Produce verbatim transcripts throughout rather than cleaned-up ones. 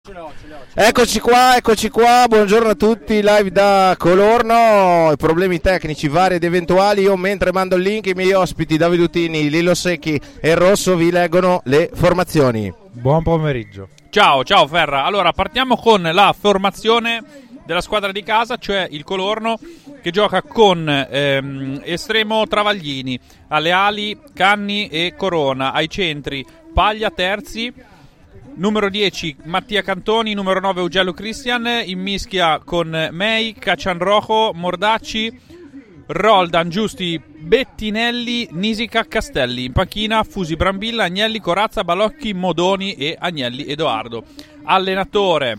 Eccoci qua, eccoci qua, buongiorno a tutti, live da Colorno. Problemi tecnici vari ed eventuali. Io mentre mando il link, i miei ospiti Davide Utini, Lillo Secchi e Rosso vi leggono le formazioni. Buon pomeriggio. Ciao, ciao Ferra. Allora partiamo con la formazione della squadra di casa, cioè il Colorno, che gioca con ehm, estremo Travaglini, alle ali Canni e Corona, ai centri Paglia Terzi, numero dieci Mattia Cantoni, numero nove Augello Christian, in mischia con Mei, Caccianrojo, Mordacci, Roldan, Giusti, Bettinelli, Nisica, Castelli. In panchina Fusi, Brambilla, Agnelli, Corazza, Balocchi, Modoni e Agnelli Edoardo. Allenatore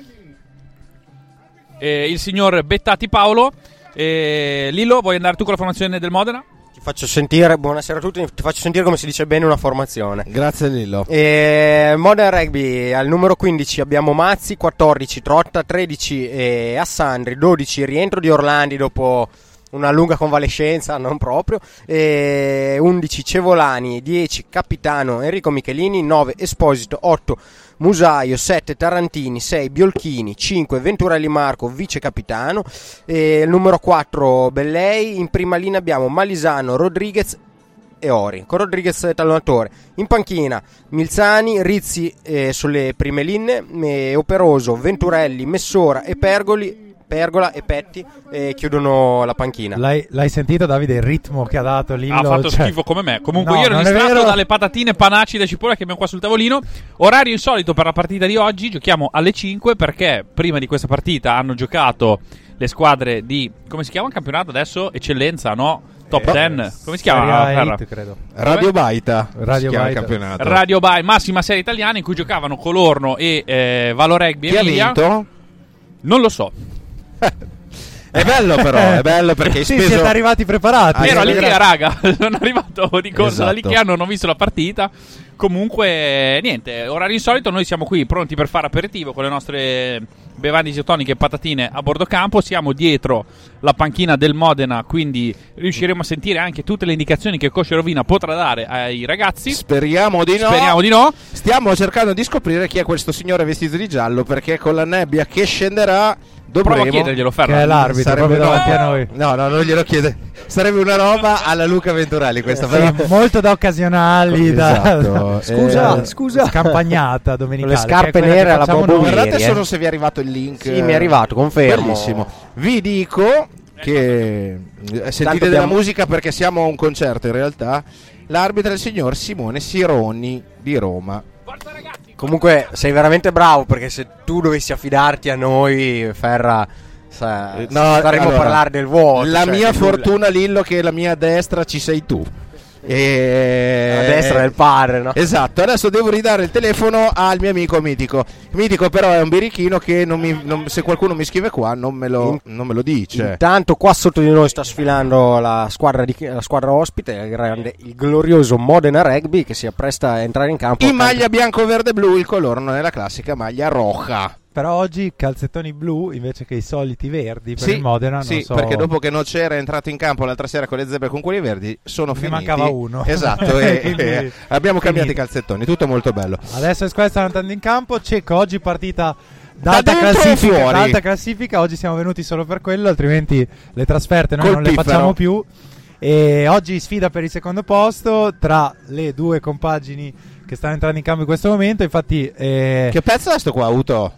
eh, il signor Bettati Paolo. eh, Lillo, vuoi andare tu con la formazione del Modena? Faccio sentire, buonasera a tutti, ti faccio sentire come si dice bene una formazione. Grazie Lillo. E Modern Rugby al numero quindici abbiamo Mazzi, quattordici Trotta, tredici eh, Assandri, dodici rientro di Orlandi dopo una lunga convalescenza, non proprio, e undici Cevolani, dieci Capitano Enrico Michelini, nove Esposito, otto Musaio, sette Tarantini, sei Biolchini, cinque Venturelli Marco, vice capitano, e il numero quattro Bellei. In prima linea abbiamo Malisano, Rodriguez e Ori, con Rodriguez tallonatore. In panchina Milzani, Rizzi eh, sulle prime linee, eh, Operoso, Venturelli, Messora e Pergoli Pergola e Petti eh, chiudono la panchina. L'hai, l'hai sentito, Davide, il ritmo che ha dato Lillo? Ha fatto cioè... schifo come me. Comunque no, io ero non è distratto vero. dalle patatine panaci da cipolla che abbiamo qua sul tavolino. Orario insolito per la partita di oggi. Giochiamo alle cinque perché prima di questa partita hanno giocato le squadre di, come si chiama il campionato adesso? Eccellenza, no? Top Eh, dieci. Come si chiama? Serie Ferra? A, credo. Radio Baita, Radio si chiama il Baita. campionato. Radio Bay, massima serie italiana, in cui giocavano Colorno e eh, Valo Rugby Chi ha Emilia. vinto? Non lo so. È bello però, è bello perché hai Sì, speso... siete arrivati preparati. Ah, Ero sì, all'Ikea, raga. Sono arrivato di corsa Esatto. dall'Ikea, non ho visto la partita. Comunque, niente, orario insolito. Noi siamo qui pronti per fare aperitivo con le nostre bevande isotoniche e patatine a bordo campo. Siamo dietro la panchina del Modena, quindi riusciremo a sentire anche tutte le indicazioni che Coach Rovina potrà dare ai ragazzi. Speriamo di no. Speriamo di no. Stiamo cercando di scoprire chi è questo signore vestito di giallo, perché con la nebbia che scenderà dovremo... Prova a chiederglielo, Che è Ferra. l'arbitro Sarebbe proprio davanti no. a noi. No, no, non glielo chiede. Sarebbe una roba alla Luca Venturelli questa, Sì, però... molto da occasionali, da, Esatto. Scusa, Eh, scusa. scampagnata domenicale. Le scarpe che è quella nere che alla facciamo Bobo noi. Ieri, Guardate eh. solo se vi è arrivato il link. Sì, mi è arrivato, confermo. Bellissimo. Vi dico che eh, sentite Tanto della abbiamo- musica perché siamo a un concerto in realtà. L'arbitro è il signor Simone Sironi di Roma. Comunque sei veramente bravo, perché se tu dovessi affidarti a noi, Ferra, sa- Eh, no, staremo allora, a parlare del vuoto. La cioè, mia di nulla. fortuna, Lillo, che la mia destra ci sei tu. E... A destra del padre, no? Esatto, adesso devo ridare il telefono al mio amico Mitico. Mitico però è un birichino che non mi, non- se qualcuno mi scrive qua non me lo, non me lo dice. Intanto qua sotto di noi sta sfilando la squadra, di, la squadra ospite, il, grande, il glorioso Modena Rugby, che si appresta a entrare in campo. In maglia bianco, verde, blu, il Colorno è la classica maglia roja. Però oggi calzettoni blu invece che i soliti verdi per Sì, il Modena. Non sì, so... perché dopo che non c'era entrato in campo l'altra sera con le zebre con quelli verdi sono Ne finiti. mancava uno. Esatto, e, Quindi, e abbiamo cambiato finito. i calzettoni, tutto molto bello. Adesso le squadre stanno andando in campo. Cecco oggi partita Da d'alta dentro o classifica, fuori? d'alta classifica. Oggi siamo venuti solo per quello, altrimenti le trasferte noi Col non le piffero. facciamo più. E oggi sfida per il secondo posto tra le due compagini che stanno entrando in campo in questo momento. Infatti eh, Che pezzo è sto qua, Uto?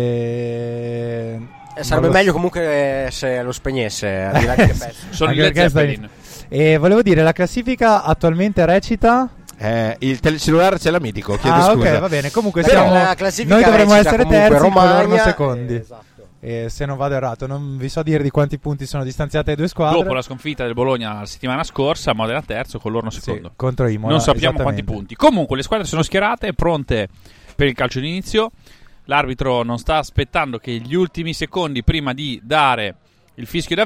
eh, Eh, sarebbe non lo meglio so. comunque se lo spegnesse, al di là di che pezzo. Sono Anche i Led perché sta Zeppelin. E volevo dire, la classifica attualmente recita. Eh, il tele- cellulare ce l'ha Mitico, chiedo Ah, scusa. ok, va bene. Comunque Però siamo, la classifica noi dovremmo recita essere comunque terzi, Romagna, Colorno secondi. eh, esatto. E se non vado errato, non vi so dire di quanti punti sono distanziate le due squadre. Dopo la sconfitta del Bologna la settimana scorsa, Modena terzo, Colorno secondo. Sì, contro Imola. Non sappiamo quanti esattamente. punti. Comunque le squadre sono schierate, pronte per il calcio d'inizio. L'arbitro non sta aspettando che gli ultimi secondi prima di dare il fischio d'avvio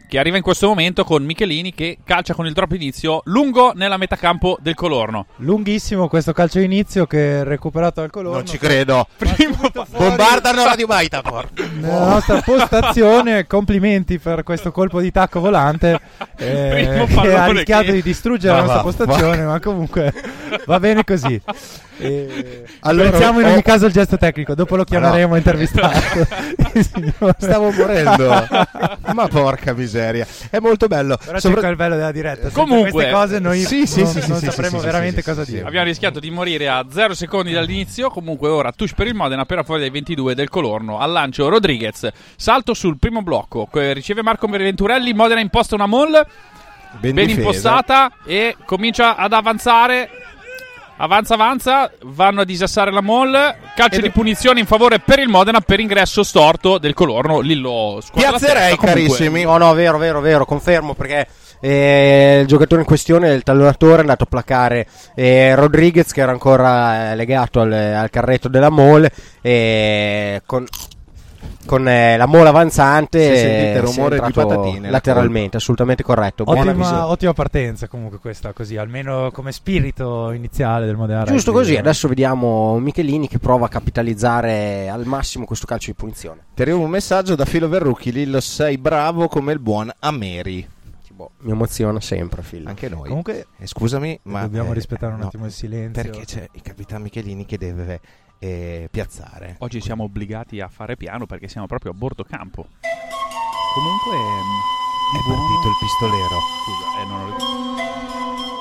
che arriva in questo momento con Michelini che calcia con il drop inizio lungo nella metà campo del Colorno. Lunghissimo questo calcio inizio che è recuperato dal Colorno. Non ci credo. Primo Bombardano Radio Maita, porca. Nella nostra postazione, complimenti per questo colpo di tacco volante eh, Primo che pallone ha rischiato che- di distruggere Ma la nostra va, postazione, ma comunque va bene così. E Allora, apprezziamo in oh. ogni caso il gesto tecnico, dopo lo chiameremo no. intervistato. Il signore. Stavo morendo. Ma porca miseria. È molto bello. Però Sopra- c'è il bello della diretta. Senza Comunque- queste cose noi Sì, sì, non, sì, sì, non sì, sapremo sì, sì, veramente sì, cosa sì, dire. Abbiamo rischiato di morire a zero secondi dall'inizio. Comunque ora touch per il Modena appena fuori dai ventidue del Colorno. Al lancio Rodriguez, salto sul primo blocco, que- riceve Marco Venturelli. Modena imposta una mall ben, ben difesa. impostata e comincia ad avanzare. Avanza, avanza, vanno a disassare la mall. Calcio Ed- di punizione in favore per il Modena per ingresso storto del Colorno. Lillo squadra la Piazzerei, testa, comunque. carissimi. No, no, vero, vero, vero, confermo perché eh, il giocatore in questione, il tallonatore, è andato a placare eh, Rodriguez che era ancora eh, legato al, al carretto della mole e con, con eh, la mola avanzante Si è sentito il eh, si è rumore di entrato patatine, la lateralmente, assolutamente corretto. Buona Ottima, visione. ottima partenza comunque questa, così almeno come spirito iniziale del Modena Giusto Rugby. così, adesso vediamo Michelini che prova a capitalizzare al massimo questo calcio di punizione. Ti arriva un messaggio da Filo Verrucchi. Lillo, sei bravo come il buon Ameri. Boh, mi emoziona sempre, figlio. Anche noi. Comunque Eh, scusami, ma dobbiamo eh, rispettare un no, attimo il silenzio. perché c'è il capitano Michelini che deve eh, piazzare. Oggi siamo obbligati a fare piano perché siamo proprio a bordo campo. Comunque ehm, È di buono- partito il pistolero. Scusa, eh, non ho ricordato.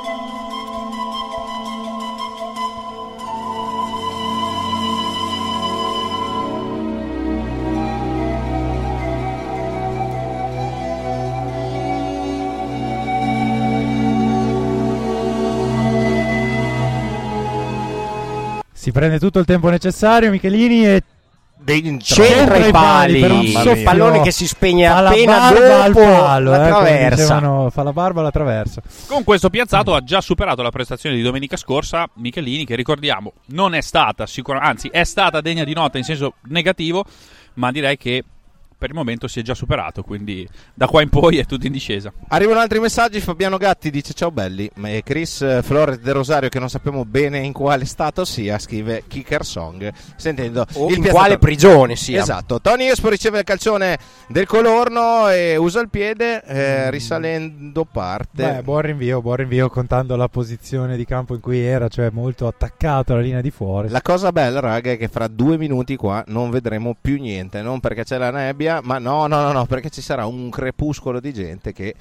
Si prende tutto il tempo necessario Michelini e Dentro. Centra i pali, per un Mamma soffio. mia. pallone che si spegne fa la appena barba al dopo palo, la eh, come traversa. dicevano, fa la barba alla traversa. Con questo piazzato ha già superato la prestazione di domenica scorsa Michelini, che ricordiamo non è stata sicuramente, anzi è stata degna di nota in senso negativo, ma direi che per il momento si è già superato, quindi da qua in poi è tutto in discesa. Arrivano altri messaggi. Fabiano Gatti dice ciao belli. E Chris eh, Flores De Rosario, che non sappiamo bene in quale stato sia, scrive Kicker Song, sentendo O il in piazzato- quale prigione sia. Esatto. Tony Espo riceve il calcione del Colorno e usa il piede eh, risalendo parte. Beh, buon rinvio, buon rinvio contando la posizione di campo in cui era, cioè molto attaccato alla linea di fuori. La cosa bella, raga, è che fra due minuti qua non vedremo più niente, non perché c'è la nebbia, ma no, no, no, no, perché ci sarà un crepuscolo di gente che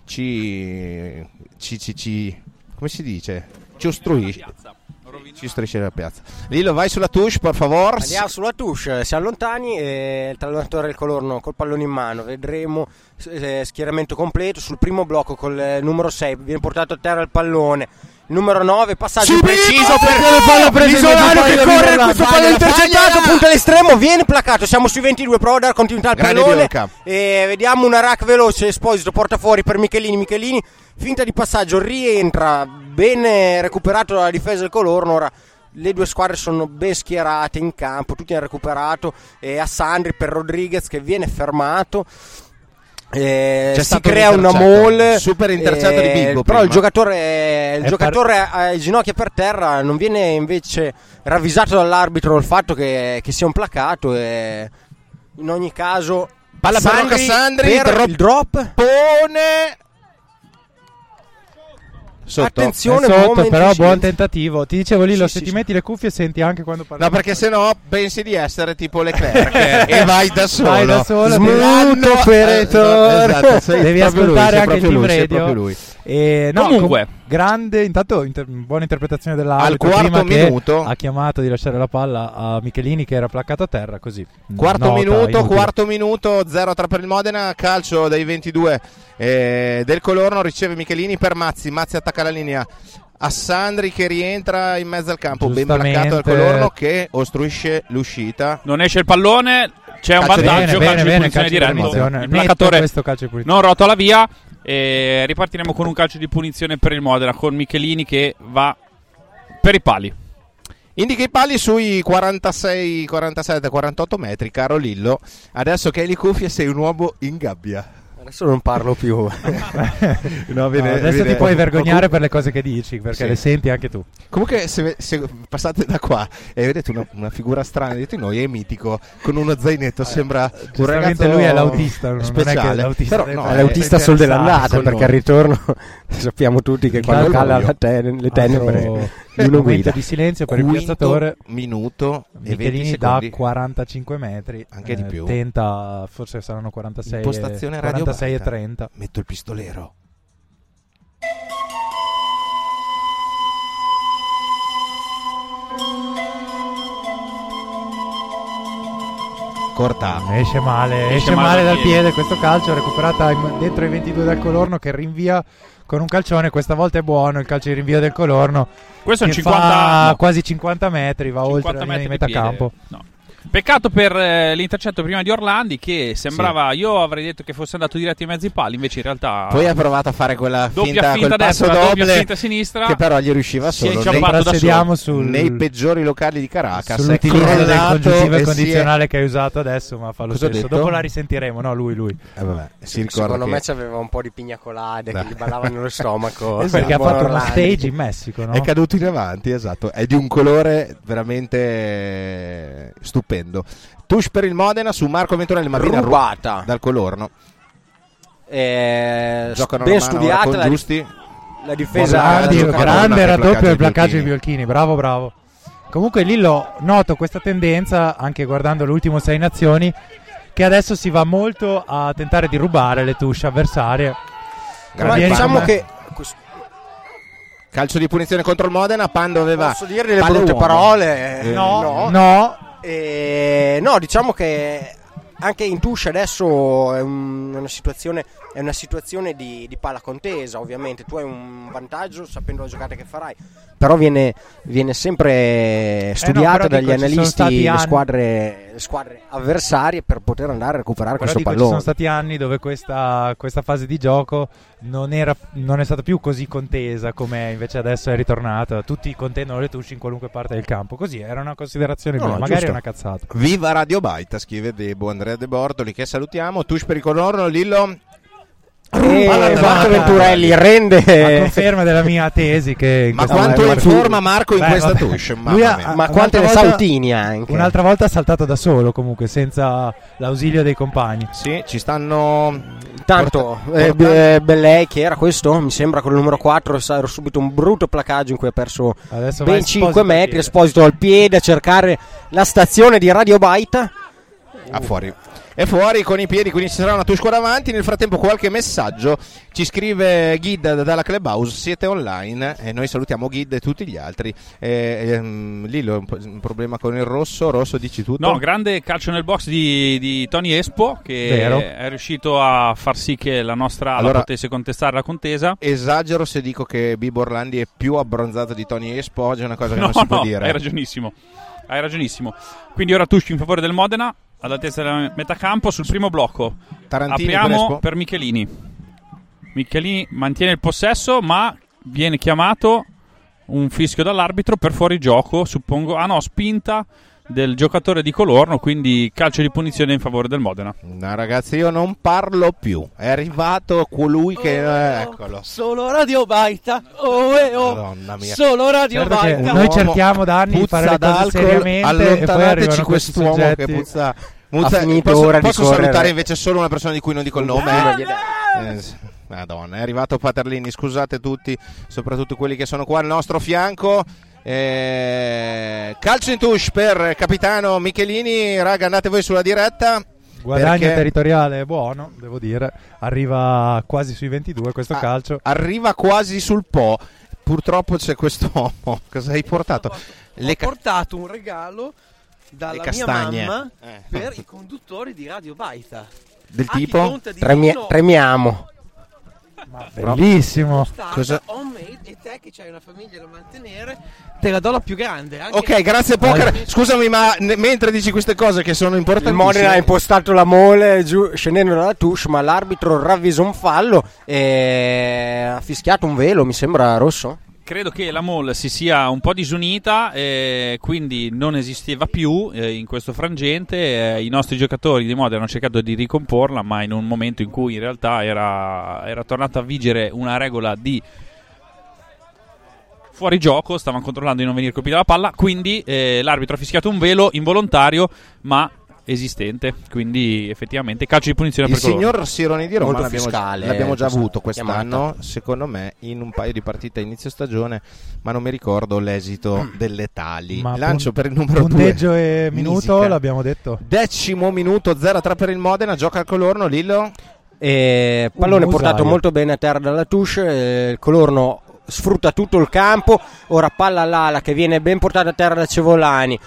ci, ci, ci, ci come si dice? Ci ostruisce, ci ostruisce la piazza. Lillo, vai sulla touche, per favore. Andiamo sulla touche, si allontani e il tallonatore del Colorno col pallone in mano. Vedremo eh, schieramento completo sul primo blocco col eh, numero sei. Viene portato a terra il pallone. Il numero nove, passaggio Subito! preciso per Perché la palla presa in l'isolano mezzo, che palla corre, via, questo la pallone palla, intercettato, palla! punta all'estremo, viene placato. Siamo sui ventidue, prova a dare continuità al Grande pallone. Biolca. E vediamo una rack veloce, Esposito porta fuori per Michelini. Michelini, finta di passaggio, rientra, bene recuperato dalla difesa del Colorno. Ora le due squadre sono ben schierate in campo, tutti hanno recuperato. E a Sandri per Rodriguez che viene fermato. Eh, C'è si stato un crea una intercetto, mall, super intercetto di Biggo però il prima. giocatore, il È giocatore ha le ginocchia per terra, non viene invece ravvisato dall'arbitro il fatto che, che sia un placato. E in ogni caso Palla per Rocca Sandri, per drop- il drop. Pone sotto. Attenzione, È sotto, momento però di buon silenzio. tentativo. Ti dicevo Lillo, Sì, se sì, ti sì. metti le cuffie senti anche quando parli. No, perché sennò pensi di essere tipo Leclerc e vai da solo. Vai da solo, Smooth devi- operator. Esatto, sei Devi proprio ascoltare lui, sei anche il proprio team lui, sei radio. proprio lui. E, no, Comunque. com- grande, intanto inter- buona interpretazione dell'arbitro Al quarto prima che minuto. ha chiamato di lasciare la palla a Michelini che era placcato a terra, così. Quarto Nota minuto, inutile. quarto minuto, zero a tre per il Modena, calcio dai ventidue eh, del Colorno, riceve Michelini per Mazzi, Mazzi attacca la linea a Sandri che rientra in mezzo al campo, ben Giustamente. placcato dal Colorno che ostruisce l'uscita. Non esce il pallone, c'è un Calcio di- vantaggio, bene, calcio bene, di bene, punizione calcio di diretto. punizione. Il Netto placatore questo calcio di punizione. non rotola via e ripartiremo con un calcio di punizione per il Modena con Michelini che va per i pali. Indica i pali sui quarantasei, quarantasette, quarantotto metri, caro Lillo. Adesso che hai le cuffie sei un uomo in gabbia. Adesso non parlo più. no, viene, no, adesso viene... ti puoi vergognare per le cose che dici, perché sì. le senti anche tu. Comunque se, se passate da qua e vedete una, una figura strana dietro di noi, è mitico, con uno zainetto, eh, sembra un ragazzo. Lui è l'autista, non speciale. Non è che l'autista, però, no, è l'autista sul dell'andata, perché al ritorno sappiamo tutti che quando cala la ten- le tenebre un momento di silenzio per Quinto il piazzatore. Minuto Michelini da quarantacinque metri, anche eh, di più. Tenta, forse saranno quarantasei, impostazione quarantasei e trenta. Metto il pistolero. Corta. Esce male, esce, esce male, male dal piede. Questo calcio recuperata in, dentro i ventidue del Colorno, che rinvia con un calcione. Questa volta è buono il calcio di rinvio del Colorno. Questo è un che cinquanta, fa no. quasi cinquanta metri, va cinquanta oltre la linea di metri metà campo. No. Peccato per eh, l'intercetto prima di Orlandi, che sembrava, sì. io avrei detto che fosse andato diretto in mezzo ai pali, invece in realtà poi ha provato a fare quella doppia finta, finta quel passo destra, doble, doppia finta sinistra, che però gli riusciva solo. Si è inciampato da solo. Sul, nei peggiori locali di Caracas, sull'utilizzo del congiuntivo condizionale è... che hai usato adesso, ma fa lo Cosa stesso. Dopo la risentiremo, no, lui, lui. Eh, vabbè, si ricorda secondo che... me c'aveva un po' di pignacolade che gli ballavano nello stomaco. Esatto, perché ha fatto uno stage in Messico, no? È caduto in avanti, esatto. È di un colore veramente stupendo. Touche per il Modena su Marco Venturelli, ma viene rubata dal Colorno. Eh, ben studiata la, Giusti. la difesa. Grande, grande raddoppio del placcaggio di Biolchini, bravo bravo. Comunque Lillo, noto questa tendenza anche guardando l'ultimo sei nazioni, che adesso si va molto a tentare di rubare le touche avversarie. Ma diciamo che calcio di punizione contro il Modena. Pando aveva, posso dire delle brutte uomo. parole? Eh, no, no. no. Eh, no, diciamo che anche in touche adesso è un, una situazione è una situazione di, di palla contesa. Ovviamente tu hai un vantaggio sapendo la giocata che farai, però viene, viene sempre studiata eh no, dagli dico, analisti le squadre, le squadre avversarie per poter andare a recuperare però questo dico, pallone. Ci sono stati anni dove questa, questa fase di gioco non, era, non è stata più così contesa come invece adesso è ritornata. Tutti contendono le touche in qualunque parte del campo, così era una considerazione no, mia, magari giusto. È una cazzata. Viva Radio Baita, scrive Debo Andrea De Bortoli, che salutiamo. Touche per il Colorno. Lillo e Marco Venturelli rende a conferma della mia tesi che ma quanto è in forma Marco in Beh, questa vabbè. touche Lui ha, ma quante ne saltini anche un'altra volta ha saltato da solo comunque senza l'ausilio dei compagni. Sì, ci stanno tanto eh, Be- Bellei che era questo mi sembra con il numero quattro era subito un brutto placaggio in cui ha perso adesso ben cinque metri. Esposito al piede a cercare la stazione di Radio Baita a fuori. È fuori con i piedi, quindi ci sarà una touche qua davanti. Nel frattempo qualche messaggio ci scrive Guid dalla Clubhouse, siete online e noi salutiamo Guid e tutti gli altri. eh, ehm, Lillo, un, un problema con il rosso Rosso dici tutto? No, grande calcio nel box di, di Tony Espo, che Vero. è riuscito a far sì che la nostra ala allora, potesse contestare la contesa. Esagero se dico che Bibo Orlandi è più abbronzato di Tony Espo, oggi è una cosa che no, non si no, può dire. Hai ragionissimo, hai ragionissimo. Quindi ora touche in favore del Modena all'altezza della metà campo sul primo blocco. Tarantini apriamo per Michelini. Michelini mantiene il possesso, ma viene chiamato un fischio dall'arbitro per fuorigioco, suppongo. Ah no, spinta del giocatore di Colorno, quindi calcio di punizione in favore del Modena. No ragazzi, io non parlo più. È arrivato colui che oh, eh, eccolo. Solo Radio Baita. Oh, eh, oh. Madonna mia. Solo Radio certo Baita. Noi cerchiamo da anni di fare le cose seriamente, allontanateci quest'uomo che puzza. Muzza, ha finito posso, ora posso di salutare correre. invece solo una persona di cui non dico il nome? Eh, Madonna, è arrivato Paterlini, scusate tutti, soprattutto quelli che sono qua al nostro fianco. Eh, calcio in touche per capitano Michelini. Raga, andate voi sulla diretta. Guadagno perché... territoriale buono, devo dire. Arriva quasi sui ventidue questo ah, calcio. Arriva quasi sul po'. Purtroppo c'è quest'uomo. Cosa hai portato? Le Ho ca- portato un regalo dalla mia mamma eh. per i conduttori di Radio Baita. Del ah, tipo? Tremi- tremiamo. Ma bellissimo. Cosa? Homemade, e te che c'hai una famiglia da mantenere, te la do la più grande. Anche ok, grazie Poker. Scusami, ma ne- mentre dici queste cose che sono importanti, il Modena ha impostato la mole giù, scendendo dalla touche, ma l'arbitro ravvisa un fallo e ha fischiato un velo, mi sembra rosso. credo che la Mall si sia un po' disunita, eh, quindi non esisteva più eh, in questo frangente. Eh, I nostri giocatori di Modena hanno cercato di ricomporla, ma in un momento in cui in realtà era, era tornata a vigere una regola di fuori gioco, stavano controllando di non venire colpita la palla, quindi eh, l'arbitro ha fischiato un velo involontario ma esistente, quindi effettivamente calcio di punizione il per coloro. signor Sironi di Roma Molto l'abbiamo, fiscale, l'abbiamo già questa avuto quest'anno, chiamata. secondo me in un paio di partite a inizio stagione, ma non mi ricordo l'esito delle tali. Ma Lancio pun- per il numero due, punteggio e minuto Misica. l'abbiamo detto. Decimo minuto, zero a tre per il Modena, gioca al Colorno. Lillo, E pallone Un portato musaio. molto bene a terra dalla Touche, eh, il Colorno sfrutta tutto il campo, ora palla all'ala che viene ben portata a terra da Cevolani,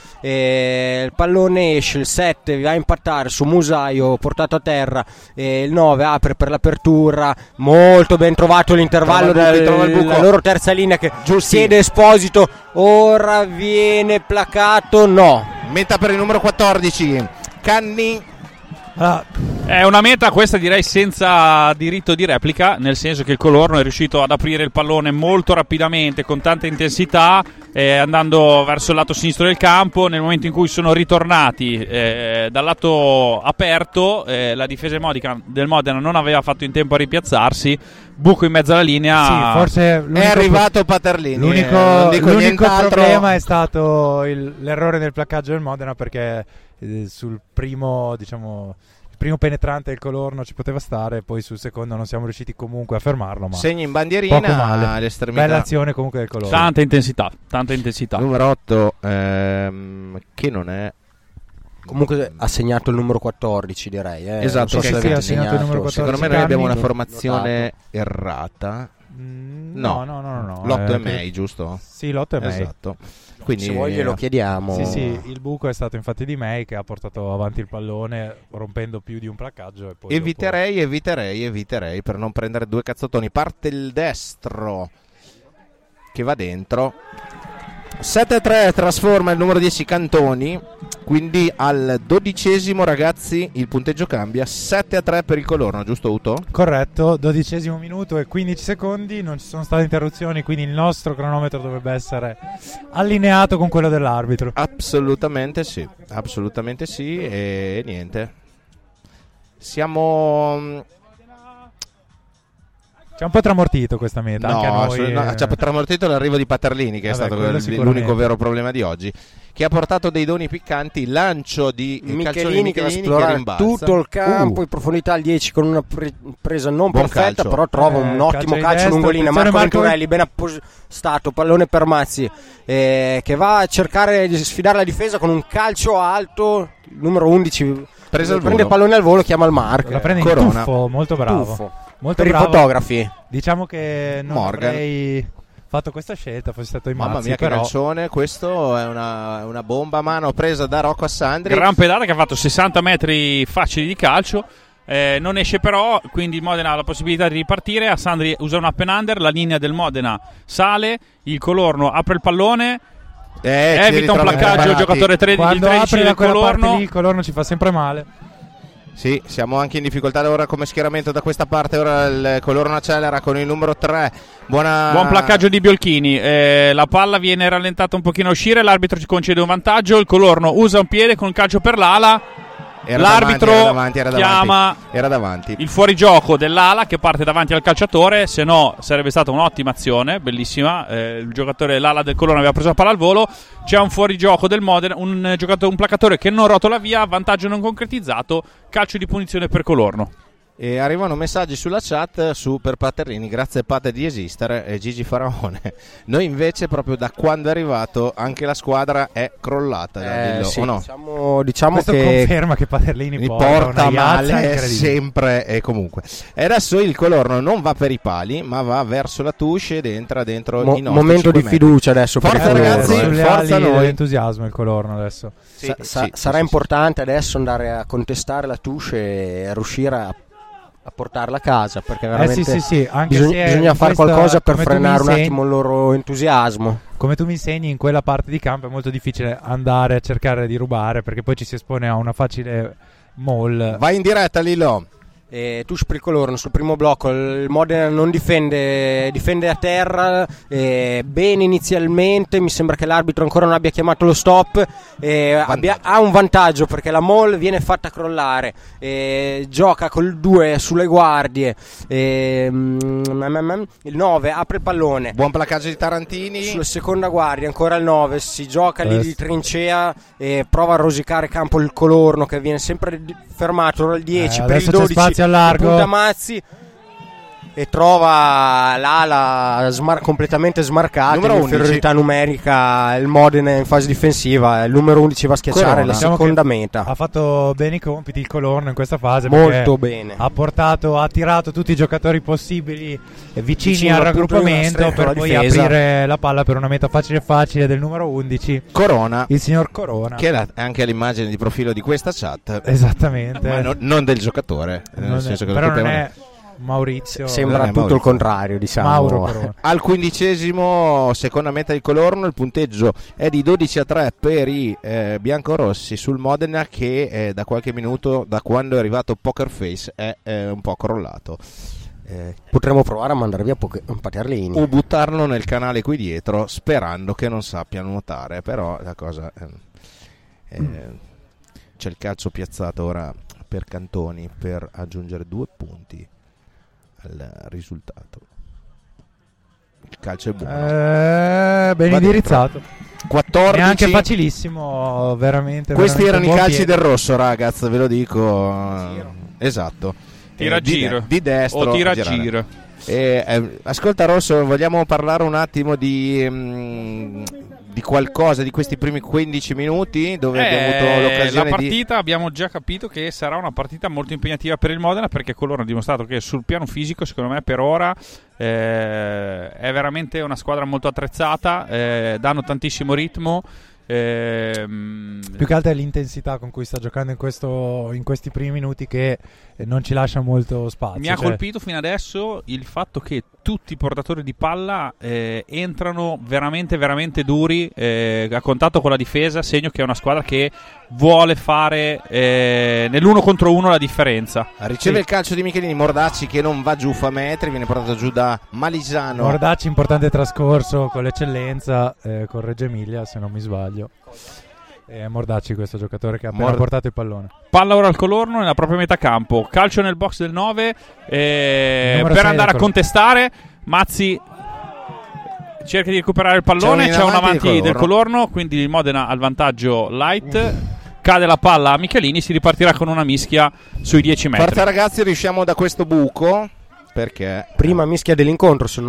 e il pallone esce, il sette va a impattare su Musaio portato a terra, e il nove apre per l'apertura, molto ben trovato l'intervallo Trova il buco, trova il buco. dalla loro terza linea che Giusti. chiede Esposito, ora viene placato, no. meta per il numero quattordici, Canni. Ah, È una meta questa, direi senza diritto di replica, nel senso che il Colorno è riuscito ad aprire il pallone molto rapidamente, con tanta intensità, eh, andando verso il lato sinistro del campo. Nel momento in cui sono ritornati eh, dal lato aperto, eh, la difesa modica del Modena non aveva fatto in tempo a ripiazzarsi, buco in mezzo alla linea. sì, forse l'unico È arrivato Paterlini. L'unico, eh, non dico l'unico nient'altro. problema è stato il- l'errore nel placcaggio del Modena, perché eh, sul primo, diciamo, il primo penetrante del Colorno ci poteva stare, poi sul secondo non siamo riusciti comunque a fermarlo, ma Segni in poco bandierina male. all'estremità. Bella azione comunque del Colorno. Tanta intensità, tanta intensità. Numero otto, ehm, che non è Comunque ha segnato il numero quattordici, direi. Eh. Esatto, Non so sì, se sì, avete ha segnato il numero quattordici. secondo me noi abbiamo una Canni, formazione errata. Mm, No. no, no, no, no, no. L'otto eh, è May, giusto? Sì, l'otto è May. Esatto. Quindi Se vuoi glielo chiediamo. Sì, sì, il buco è stato infatti di May, che ha portato avanti il pallone rompendo più di un placcaggio. E poi eviterei, eviterei, eviterei per non prendere due cazzottoni. Parte il destro che va dentro. sette a tre trasforma il numero dieci Cantoni. Quindi al dodicesimo, ragazzi, il punteggio cambia. sette a tre per il Colorno, giusto Uto? dopo- Corretto, dodicesimo minuto e quindici secondi, non ci sono state interruzioni, quindi il nostro cronometro dovrebbe essere allineato con quello dell'arbitro. Assolutamente sì, assolutamente sì. E niente. Siamo... C'è un po' tramortito questa meta, No, anche a noi. assolut- no, eh. ci ha tramortito l'arrivo di Paterlini, che Vabbè, è stato quello l- sicuramente. l'unico vero problema di oggi, che ha portato dei doni piccanti. Lancio di calcione di Michelini che va a Michelini che esplorare rimbalza. tutto il campo Uh, in profondità al dieci con una pre- presa non Buon perfetta, calcio. però trova Eh, un calcio ottimo di calcio destra, lungo linea. attenzione Marco Marco- Venturelli ben appostato, pallone per Mazzi, eh, che va a cercare di sfidare la difesa con un calcio alto. Il numero undici Preso al prende volo. il pallone al volo, chiama il Mark. La prende in Corona. tuffo, molto bravo. Tuffo. Molto Per bravo. i fotografi. Diciamo che non Morgan. avrei fatto questa scelta, fossi stato in Mamma Mazzi, mia, che però calcione! Questo è una, una bomba a mano presa da Rocco Assandri. Gran pedata che ha fatto sessanta metri facili di calcio. Eh, non esce però, quindi Modena ha la possibilità di ripartire. Assandri usa un up and under, la linea del Modena sale, il Colorno apre il pallone, Eh, ci evita un ritroviamo placcaggio il impreparati. giocatore tredici, il quando tredici apre da del quella parte Colorno. lì il Colorno ci fa sempre male. Sì, siamo anche in difficoltà ora come schieramento da questa parte. Ora il Colorno accelera con il numero tre. Buona... Buon placcaggio di Biolchini, eh, la palla viene rallentata un pochino a uscire, l'arbitro ci concede un vantaggio, il Colorno usa un piede con il calcio per l'ala, Era l'arbitro davanti, era davanti, era chiama davanti. Era davanti. il fuorigioco dell'ala che parte davanti al calciatore, se no sarebbe stata un'ottima azione, bellissima, eh, il giocatore dell'ala del Colorno aveva preso la palla al volo, c'è un fuorigioco del Modena, un giocatore, un placatore che non rotola via, vantaggio non concretizzato, calcio di punizione per Colorno. E arrivano messaggi sulla chat su per Paterrini, grazie Pate di esistere, e Gigi Faraone. Noi invece proprio da quando è arrivato anche la squadra è crollata, Eh, dillo, sì, o no? diciamo, diciamo Questo che conferma che Paterlini Mi porta, porta una iazza male incredibile. sempre e comunque. E adesso il Colorno non va per i pali, ma va verso la touche ed entra dentro mo- i nostri momento di cinque metri. fiducia adesso per Forza il Colorno, ragazzi, eh. sulle forza ali noi. dell'entusiasmo il Colorno adesso. Sì, Sa- sì, sa- sì, sarà sì, importante adesso andare a contestare la touche e riuscire a, a portarla a casa, perché Eh veramente sì sì sì, anche bisogna, se bisogna in fare questa- qualcosa per come tu mi frenare un insegni- attimo il loro entusiasmo. Come tu mi insegni, in quella parte di campo è molto difficile andare a cercare di rubare, perché poi ci si espone a una facile mall. Vai in diretta Lillo. Eh, touch per il Colorno sul primo blocco. Il Modena non difende, difende a terra eh, bene inizialmente. Mi sembra che l'arbitro ancora non abbia chiamato lo stop. Eh, abbia, ha un vantaggio perché la Mol viene fatta crollare. Eh, gioca col due sulle guardie. Eh, il nove apre il pallone. Buon placaggio di Tarantini. Sulla seconda guardia ancora il nove. Si gioca lì di trincea e prova a rosicare campo il Colorno, che viene sempre fermato al dieci eh, per il dodici. Al largo. Punta Mazzi e trova l'ala smar- completamente smarcata. Numero in undici. inferiorità numerica il Modena in fase difensiva. Il numero undici va a schiacciare Corona. la Diciamo seconda che meta. Ha fatto bene i compiti il Colorno in questa fase, Molto bene. ha portato, ha tirato tutti i giocatori possibili vicini Vicino al appunto raggruppamento alla per poi difesa. aprire la palla per una meta facile facile del numero undici, Corona, il signor Corona. che è la- anche l'immagine di profilo di questa chat, Esattamente. ma no- non del giocatore, Non nel è- senso che lo però non potevano- è Maurizio. Sembra non è tutto Maurizio. il contrario, diciamo. Mauro Corona. Al quindicesimo, seconda meta di Colorno, il punteggio è di dodici a tre per i eh, biancorossi sul Modena, che eh, da qualche minuto, da quando è arrivato Poker Face, è eh, un po' crollato. Eh, Potremmo provare a mandare via Poche- Paterlini. o buttarlo nel canale qui dietro, sperando che non sappia nuotare, però la cosa eh, eh, c'è il calcio piazzato ora per Cantoni per aggiungere due punti al risultato. Il calcio è buono. Eh, ben Va indirizzato. quattordici. Neanche facilissimo, veramente. Questi veramente erano un i buon calci piede. del rosso, ragazzi, ve lo dico. Esatto. Tira Eh, di giro. de- di destro o tira girare. giro. Eh, eh, ascolta Rosso, vogliamo parlare un attimo di, mm, di qualcosa di questi primi quindici minuti dove abbiamo avuto Eh, l'occasione la di... partita abbiamo già capito che sarà una partita molto impegnativa per il Modena, perché coloro hanno dimostrato che sul piano fisico, secondo me, per ora eh, è veramente una squadra molto attrezzata, eh, danno tantissimo ritmo. Ehm, Più che altro è l'intensità con cui sta giocando in, questo, in questi primi minuti che eh, non ci lascia molto spazio. Mi ha cioè- colpito fino adesso il fatto che tutti i portatori di palla eh, entrano veramente veramente duri eh, a contatto con la difesa, segno che è una squadra che vuole fare eh, nell'uno contro uno la differenza. Riceve Sì. il calcio di Michelini, Mordacci che non va giù fa metri, viene portato giù da Malisano. Mordacci, importante trascorso con l'eccellenza eh, con Reggio Emilia, se non mi sbaglio. È Mordacci questo giocatore che ha appena Mord- portato il pallone. Palla ora al Colorno nella propria metà campo, calcio nel box del nove eh, Il numero per sei andare a del Colorno. contestare. Mazzi cerca di recuperare il C'è pallone, un in c'è un avanti avanti di del Colorno. Colorno, quindi il Modena al vantaggio light. Cade la palla a Michelini, si ripartirà con una mischia sui dieci metri. Forza ragazzi, riusciamo da questo buco perché Prima mischia dell'incontro, se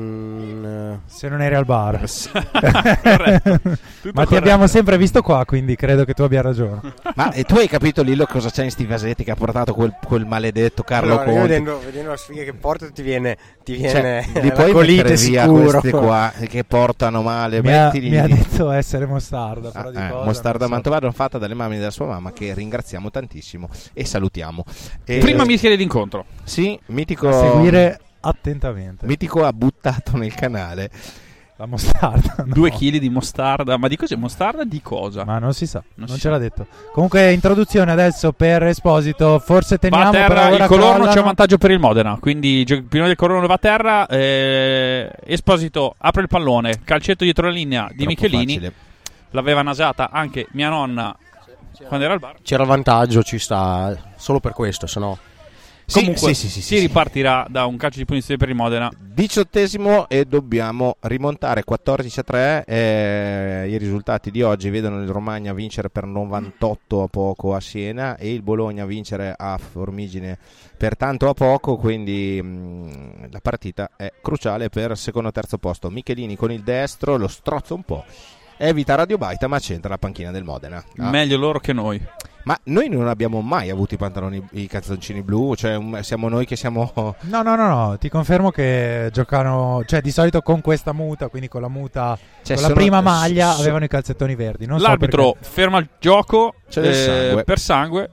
non... Se non eri al bar. Corretto. Tutto Ma ti corretto. abbiamo sempre visto qua, quindi credo che tu abbia ragione. Ma e tu hai capito Lillo cosa c'è in sti vasetti che ha portato quel, quel maledetto Carlo Allora, io Conti? vedendo, vedendo la sfiga che porta ti viene, ti Cioè, viene li la puoi colite mettere via sicuro. questi qua che portano male? Mi ha, Mettili mi ha lì. detto essere mostarda. Però Ah, di eh, cosa, mostarda non so. mantovano fatta dalle mamme della sua mamma, che ringraziamo tantissimo e salutiamo. E- Prima mischia dell'incontro. sì, mitico, A seguire attentamente. mitico ha buttato nel canale. La mostarda. no. Due chili di mostarda. Ma di cos'è mostarda? Di cosa? Ma non si sa, Non non, si ce sa. l'ha detto. Comunque, introduzione adesso per Esposito. Forse Va teniamo a per terra ora il Colorno, crollano. c'è un vantaggio per il Modena. Quindi gio- prima del Colorno va a terra. eh, Esposito apre il pallone, calcetto dietro la linea di Troppo Michelini. facile. L'aveva nasata anche mia nonna quando era al bar. C'era il vantaggio, ci sta, solo per questo, se no... Sì, Comunque sì, sì, sì, si sì, ripartirà da un calcio di punizione per il Modena. Diciottesimo e dobbiamo rimontare quattordici a tre. Eh, I risultati di oggi vedono il Romagna vincere per novantotto a poco a Siena e il Bologna vincere a Formigine per tanto a poco, quindi mh, la partita è cruciale per secondo e terzo posto. Michelini con il destro lo strozza un po', evita Radio Baita ma centra la panchina del Modena. Ah. Meglio loro che noi. Ma noi non abbiamo mai avuto i pantaloni, i calzoncini blu, cioè um, siamo noi che siamo... No, no, no, no, ti confermo che giocano, cioè di solito con questa muta, quindi con la muta, Cioè, con la sono- prima maglia so- avevano i calzettoni verdi. Non L'arbitro so ferma il gioco C'è del eh, sangue. per sangue.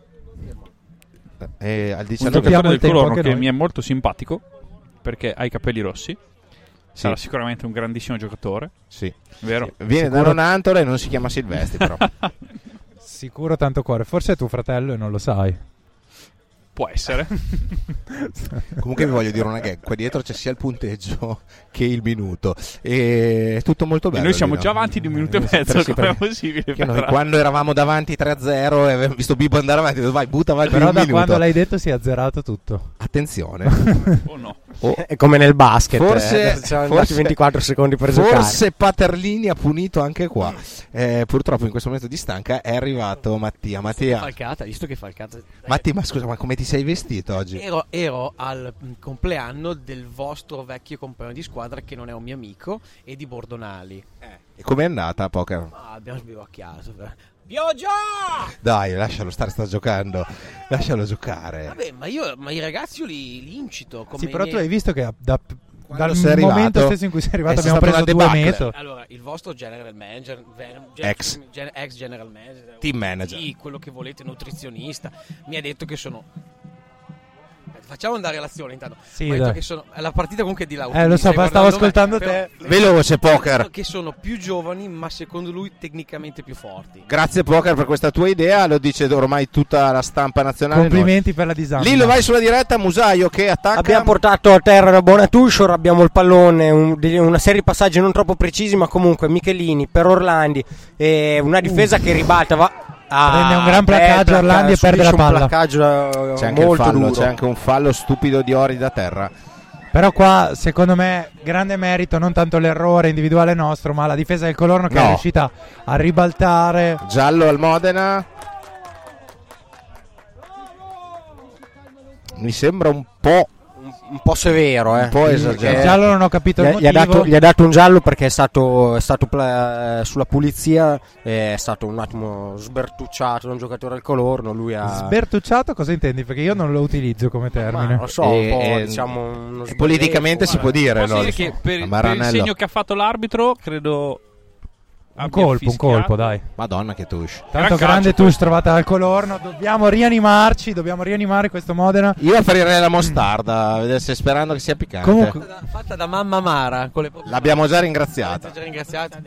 Eh, al Un diciannove giochiamo giocatore il del tempo Colorno anche che noi. mi è molto simpatico perché ha i capelli rossi. Sì. Sarà sicuramente un grandissimo giocatore, Sì. vero? Viene da Sicuro- Nonantola e non si chiama Silvestri però. perché sicuro tanto cuore. Forse è tuo fratello e non lo sai. Può essere. Comunque vi voglio dire una gag, qua dietro c'è sia il punteggio che il minuto e è tutto molto bello. E noi siamo lì, già no? avanti di un minuto e Sì, mezzo, perché- come è perché- possibile? perché noi Però- quando eravamo davanti tre a zero e avevamo visto Bibo andare avanti, ho detto, vai, butta avanti Però un da minuto. quando l'hai detto si è azzerato tutto. Attenzione. Oh no. Oh, È come nel basket, Forse- eh, siamo forse- andati ventiquattro secondi per giocare. forse Paterlini ha punito anche qua. Eh, purtroppo in questo momento di stanca è arrivato Mattia. Mattia, Falcata, visto che Falcata. Matti, ma scusa, ma come ti sei vestito oggi? Ero, ero al mm, compleanno del vostro vecchio compagno di squadra che non è un mio amico e di Bordonali. E com'è andata a poker? Ah, abbiamo sbirocchiato. Pioggia! Dai, lascialo stare, sta giocando. Lascialo giocare. Vabbè, ma io ma i ragazzi io li, li incito come Sì, però i tu hai miei- visto che da, Quando dal sei arrivato, momento stesso in cui sei arrivato è abbiamo stata preso una due debacle. metro. Allora, il vostro general manager, gen- Ex. gen- ex general manager, Team manager. sì, quello che volete, nutrizionista, mi ha detto che sono. Facciamo andare l'azione intanto. Sì, Mi ha detto dai. che sono. La partita comunque è di là. Eh, lo so, Stai ma stavo guardando me, ascoltando però- te. Veloce poker. Che sono più giovani, ma secondo lui tecnicamente più forti. Grazie poker per questa tua idea, lo dice ormai tutta la stampa nazionale. Complimenti per la disamina. Lillo vai sulla diretta, Musaio che attacca. Abbiamo portato a terra una buona touche, ora abbiamo il pallone, un- degli- una serie di passaggi non troppo precisi, ma comunque Michelini per Orlandi, e una difesa che ribalta, va. Ah, Prende un gran bel placaggio placa- Orlandi e perde la subisce palla. un placcaggio eh, C'è anche il molto fallo, duro. c'è anche un fallo stupido di Ori da terra. Però qua secondo me grande merito, non tanto l'errore individuale nostro, ma la difesa del Colorno che No. è riuscita a ribaltare. Giallo al Modena. Mi sembra un po', un, un po' severo, eh. un po' Il esagerato. giallo non ho capito Gli, il ha- gli ha motivo. dato, gli ha dato un giallo perché è stato, è stato pla- sulla pulizia, è stato un attimo sbertucciato da un giocatore del Colorno. Lui ha Sbertucciato cosa intendi? Perché io non lo utilizzo come Ma termine. non lo so, un E- po', e- diciamo uno e sberleffo, politicamente si può guarda. dire, Posso no? dire che per, per il Maranello. segno che ha fatto l'arbitro, credo. Un abbia colpo, un fischiato. colpo, dai. Madonna che touche. Tanto Gran grande calcio, touche trovata dal Colorno. Dobbiamo rianimarci, dobbiamo rianimare questo Modena. Io aprirei la mostarda, vedere se- sperando che sia piccante. Comunque- Fatta da, fatta da mamma Mara con le L'abbiamo già ringraziata. già ringraziata.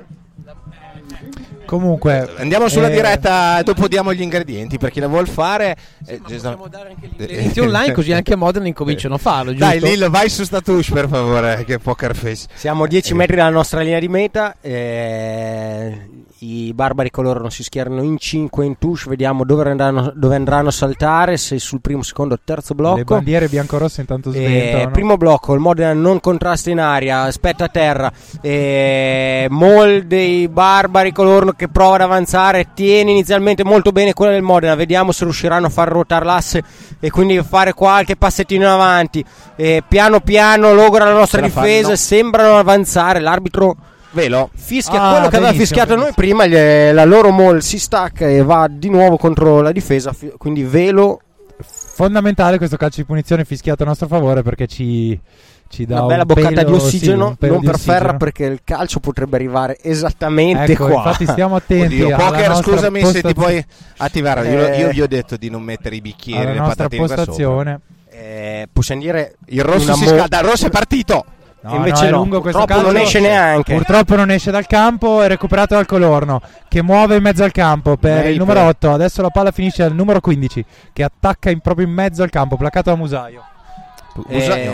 Comunque Andiamo sulla eh, diretta e dopo diamo gli ingredienti per chi la vuol fare. Eh, Ma Gesù- possiamo dare anche gli ingredienti online così anche a Modena incominciano a farlo, giusto? Dai Lillo, vai su sta touche per favore, che poker face. Siamo a dieci metri dalla nostra linea di meta, eh, i barbari Colorno si schierano in cinque in touche, vediamo dove andranno, dove andranno a saltare, se sul primo, secondo, terzo le blocco. bandiere biancorosse intanto Eh, sventolano. primo blocco, il Modena non contrasta in aria, aspetta a terra, eh, Mol dei barbari Colorno che prova ad avanzare, tiene inizialmente molto bene quella del Modena, vediamo se riusciranno a far ruotare l'asse e quindi fare qualche passettino in avanti, eh, piano piano logra la nostra Ce la difesa, fanno. sembrano avanzare, l'arbitro Velo. fischia Ah, quello che aveva benissimo, fischiato noi benissimo. prima, gli- la loro Mol si stacca e va di nuovo contro la difesa, fi- quindi velo. Fondamentale questo calcio di punizione fischiato a nostro favore perché ci, ci dà Una bella un boccata pelo- di ossigeno, sì, un pelo non di per ossigeno. Ferra, perché il calcio potrebbe arrivare esattamente Ecco, qua. infatti stiamo attenti Oddio, alla poker, nostra scusami se ti postazio- puoi attivare. Io, Eh. io vi ho detto di non mettere i bicchieri, alla le nostra patatine qua sopra. postazione. Eh, possiamo dire Il rosso una si mo- scalda, il rosso è partito. No, invece no, è no, lungo questo purtroppo calcio. non esce neanche. Purtroppo non esce dal campo, è recuperato dal Colorno che muove in mezzo al campo per Mape. il numero otto. Adesso la palla finisce al numero quindici che attacca in- proprio in mezzo al campo, placato da Musaio. Musaio. Eh,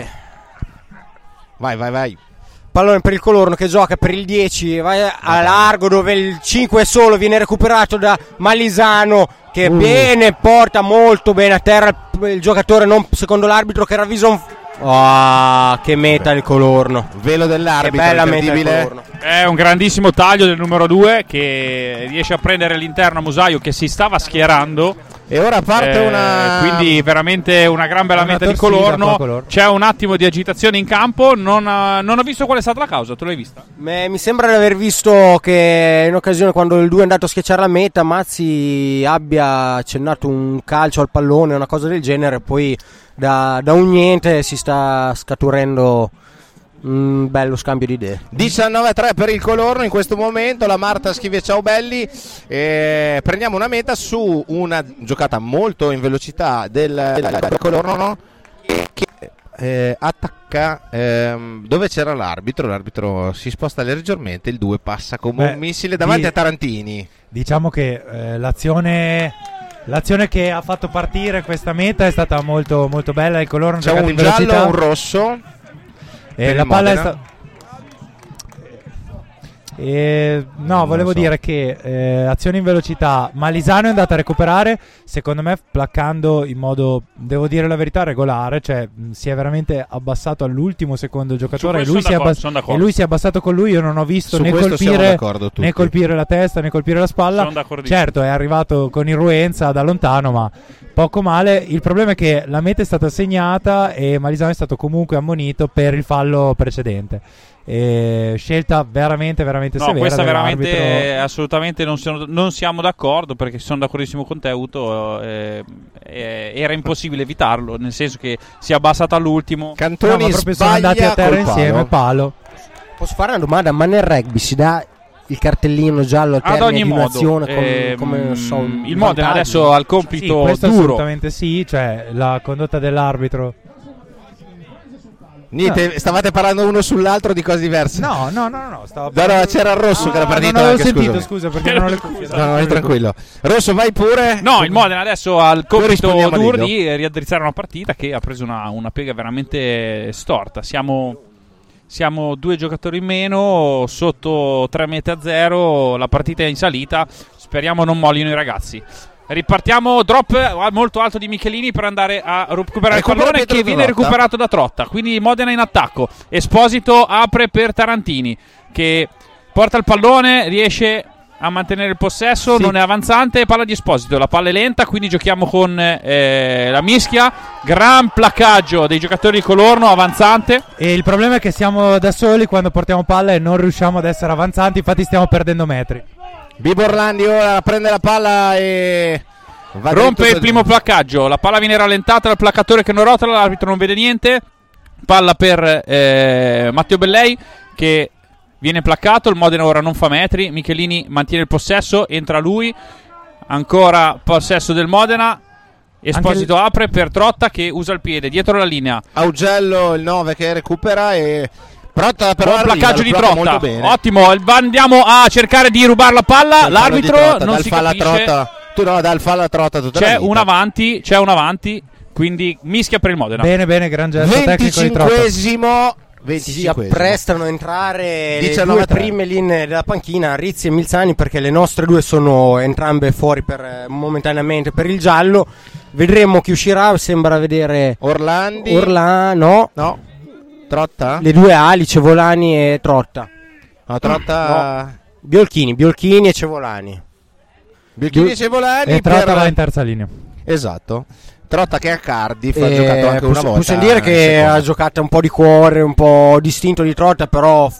Vai, vai, vai. pallone per il Colorno che gioca per il dieci, vai a largo dove il cinque è solo, viene recuperato da Malisano che Uh. bene, porta molto bene a terra il, il giocatore, non secondo l'arbitro che ravvisa un... Ah, che meta il Colorno. Velo Che dell'arbitro, bella meta il incredibile. Colorno. È un grandissimo taglio del numero due che riesce a prendere l'interno Musaio che si stava schierando. E ora parte Eh, una. Quindi veramente una gran bella Una meta di torsida qua, Colorno. Colorno. C'è un attimo di agitazione in campo. Non, ha- non ho visto qual è stata la causa. Tu l'hai vista? Me- mi sembra di aver visto che in occasione quando il due è andato a schiacciare la meta Mazzi abbia accennato un calcio al pallone, una cosa del genere, poi da, da un niente si sta scaturendo un bello scambio di idee. diciannove a tre per il Colorno in questo momento. La Marta scrive ciao belli. Eh, prendiamo una meta su una giocata molto in velocità del, del Colorno, no? Che eh, attacca ehm, dove c'era l'arbitro. L'arbitro si sposta leggermente. Il due passa come Beh, un missile davanti di- a Tarantini. Diciamo che eh, l'azione L'azione che ha fatto partire questa meta è stata molto, molto bella. Il Colorno c'è un in velocità, giallo, un rosso. E la palla è stata. E, no, non volevo so. dire che eh, azione in velocità, Malisano è andata a recuperare, secondo me placcando in modo, devo dire la verità, regolare, cioè mh, si è veramente abbassato all'ultimo secondo il giocatore e lui, si è abbass- e lui si è abbassato con lui. Io non ho visto Su né colpire, né colpire la testa né colpire la spalla. Certo, è arrivato con irruenza da lontano, ma poco male. Il problema è che la meta è stata segnata e Malisano è stato comunque ammonito per il fallo precedente. E scelta veramente veramente no, severa questa dell'arbitro. veramente assolutamente non siamo, non siamo d'accordo, perché sono d'accordissimo con te, Uto. eh, eh, era impossibile evitarlo, nel senso che si è abbassato all'ultimo. Cantoni no, ma proprio sono andati a terra insieme, palo. Posso fare una domanda? Ma nel rugby si dà il cartellino giallo al ad termine ogni di modo un'azione come, ehm, come non so, il Modena adesso ha il compito sì, questo duro. assolutamente sì, cioè la condotta dell'arbitro. Niente, no. Stavate parlando uno sull'altro di cose diverse. No, no, no, no, stavo no, no c'era il Rosso ah, che era partito. Non avevo anche, sentito, scusami. scusa, perché non ho le cuffie. No, no, tranquillo. Rosso, vai pure. No, il Modena adesso ha il compito rispondiamo a duro Lillo. di riaddrizzare una partita che ha preso una, una piega veramente storta. Siamo, siamo due giocatori in meno, sotto tre metri a zero, la partita è in salita. Speriamo non mollino i ragazzi. Ripartiamo, drop molto alto di Michelini per andare a recuperare il pallone che viene recuperato da Trotta. Quindi Modena in attacco. Esposito apre per Tarantini che porta il pallone, riesce a mantenere il possesso, sì. Non è avanzante, palla di Esposito. La palla è lenta, quindi giochiamo con eh, la mischia. Gran placcaggio dei giocatori di Colorno, avanzante. E il problema è che siamo da soli quando portiamo palla e non riusciamo ad essere avanzanti, infatti stiamo perdendo metri. Bibo Orlandi ora prende la palla e va rompe il primo placcaggio. La palla viene rallentata dal placcatore che non rotola, l'arbitro non vede niente. Palla per eh, Matteo Bellei che viene placcato. Il Modena ora non fa metri. Michelini mantiene il possesso, entra lui. Ancora possesso del Modena. Esposito il... apre per Trotta che usa il piede dietro la linea. Augello il nove che recupera e Trotta però buon placcaggio di Trotta, molto bene. Ottimo. Andiamo a cercare di rubare la palla. Dal l'arbitro Trotta, non dal si falla capisce. Trotta. Tu no, dal falla Trotta tutta c'è la vita. un avanti, c'è un avanti, quindi mischia per il Modena. Bene, bene, gran gesto tecnico di Trotta. venticinquesimo si apprestano a entrare le diciannove due prime linee della panchina, Rizzi e Milzani, perché le nostre due sono entrambe fuori per momentaneamente per il giallo. Vedremo chi uscirà, sembra vedere Orlandi. Orlando, no. Trotta? Le due ali, Cevolani e Trotta. No, Trotta. No. Biolchini, Biolchini e Cevolani. Biolchini Biol- e Cevolani. E Trotta per... va in terza linea. Esatto. Trotta che a Cardiff e ha giocato anche una volta. Possiamo dire che ha giocato un po' di cuore, un po' distinto di Trotta, però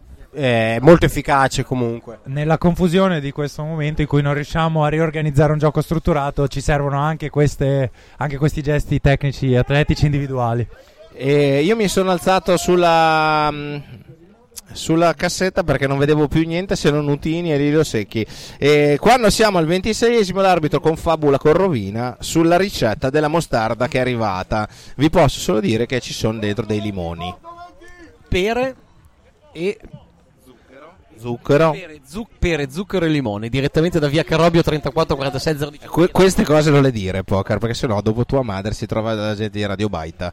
è molto efficace comunque. Nella confusione di questo momento in cui non riusciamo a riorganizzare un gioco strutturato, ci servono anche, queste, anche questi gesti tecnici, atletici individuali. E io mi sono alzato sulla mh, sulla cassetta perché non vedevo più niente se non Utini e Lillo Secchi. E quando siamo al ventiseiesimo l'arbitro confabula con Rovina sulla ricetta della mostarda che è arrivata. Vi posso solo dire che ci sono dentro dei limoni, pere e zucchero, pere, zu- pere, zucchero e limone direttamente da via Carobio trentaquattro quarantasei zero diciannove. que- queste cose non le dire, Poker, perché sennò dopo tua madre si trova la gente di Radio Baita.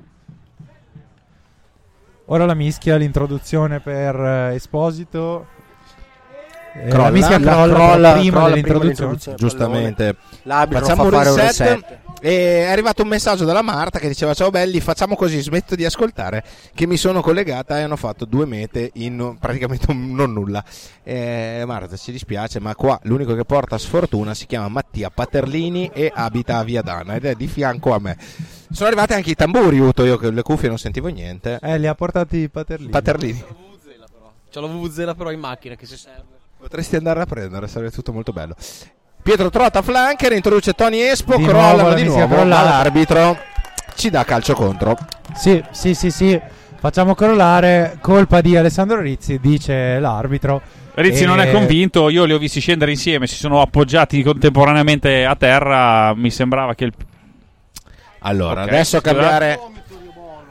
Ora la mischia, l'introduzione per eh, Esposito. Eh, Crolla, la mischia la crolla, crolla prima crolla dell'introduzione. prima Giustamente. L'arbitro Facciamo fa un fare un reset. reset. E è arrivato un messaggio dalla Marta che diceva: ciao belli, facciamo così, smetto di ascoltare, che mi sono collegata e hanno fatto due mete in praticamente un, non nulla. eh, Marta, ci dispiace, ma qua l'unico che porta sfortuna si chiama Mattia Paterlini e abita a Viadana ed è di fianco a me. Sono arrivati anche i tamburi, Uto, io che le cuffie non sentivo niente. Eh, li ha portati Paterlini. Paterlini. C'ho la vuvuzela però in macchina che se serve. Potresti andare a prendere, sarebbe tutto molto bello. Pietro Trotta flanker, introduce Tony Espo, Di crollano nuovo la di mischia nuovo, ma crollata. l'arbitro ci dà calcio contro. Sì, sì, sì, sì. Facciamo crollare, colpa di Alessandro Rizzi, dice l'arbitro. Rizzi E- non è convinto, io li ho visti scendere insieme, si sono appoggiati contemporaneamente a terra, mi sembrava che il... Allora, Ok, adesso scusa. cambiare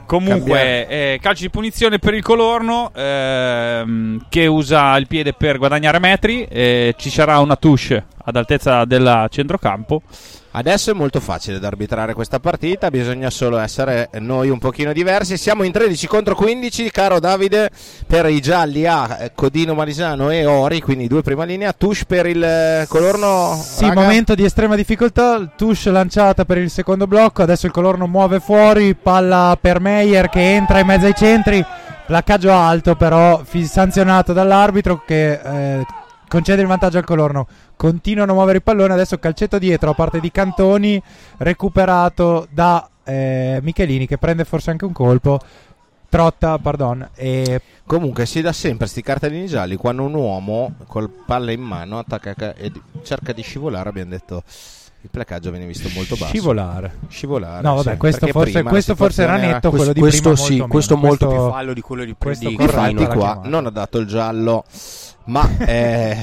Comunque, eh, calcio di punizione per il Colorno, ehm, che usa il piede per guadagnare metri. Eh, ci sarà una touche ad altezza del centrocampo. Adesso è molto facile da arbitrare questa partita, bisogna solo essere noi un pochino diversi. Siamo in tredici contro quindici, caro Davide, per i gialli a Codino, Marisano e Ori, quindi due prima linea. Touche per il Colorno. Sì, raga. Momento di estrema difficoltà, touche lanciata per il secondo blocco, adesso il Colorno muove fuori, palla per Meyer che entra in mezzo ai centri, placcaggio alto però sanzionato dall'arbitro che eh, concede il vantaggio al Colorno. Continuano a muovere il pallone, adesso calcetto dietro a parte di Cantoni, recuperato da eh, Michelini che prende forse anche un colpo. Trotta, pardon. E comunque si dà sempre sti cartellini gialli quando un uomo col palla in mano attacca e cerca di scivolare. Abbiamo detto il placaggio viene visto molto basso. Scivolare. Scivolare. No, vabbè, sì, questo forse, questo forse era netto, quello di questo prima sì, molto questo meno. molto questo, più fallo di quello di prima. questo Difatti qua chiamata. non ha dato il giallo, ma eh,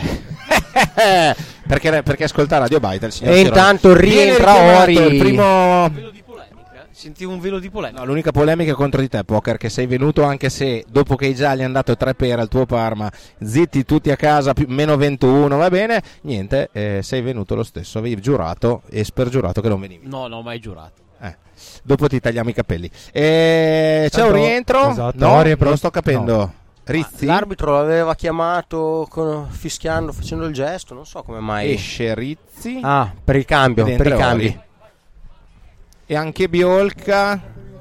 perché, perché ascolta Radio Baita il signor E Sironi. intanto rientra Viene Ori. richiamato il primo. Velo di polemica? Sentivo un velo di polemica. No, l'unica polemica è contro di te, Poker, che sei venuto anche se dopo che i gialli hanno dato tre per al tuo Parma, zitti tutti a casa, più, meno ventuno, va bene, niente, eh, sei venuto lo stesso, avevi giurato e spergiurato che non venivi. No, no, mai giurato. Eh, dopo ti tagliamo i capelli. Eh, c'è Tanto- un rientro? esatto, No, Ori è non pro- lo sto capendo. no. Rizzi? L'arbitro l'aveva chiamato con, fischiando, facendo il gesto, non so come mai. Esce Rizzi. Ah, per il cambio, ed per i entra cambi. Ori. E anche Biolca.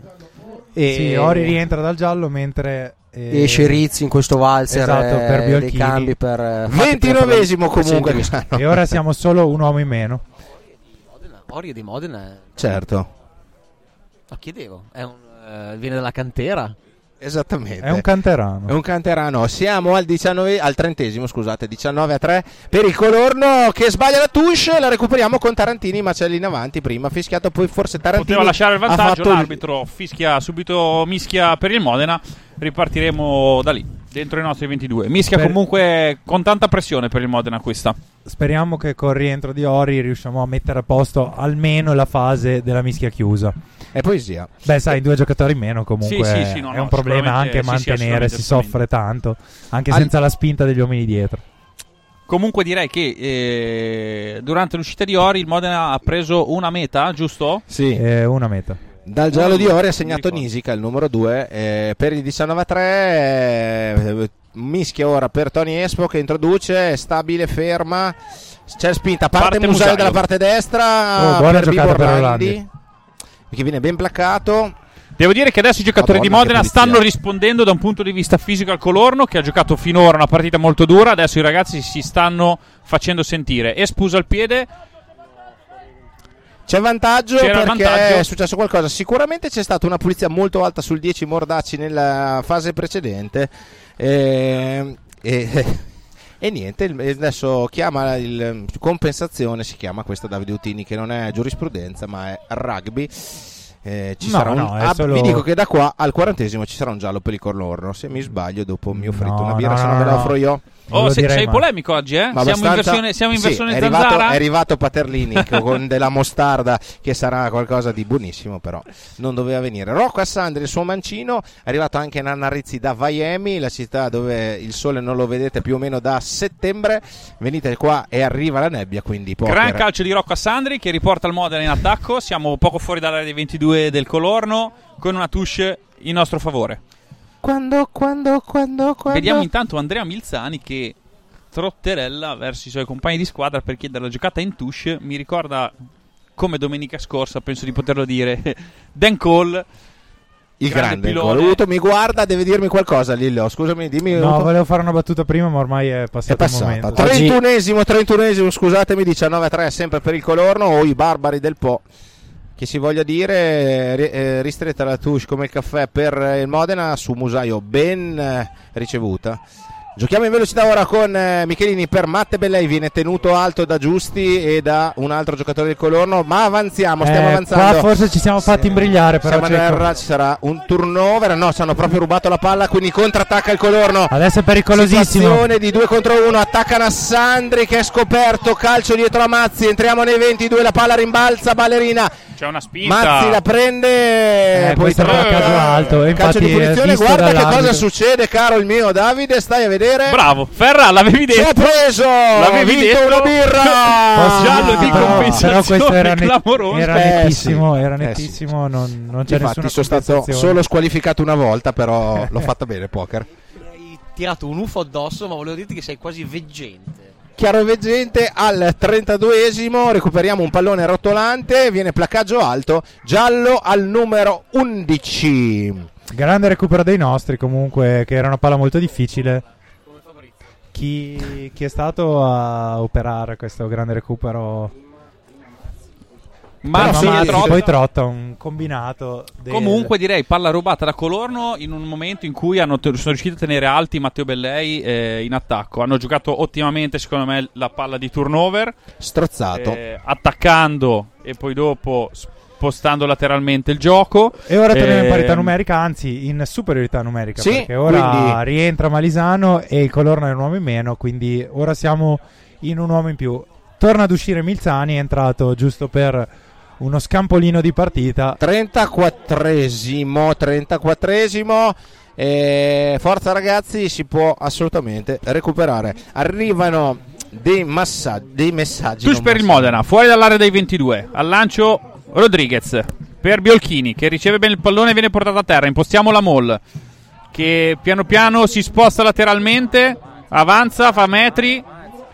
E Sì, Ori rientra dal giallo mentre eh, esce Rizzi in questo valzer, esatto, eh, per dei Biolchini. cambi per eh, fatti ventinovesimo per- comunque. per- e ora siamo solo un uomo in meno. Modena, Ori di Modena. Certo, Ma chiedevo, è un, eh, viene dalla cantera? esattamente. È un canterano. È un canterano. Siamo al diciannove, al trentesimo, scusate, diciannove a tre per il Colorno che sbaglia la touche. La recuperiamo con Tarantini, ma c'è lì in avanti. Prima ha fischiato, poi forse Tarantini Poteva lasciare il ha vantaggio, fatto il- l'arbitro fischia subito, mischia per il Modena. Ripartiremo da lì, dentro i nostri ventidue. Mischia Per- comunque con tanta pressione per il Modena questa. Speriamo che col rientro di Ori riusciamo a mettere a posto almeno la fase della mischia chiusa. È poesia. Beh, sai, due giocatori in meno comunque Sì, sì, sì, no, è no, un problema sicuramente- anche sì, sì, mantenere, assolutamente, si soffre tanto, anche Al- senza la spinta degli uomini dietro. Comunque direi che eh, durante l'uscita di Ori il Modena ha preso una meta, giusto? Sì. È una meta. Dal giallo di Ori ha segnato ricordo. Nisica, il numero due, eh, per il diciannove a tre. eh, mischia ora per Tony Espo che introduce, è stabile, ferma. C'è spinta, parte, Parte Musaio Musaio. dalla parte destra. Oh, buona per giocata Bibo per Orlandi, Orlandi. che viene ben placcato. Devo dire che adesso i giocatori Madonna, di Modena che pulizia. stanno rispondendo da un punto di vista fisico al Colorno, che ha giocato finora una partita molto dura. Adesso i ragazzi si stanno facendo sentire. Espusa il piede. C'è vantaggio C'era il perché vantaggio. è successo qualcosa. Sicuramente c'è stata una pulizia molto alta sul dieci Mordacci nella fase precedente. E, e, e niente, il- adesso chiama il compensazione, si chiama questa Davide Utini, che non è giurisprudenza ma è rugby. Eh, ci No, sarà un, no, è ah, solo- vi dico che da qua al quarantesimo ci sarà un giallo per il Colorno. Se mi sbaglio, dopo mi offrite No, una birra, no, se no, non ve la no. offro io. Non Oh, lo se- direi sei mai. polemico oggi, eh? Ma Siamo in abbastanza- versione, siamo in sì, versione è arrivato, zanzara. è arrivato Paterlini con della mostarda che sarà qualcosa di buonissimo, però non doveva venire. Rocco Assandri, il suo mancino, è arrivato anche Nanna Rizzi da Miami, la città dove il sole non lo vedete più o meno da settembre. Venite qua e arriva la nebbia, quindi Poker. Gran calcio di Rocco Assandri che riporta il Modena in attacco. Siamo poco fuori dall'area dei ventidue del Colorno con una touche in nostro favore. Quando, quando, quando, quando. Vediamo intanto Andrea Milzani che trotterella verso i suoi compagni di squadra per chiedere la giocata in touche. Mi ricorda, come domenica scorsa, penso di poterlo dire, Dan Cole, il grande grande pilone. Voluto, mi guarda, deve dirmi qualcosa Lillo, scusami, dimmi un No, po'. volevo fare una battuta prima, ma ormai è passato È passata. il momento. trentunesimo, trentunesimo, scusatemi, diciannove a tre sempre per il Colorno, o i barbari del Po. Che si voglia dire, ri- eh, ristretta la touche come il caffè per il Modena su Musaio, ben eh, ricevuta. Giochiamo in velocità ora con eh, Michelini per Matte Bellei, viene tenuto alto da Giusti e da un altro giocatore del Colorno, ma avanziamo, stiamo Eh, avanzando. Qua forse ci siamo fatti imbrigliare, però Siamo a Cecco. terra, ci sarà un turnover, no, ci hanno proprio rubato la palla, quindi contrattacca il Colorno. Adesso è pericolosissimo. Situazione di due contro uno, attaccano a Sandri che è scoperto, calcio dietro a Mazzi, entriamo nei ventidue, la palla rimbalza, ballerina c'è una spinta. Mazzi la prende, eh, poi tra calcio alto. E calcio di punizione. Guarda che dall'arbitro. cosa succede, caro il mio Davide, stai a vedere. Bravo, Ferra, l'avevi detto. Ci ha preso, l'avevi vinto detto. una birra. Giallo di però, compensazione però questo era, net- clamoroso. era Eh, nettissimo, sì. era Eh, sì. nettissimo, non, non c'è Infatti nessuna sono stato compensazione. solo squalificato una volta, però l'ho fatta bene poker. Hai tirato un U F O addosso, ma volevo dirti che sei quasi veggente. Chiaroveggente al trentaduesimo, recuperiamo un pallone rotolante, viene placcaggio alto, giallo al numero undici. Grande recupero dei nostri comunque, che era una palla molto difficile. Chi, chi è stato a operare questo grande recupero? Ma Prima sì, Mazzi, Trotta. poi Trotta, un combinato del- Comunque direi palla rubata da Colorno in un momento in cui hanno te- sono riusciti a tenere alti Matteo Bellei eh, in attacco. Hanno giocato ottimamente secondo me la palla di turnover, Strozzato. eh, attaccando e poi dopo spostando lateralmente il gioco. E ora torniamo in Eh, parità numerica, anzi in superiorità numerica, Sì, perché ora quindi- rientra Malisano e il Colorno è un uomo in meno, quindi ora siamo in un uomo in più. Torna ad uscire Milzani, è entrato giusto per uno scampolino di partita. trentaquattresimo, trentaquattresimo. Eh, forza ragazzi, si può assolutamente recuperare. Arrivano dei, massaggi, dei messaggi. Touch non per il massaggi. Modena, fuori dall'area dei ventidue. Al lancio Rodriguez per Biolchini che riceve bene il pallone e viene portato a terra. Impostiamo la Mall che piano piano si sposta lateralmente, avanza, fa metri.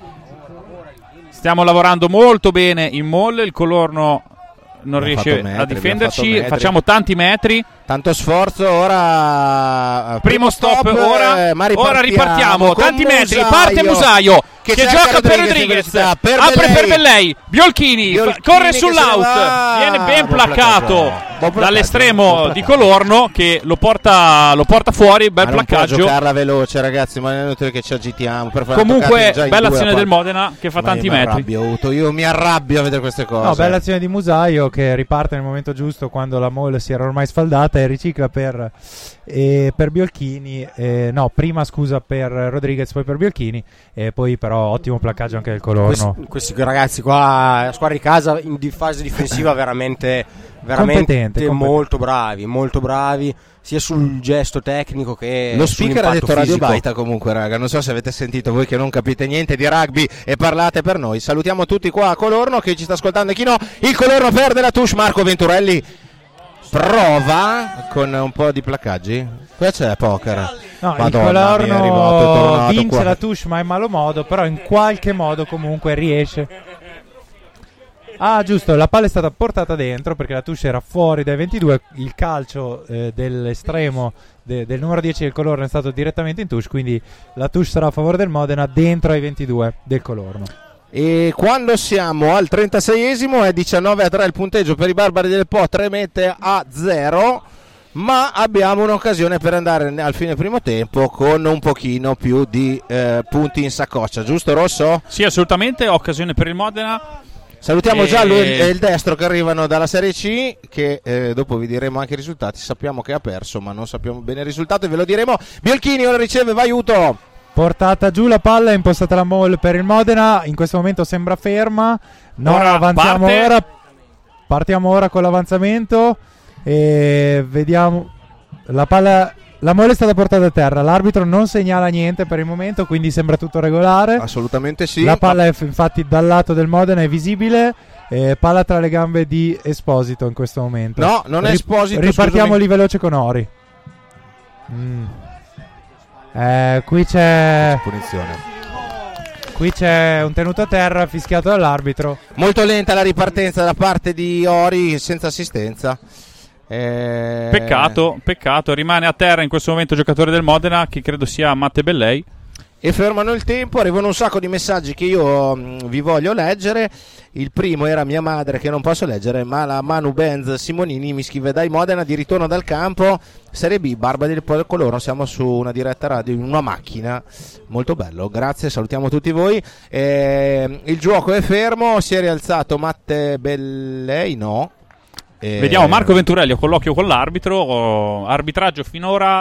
Stiamo lavorando molto bene in Mall. Il Colorno non Abbiamo riesce fatto metri, a abbiamo difenderci. fatto metri. Facciamo tanti metri. Tanto sforzo, ora Primo stop, ora, eh, ma ora ripartiamo. con Tanti metri. Musaio, Parte Musaio che, che gioca cerca per Rodriguez in Rodriguez. velocità, per Apre Bellei. per Bellei. Biolchini, Biolchini fa- corre che se ne sull'out. va. Viene ben Buon placcato placcaggio. Buon placcaggio, dall'estremo buon di placcaggio. Colorno che lo porta, lo porta fuori. Bel Ma non può placcaggio. giocarla veloce ragazzi, ma è inutile che ci agitiamo. Per fare Comunque, toccati già in bella due azione a del quattro. Modena che fa Ma tanti io mi metri. arrabbio, Uto, io mi arrabbio a vedere queste cose. No, bella azione di Musaio che riparte nel momento giusto quando la Mall si era ormai sfaldata e ricicla per, eh, per Biolchini. Eh, no, prima scusa per Rodriguez, poi per Biolchini. E poi però ottimo placcaggio anche del Colorno. Questi, questi ragazzi qua, la squadra di casa in di fase difensiva veramente, veramente Competente, competente. molto bravi, molto bravi sia sul gesto tecnico che Lo speaker ha sull'impatto detto Radio fisico. Baita comunque raga, non so se avete sentito voi che non capite niente di rugby e parlate per noi. Salutiamo tutti qua a Colorno che ci sta ascoltando e chi no. Il Colorno perde la touche, Marco Venturelli prova con un po' di placcaggi. Qua c'è poker. No, Madonna il mia, è arrivato, è Colorno tornato vince qua. la touche ma in malo modo, però in qualche modo comunque riesce. Ah giusto, la palla è stata portata dentro perché la touche era fuori dai ventidue. Il calcio eh, dell'estremo de- del numero dieci del Colorno è stato direttamente in touche, quindi la touche sarà a favore del Modena dentro ai ventidue del Colorno. E quando siamo al trentaseiesimo è diciannove a tre il punteggio per i Barbari del Po, tre mette a zero, ma abbiamo un'occasione per andare al fine primo tempo con un pochino più di eh, punti in saccoccia, giusto Rosso? Sì, assolutamente. Occasione per il Modena. Salutiamo E- Giallo e il destro che arrivano dalla Serie C, che eh, dopo vi diremo anche i risultati. Sappiamo che ha perso ma non sappiamo bene il risultato e ve lo diremo. Biolchini ora riceve, va aiuto. Portata giù la palla, è impostata la Mall per il Modena, in questo momento sembra ferma. No, Ora avanziamo parte. ora. Partiamo ora con l'avanzamento e vediamo la palla. La Mall è stata portata a terra, l'arbitro non segnala niente per il momento, quindi sembra tutto regolare. Assolutamente sì. La palla è f- infatti dal lato del Modena è visibile. Eh, palla tra le gambe di Esposito in questo momento. No, non è Ri- Esposito, Ripartiamo scusami. lì veloce con Ori. Mm. Eh, qui c'è Punizione. Qui c'è un tenuto a terra fischiato dall'arbitro. Molto lenta la ripartenza da parte di Ori senza assistenza. Eh... Peccato, peccato. Rimane a terra in questo momento il giocatore del Modena che credo sia Matte Bellei. E fermano il tempo, arrivano un sacco di messaggi che io mh, vi voglio leggere. Il primo era mia madre che non posso leggere, ma la Manu Benz Simonini mi scrive: dai Modena di ritorno dal campo, Serie B, Barbari del Colorno, siamo su una diretta radio in una macchina, molto bello, grazie, salutiamo tutti voi. Eh, il gioco è fermo, si è rialzato Matte Bellei, no. Eh, Vediamo Marco Venturelli a colloquio con l'arbitro. Oh, arbitraggio finora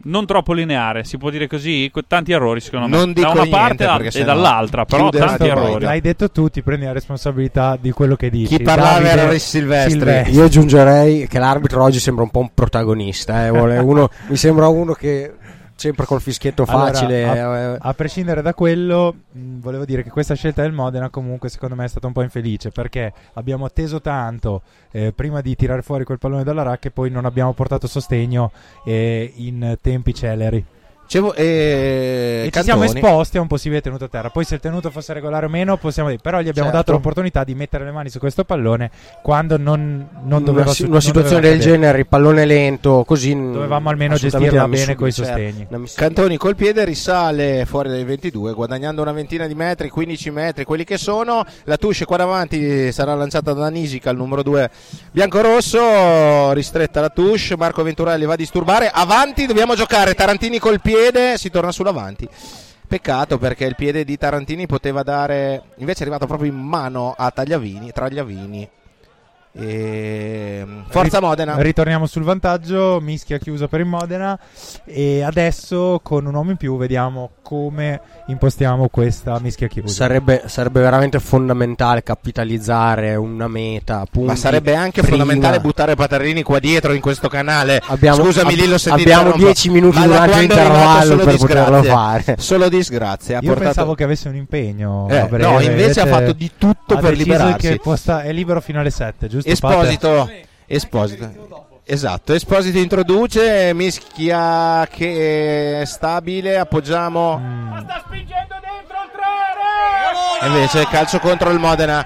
non troppo lineare, si può dire così, con tanti errori secondo me, non da una niente, parte e dall'altra, però tanti errori. L'hai detto tu, ti prendi la responsabilità di quello che dici. Chi parlava Davide era Rossi Silvestri. Silvestri. Io aggiungerei che l'arbitro oggi sembra un po' un protagonista, eh. Vuole uno, mi sembra uno che sempre col fischietto facile. Allora, a, a prescindere da quello, mh, volevo dire che questa scelta del Modena comunque secondo me è stata un po' infelice, perché abbiamo atteso tanto eh, prima di tirare fuori quel pallone dalla racca e poi non abbiamo portato sostegno eh, in tempi celeri. Cevo, eh, e ci siamo esposti a un possibile tenuto a terra. Poi se il tenuto fosse regolare o meno possiamo dire, però gli abbiamo certo. dato l'opportunità di mettere le mani su questo pallone quando non, non doveva una, su- una situazione non del cadere. genere, il pallone lento, così dovevamo almeno gestirla bene coi sostegni. Cantoni col piede risale fuori dai ventidue, guadagnando una ventina di metri, quindici metri, quelli che sono. La touche qua davanti sarà lanciata da Nisica, il numero due biancorosso, ristretta la touche. Marco Venturelli va a disturbare, avanti, dobbiamo giocare, Tarantini col piede, si torna sull'avanti. Peccato, perché il piede di Tarantini poteva dare, invece è arrivato proprio in mano a Tagliavini, Tragliavini. E... Forza Modena. Ritorniamo sul vantaggio, mischia chiusa per il Modena, e adesso con un uomo in più vediamo come impostiamo questa mischia chiusa. Sarebbe, sarebbe veramente fondamentale capitalizzare una meta, punti. Ma sarebbe anche prima. fondamentale buttare Paterrini qua dietro in questo canale. Abbiamo, Scusami ab- Lillo se ti abbiamo interrompo, dieci minuti ma da durante quando è arrivato l'intervallo solo per poterlo disgrazie. fare. Solo disgrazie. Ha Io portato... pensavo che avesse un impegno eh, a breve, no, invece ha fatto di tutto ha per deciso liberarsi. che può sta- è libero fino alle sette, giusto? Esposito, Esposito. Esatto, Esposito introduce, mischia che è stabile, appoggiamo. Mm. Ma sta spingendo dentro il tre! E invece calcio contro il Modena.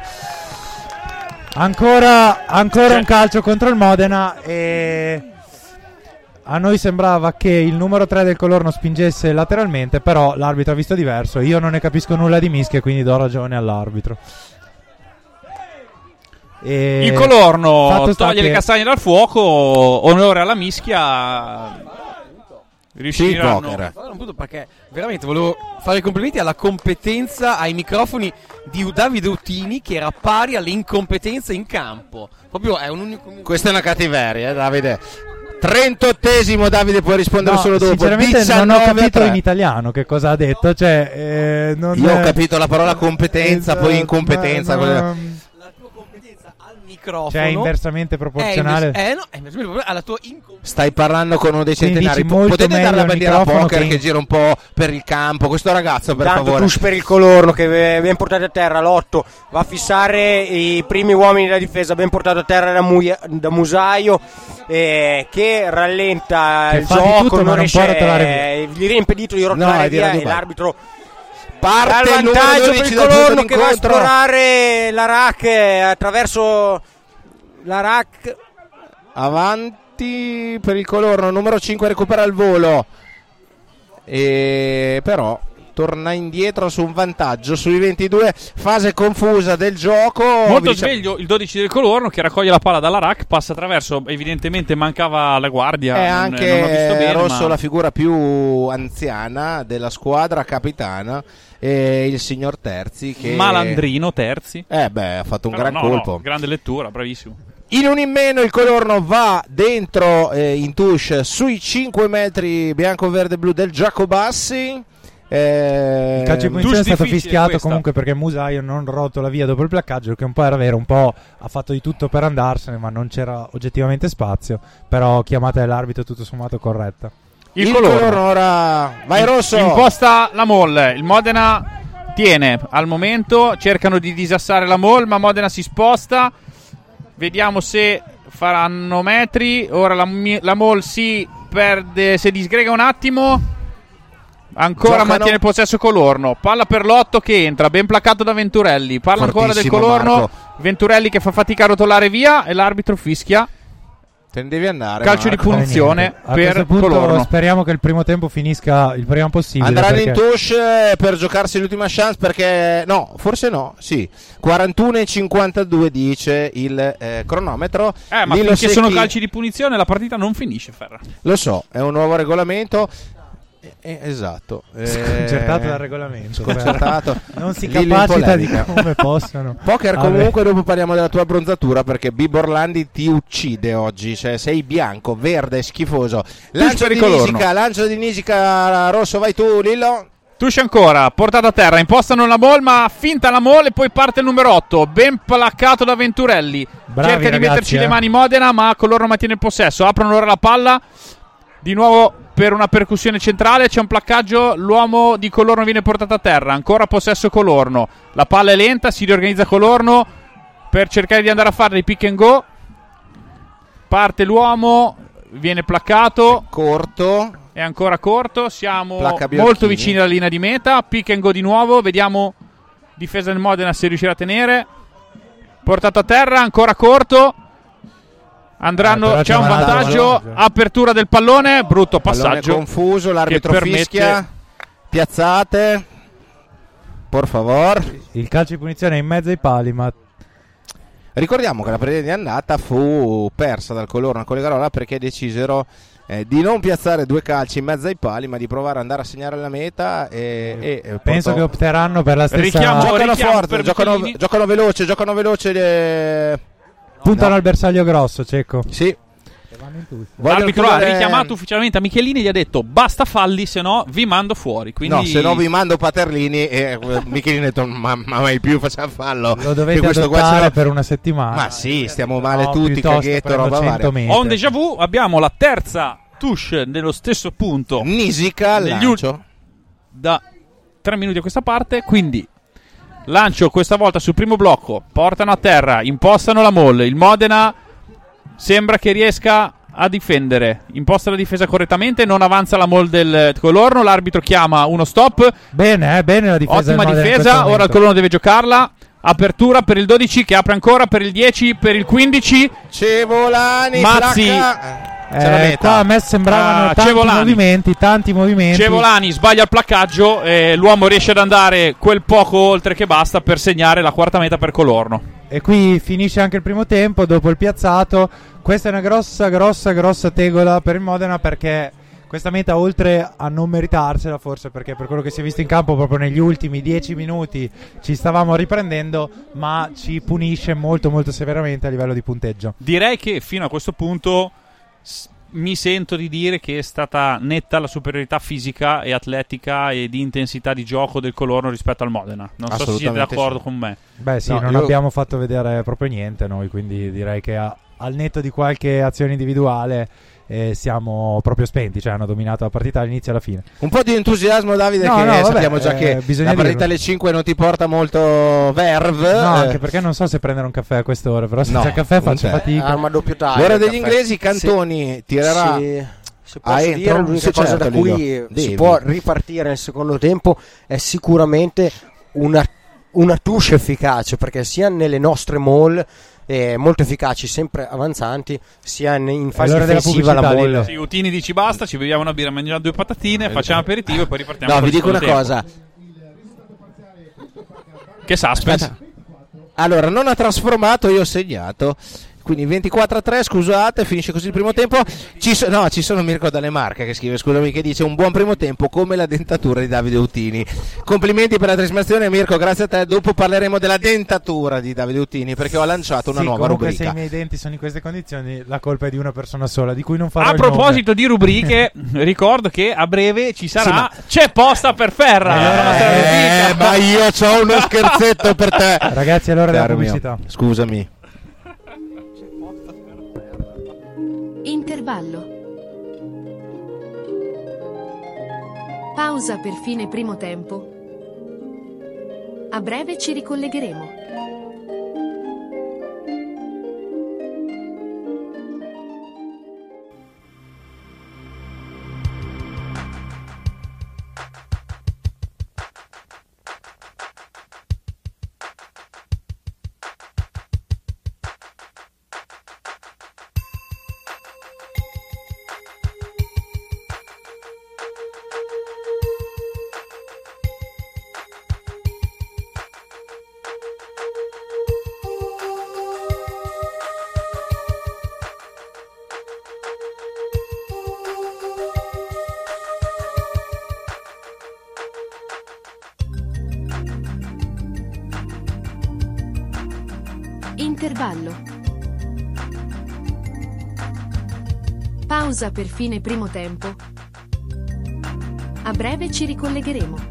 Ancora, ancora Cioè- un calcio contro il Modena, e a noi sembrava che il numero tre del Colorno spingesse lateralmente, però l'arbitro ha visto diverso. Io non ne capisco nulla di mischia, quindi do ragione all'arbitro. E Il Colorno fatto sta toglie che- le castagne dal fuoco, onore alla mischia. Riusciranno. Poker. Un punto, perché veramente volevo fare i complimenti alla competenza ai microfoni di Davide Uttini, che era pari alle incompetenze in campo. Proprio è un unico. Questa è una cattiveria, eh, Davide. trentottesimo, Davide, puoi rispondere No, solo dopo. sinceramente non ho diciannove a capito tre. in italiano che cosa ha detto, cioè eh, non Io ho è- capito la parola competenza, Esatto, poi incompetenza. ma- quella- ma- La tua competenza al microfono Cioè inversamente è proporzionale. invers- eh, no, è inversamente proporzionale alla tua incompetenza. Stai parlando con uno dei Quindi centenari. dici Po- molto Potete meglio dare la al bandiera a microfono poker che- che gira un po' per il campo. Questo ragazzo, per Tanto favore. push per il Colorno che è ben portato a terra, Lotto va a fissare i primi uomini della difesa, ben portato a terra da, Muia- da Musaio, eh, che rallenta Che il fa di gioco, tutto, ma non non riesce, può rotolare eh, gli viene impedito di No, rotolare è via via, di e Dubai. l'arbitro Parte dà il il numero vantaggio per dodici il del punto Colorno, che va a d'incontro. esplorare la rack eh, attraverso la rack. Avanti per il Colorno, numero cinque recupera il volo. E però torna indietro su un vantaggio sui ventidue, fase confusa del gioco. Molto Vi diciamo- sveglio il dodici del Colorno, che raccoglie la palla dalla rack, passa attraverso, evidentemente mancava la guardia. È non- anche non ho visto bene, Rosso ma- la figura più anziana della squadra, capitana, e il signor Terzi che... Malandrino Terzi. Eh beh, ha fatto un Però gran no, colpo. no, grande lettura, bravissimo. In un in meno il Colorno va dentro eh, in touche sui cinque metri bianco-verde-blu del Giacobassi. Eh, Il calcio di punizione è touche stato difficile fischiato questa. comunque perché Musaio non rotola via dopo il placcaggio, che un po' era vero, un po' ha fatto di tutto per andarsene, ma non c'era oggettivamente spazio. Però chiamata dell'arbitro tutto sommato corretta. Il, il Colorno. Colorno ora vai Rosso. Imposta la Mall. Il Modena tiene al momento, cercano di disassare la Mall, ma Modena si sposta. Vediamo se faranno metri. Ora la, mi- la Mall si perde, si disgrega un attimo. Ancora Giocano. mantiene il possesso Colorno. Palla per l'otto che entra, ben placato da Venturelli. Palla ancora del Fortissimo Colorno. Marco. Venturelli che fa fatica a rotolare via e l'arbitro fischia. Te ne devi andare, Calcio di Marco. punizione Niente. A per questo punto Colorno. speriamo che il primo tempo finisca il prima possibile. Andranno perché... in touche per giocarsi l'ultima chance, perché no, forse no, sì. quarantuno e cinquantadue dice il eh, cronometro. Eh, ma Lillo finché sono Secchi- calci di punizione la partita non finisce, Ferra. Lo so, è un nuovo regolamento. Eh, esatto, sconcertato eh, dal regolamento, sconcertato. non si Lillo in capacita di polemica. come possono. Poker Vabbè. comunque, dopo parliamo della tua bronzatura, perché Bibo Orlandi ti uccide oggi, cioè sei bianco, verde, schifoso. Lancio di Nisica, lancio di Nisica rosso, vai tu Lillo. Tuscia ancora, portata a terra, impostano la mall, ma finta la mall e poi parte il numero otto, ben placcato da Venturelli. Bravi, cerca di ragazzi, metterci eh. le mani Modena, ma Colorno mantiene il possesso. Aprono ora la palla, di nuovo per una percussione centrale, c'è un placcaggio, l'uomo di Colorno viene portato a terra, ancora possesso Colorno. La palla è lenta, si riorganizza Colorno per cercare di andare a fare dei pick and go. Parte l'uomo, viene placcato, corto. è ancora corto, siamo Placca molto Biocchini. vicini alla linea di meta. Pick and go di nuovo, vediamo difesa del Modena se riuscirà a tenere. Portato a terra, ancora corto. Andranno, Eh, però c'è c'è un un altro vantaggio, vantaggio. apertura del pallone, brutto Pallone passaggio. confuso, l'arbitro che permette- fischia. Piazzate. Por favor. Il calcio di punizione è in mezzo ai pali, ma Ricordiamo che la partita di andata fu persa dal Colorno a Collegarola perché decisero eh, di non piazzare due calci in mezzo ai pali, ma di provare ad andare a segnare la meta e, e, e penso portò- che opteranno per la stessa. Richiamo- giocano richiamo forte, per giocano, Michelini. giocano veloce, giocano veloce. eh, Puntano no. al bersaglio grosso, Cecco. Sì. Vogliono L'arbitro ha chiudere- richiamato ufficialmente a Michelini e gli ha detto basta falli, se no vi mando fuori. Quindi No, se no vi mando Paterlini e eh, Michelini ha detto ma, ma mai più facciamo fallo. Lo Che dovete questo qua adottare ce l'ho- per una settimana. Ma sì, stiamo male No, tutti, piuttosto caghetto, prendo roba cento varia. metri. ho un déjà vu, abbiamo la terza touche nello stesso punto Nisica al Negli lancio. da tre minuti a questa parte, quindi lancio questa volta sul primo blocco, portano a terra, impostano la mall, il Modena sembra che riesca a difendere, imposta la difesa correttamente, non avanza la mall del Colorno, l'arbitro chiama uno stop, Bene, eh, bene la difesa. ottima del Modena in questo difesa, ora il momento. Colorno deve giocarla, apertura per il dodici che apre ancora, per il dieci, per il quindici, Cevolani, Mazzi. placca. C'è la Eh, meta. qua a me sembravano Ah, tanti Cevolani. movimenti, tanti movimenti. Cevolani sbaglia il placcaggio e l'uomo riesce ad andare quel poco oltre che basta per segnare la quarta meta per Colorno. E qui finisce anche il primo tempo dopo il piazzato. Questa è una grossa, grossa, grossa tegola per il Modena, perché questa meta, oltre a non meritarsela, forse perché per quello che si è visto in campo proprio negli ultimi dieci minuti ci stavamo riprendendo, ma ci punisce molto molto severamente a livello di punteggio. Direi che fino a questo punto s- mi sento di dire che è stata netta la superiorità fisica e atletica e di intensità di gioco del Colorno rispetto al Modena. Non so se siete Assolutamente d'accordo sì. con me. Beh sì, No, non io- abbiamo fatto vedere proprio niente noi, quindi direi che a- al netto di qualche azione individuale eh, siamo proprio spenti, cioè hanno dominato la partita dall'inizio alla fine. Un po' di entusiasmo, Davide, No, che no, vabbè, sappiamo già eh, che bisogna la partita dirlo. alle cinque non ti porta molto verve. No, eh. anche perché non so se prendere un caffè a quest'ora, però se No, c'è caffè non faccio c'è. fatica. Arma a doppio taglio. L'ora il degli caffè. inglesi, Cantoni tirerà. Se, se a posso entro? dire, l'unica Sì, cosa certo, da cui Lido. si Devi. può ripartire nel secondo tempo è sicuramente una, una touche efficace, perché sia nelle nostre mall eh, molto efficaci, sempre avanzanti, sia in, in fase l'ora della difensiva la pubblicità, mall. Lillo. Sì, Utini dici basta, ci beviamo una birra, mangiamo due patatine, facciamo aperitivo e poi ripartiamo. No, col vi dico una secondo cosa. tempo. Che suspense. Aspetta. Allora, non ha trasformato, io ho segnato. Quindi ventiquattro a tre, scusate, finisce così il primo tempo. Ci so- no, ci sono Mirko dalle Marche che scrive, scusami, che dice un buon primo tempo come la dentatura di Davide Utini. Complimenti per la trasmissione, Mirko, grazie a te. Dopo parleremo della dentatura di Davide Utini, perché ho lanciato una Sì, nuova comunque rubrica. se i miei denti sono in queste condizioni, la colpa è di una persona sola, di cui non farò A il nome. proposito di rubriche, ricordo che a breve ci sarà Sì, ma- C'è posta per Ferra, la nostra Eh, rubrica. ma io ho uno scherzetto per te. Ragazzi, allora della Caro mio, pubblicità. scusami. Intervallo. Pausa per fine primo tempo. A breve ci ricollegheremo. Intervallo. Pausa per fine primo tempo. A breve ci ricollegheremo.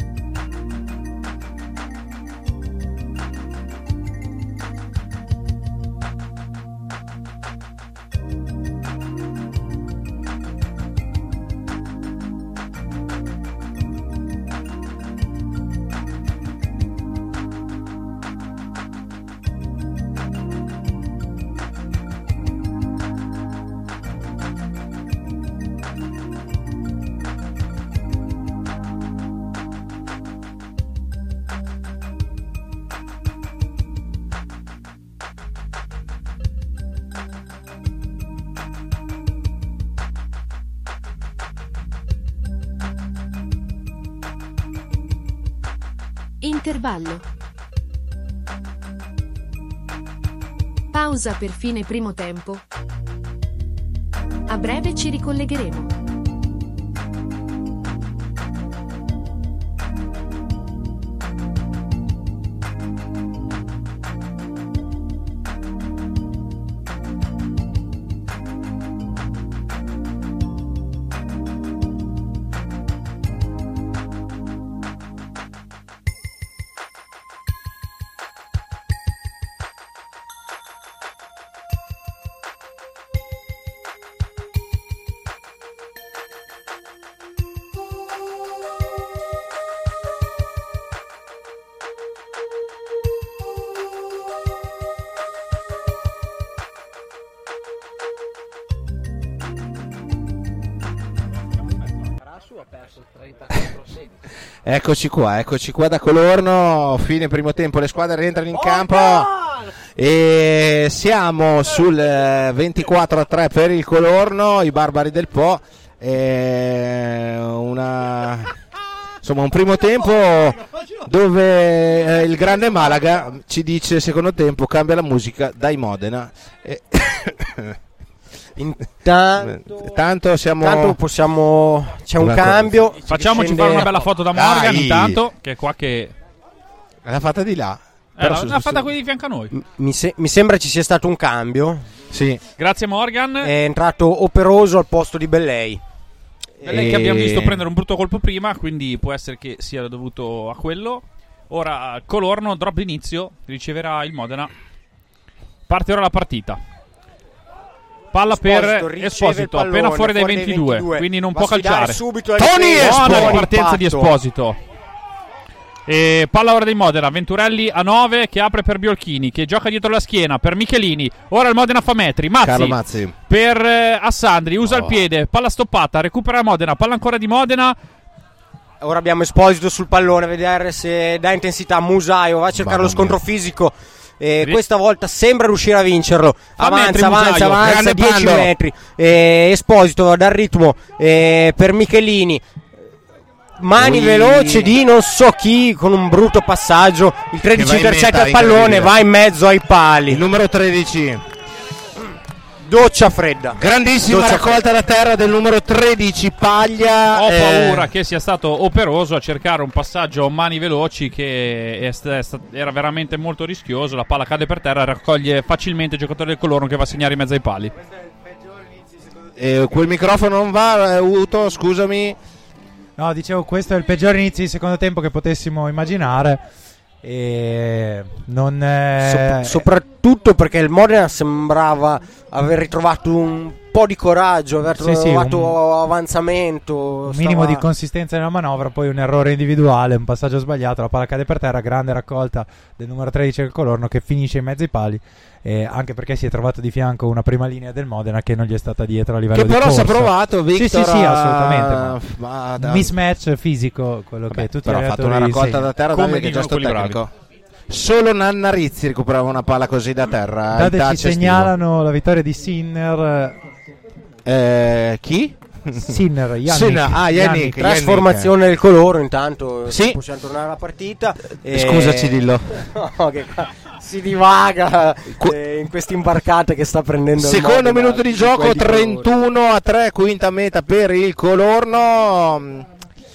Intervallo. Pausa per fine primo tempo. A breve ci ricollegheremo. Eccoci qua, eccoci qua da Colorno, fine primo tempo, le squadre rientrano in campo e siamo sul ventiquattro a tre per il Colorno, i Barbari del Po, e una, insomma un primo tempo dove il grande Malaga ci dice secondo tempo cambia la musica dai Modena. E Intanto tanto siamo Intanto possiamo c'è un Una cambio. Facciamoci scende... fare una bella foto da Morgan Dai. intanto, che è qua che l'ha fatta di là. eh, Però l'ha su- l'ha su- fatta qui di fianco a noi. Mi, se- mi sembra ci sia stato un cambio. Sì. Grazie Morgan. È entrato Operoso al posto di Bellei. Lei E- che abbiamo visto prendere un brutto colpo prima, quindi può essere che sia dovuto a quello. Ora Colorno, drop d'inizio, riceverà il Modena. Parte ora la partita. Palla Esposito per riceve il Esposito, pallone, appena fuori dai fuori dai ventidue, ventidue. quindi non Va può a sfidare calciare. subito la Tony difesa. Espo! Buona Buon ripartenza di impatto. Esposito. E palla ora dei Modena, Venturelli a nove che apre per Biolchini, che gioca dietro la schiena per Michelini. Ora il Modena fa metri. Mazzi, Carlo Mazzi. per eh, Assandri, usa Oh. il piede, palla stoppata, recupera Modena, palla ancora di Modena. Ora abbiamo Esposito sul pallone, a vedere se dà intensità. Musaio va a cercare Mamma lo scontro mia. fisico. E Ri- questa volta sembra riuscire a vincerlo. Fa Avanza, metri avanza, Musaio, avanza, grande dieci pando. metri. E Esposito dal ritmo e per Michelini. Mani Ui. veloce di non so chi con un brutto passaggio. Il Che tredici va in intercetta meta, il pallone, incredibile. va in mezzo ai Il pali. numero tredici. Doccia fredda. Grandissima Doccia raccolta da terra del numero tredici Paglia. Ho eh, paura che sia stato operoso a cercare un passaggio a mani veloci che è sta- è sta- era veramente molto rischioso. La palla cade per terra, raccoglie facilmente il giocatore del Colorno che va a segnare in mezzo ai pali. eh, quel microfono non va, eh, Uto, scusami. No, dicevo, questo è il peggior inizio di secondo tempo che potessimo immaginare. E non è... Sop- soprattutto perché il Modena sembrava aver ritrovato un po' di coraggio, aver Sì, sì, trovato un- avanzamento, un minimo stava- di consistenza nella manovra, poi un errore individuale, un passaggio sbagliato, la palla cade per terra, grande raccolta del numero tredici del Colorno che finisce in mezzo ai pali, eh, anche perché si è trovato di fianco una prima linea del Modena che non gli è stata dietro a livello Che di però si corsa. è provato Victor. Sì, sì, sì, a- assolutamente, ma da- Mismatch fisico, quello Vabbè, che tutti però gli ha fatto una allenatori raccolta insegnano. da terra Come Davide, che è dicono gesto quelli bravi. tecnico. Solo Nanna Rizzi recuperava una palla così da terra. il Date touch ci estivo. segnalano la vittoria di Sinner. Eh, chi? Sinner, Yannick. Sinner, ah, Yannick. Yannick. Trasformazione del colore, intanto Sì. possiamo tornare alla partita. E- Scusaci, dillo. No, che qua si divaga Qu- eh, in queste imbarcate che sta prendendo il Secondo Modena, minuto di in gioco, quei colori. trentuno a tre, quinta meta per il Colorno.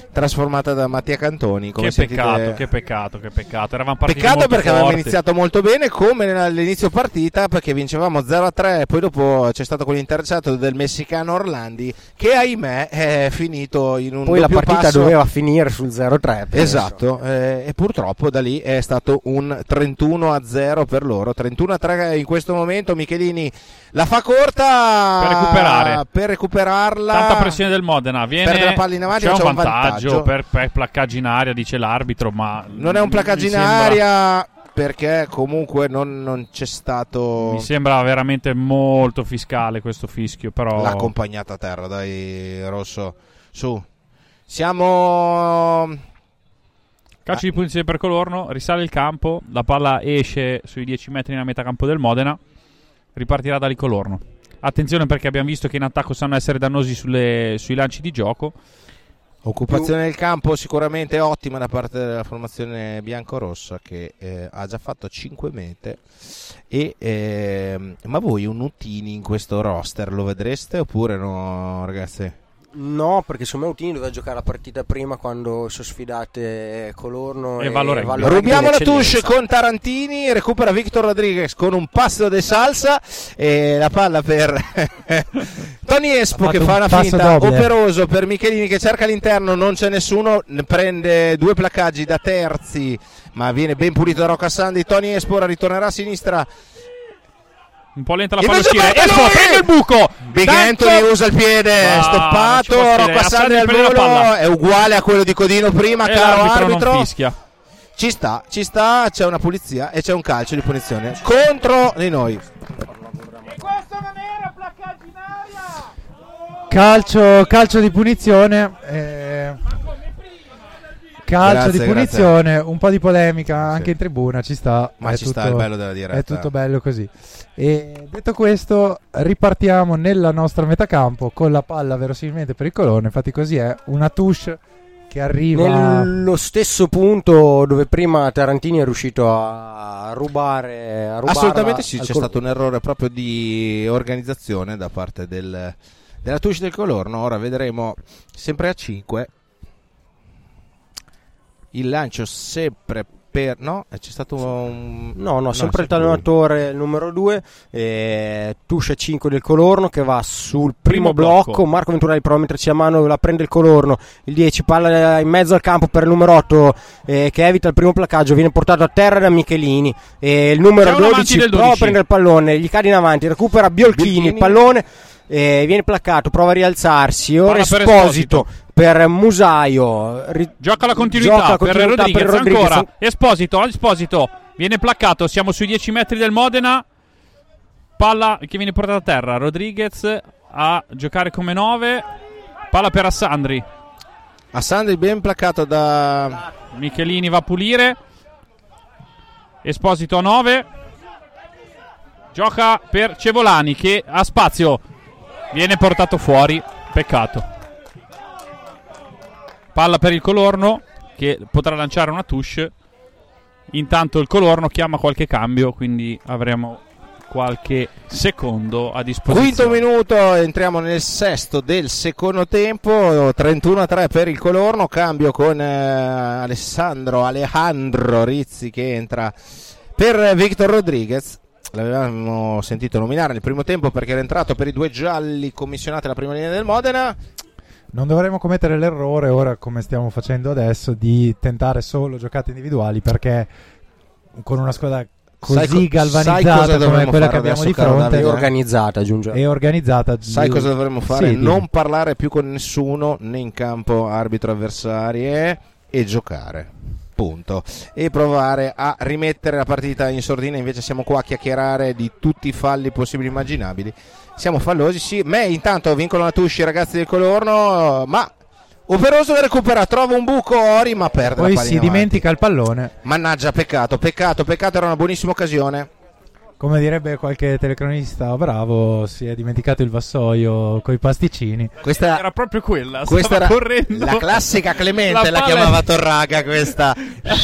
trasformata da Mattia Cantoni. Come che sentite... peccato, che peccato, che peccato. Eravamo partiti Peccato molto perché forti. avevamo iniziato molto bene come all'inizio partita, perché vincevamo zero a tre, poi dopo c'è stato quell'intercetto del messicano Orlandi che ahimè è finito in un poi la doppio partita passo. doveva finire sul zero a tre. Esatto, eh, e purtroppo da lì è stato un trentuno a zero per loro, trentuno a tre in questo momento. Michelini la fa corta Per recuperare. per recuperarla. Tanta pressione del Modena, viene, perde la palla in avanti, c'è un c'è un vantaggio, vantaggio. Per, per placcaggio in aria, dice l'arbitro, ma Non è un placcaggio mi in sembra- aria perché comunque non, non c'è stato. Mi sembra veramente molto fiscale questo fischio, però L'ha accompagnata a terra, dai Rosso. Su. Siamo calcio di punizione per Colorno, risale il campo, la palla esce sui dieci metri nella metà campo del Modena, ripartirà da lì Colorno. Attenzione perché abbiamo visto che in attacco sanno essere dannosi sulle, sui lanci di gioco. occupazione del campo sicuramente ottima da parte della formazione biancorossa che eh, ha già fatto cinque mete. E, ehm, ma voi un Utini in questo roster lo vedreste oppure no, ragazzi? No, perché secondo me Utini doveva giocare la partita prima quando sono sfidate Colorno E e, Vallo Regbi. Vallo Regbi Rubiamo in la eccellenza. touche con Tarantini, recupera Victor Rodriguez con un passo de salsa e la palla per Tony Espo Ha che fatto fa un una passo finta doble. operoso per Michelini che cerca all'interno, non c'è nessuno, ne prende due placcaggi da terzi ma viene ben pulito da Rocca Sandi. Tony Espo ora ritornerà a sinistra. Un po' lenta la In palla mezzo uscire. porta Espo, lui! prende il buco. Big Tanto- Anthony usa il piede, Ah, non ci stoppato, può Rocca finire. Sandi al prende la volo, palla. è uguale a quello di Codino prima, E caro l'arbitro arbitro. non fischia. Ci sta, ci sta, c'è una pulizia e c'è un calcio di punizione contro di noi. Calcio, calcio di punizione. eh, calcio Grazie, di grazie. punizione, un po' di polemica anche Sì. in tribuna, ci sta. Ma è ci tutto, sta il bello della diretta. È tutto bello così. E detto questo, ripartiamo nella nostra metacampo con la palla verosimilmente per il Colorno. Infatti, così è una touche che arriva. Nello stesso punto dove prima Tarantini è riuscito a rubare, a rubarla Assolutamente sì, al c'è col- stato un errore proprio di organizzazione da parte del, della touche del Colorno. Ora vedremo sempre a cinque. Il lancio sempre per... No, c'è stato un... No, no, sempre il lui. talonatore il numero due, eh, Tuscia cinque del Colorno che va sul primo, Primo blocco. blocco. Marco Venturelli prova a metterci a mano, la prende il Colorno, il dieci, palla in mezzo al campo per il numero otto eh, che evita il primo placcaggio, viene portato a terra da Michelini e il numero C'è un avanti dodici del prova a dodici. prendere il pallone, gli cade in avanti, recupera Biolchini, Biolchini. il pallone eh, viene placcato, prova a rialzarsi, ora Palla per Esposito per Musaio, ri- Gioca la continuità, gioca la per, continuità Rodriguez, per Rodriguez. ancora Esposito, Esposito viene placcato, siamo sui dieci metri del Modena, palla che viene portata a terra, Rodriguez a giocare come nove, palla per Assandri, Assandri ben placcato da... Michelini va a pulire, Esposito a nove, gioca per Cevolani che ha spazio, viene portato fuori, peccato. Palla per il Colorno che potrà lanciare una touche. Intanto il Colorno chiama qualche cambio, quindi avremo qualche secondo a disposizione. Quinto minuto, entriamo nel sesto del secondo tempo, trentuno a tre per il Colorno, cambio con eh, Alessandro Alejandro Rizzi che entra per Victor Rodriguez. L'avevamo sentito nominare nel primo tempo perché era entrato per i due gialli commissionati alla prima linea del Modena. Non dovremmo commettere l'errore, ora come stiamo facendo adesso, di tentare solo giocate individuali, perché con una squadra così Sai co- sai galvanizzata cosa come dovremmo quella che fare abbiamo adesso, di caro fronte Davide? è organizzata, aggiunge. e organizzata. Sai cosa dovremmo fare? Sì, non dimmi. parlare più con nessuno né in campo arbitro avversarie e giocare. Punto. E provare a rimettere la partita in sordina. Invece siamo qua a chiacchierare di tutti i falli possibili e immaginabili. Siamo fallosi, sì. Me intanto vincono la touche i ragazzi del Colorno, ma operoso da recuperare, trova un buco Ori ma perde Poi la palla si in avanti. dimentica il pallone. Mannaggia, peccato, peccato, peccato, era una buonissima occasione. Come direbbe qualche telecronista bravo, si è dimenticato il vassoio coi pasticcini. Questa era proprio quella. Questa era correndo. la classica Clemente, la, la chiamava Torraga questa.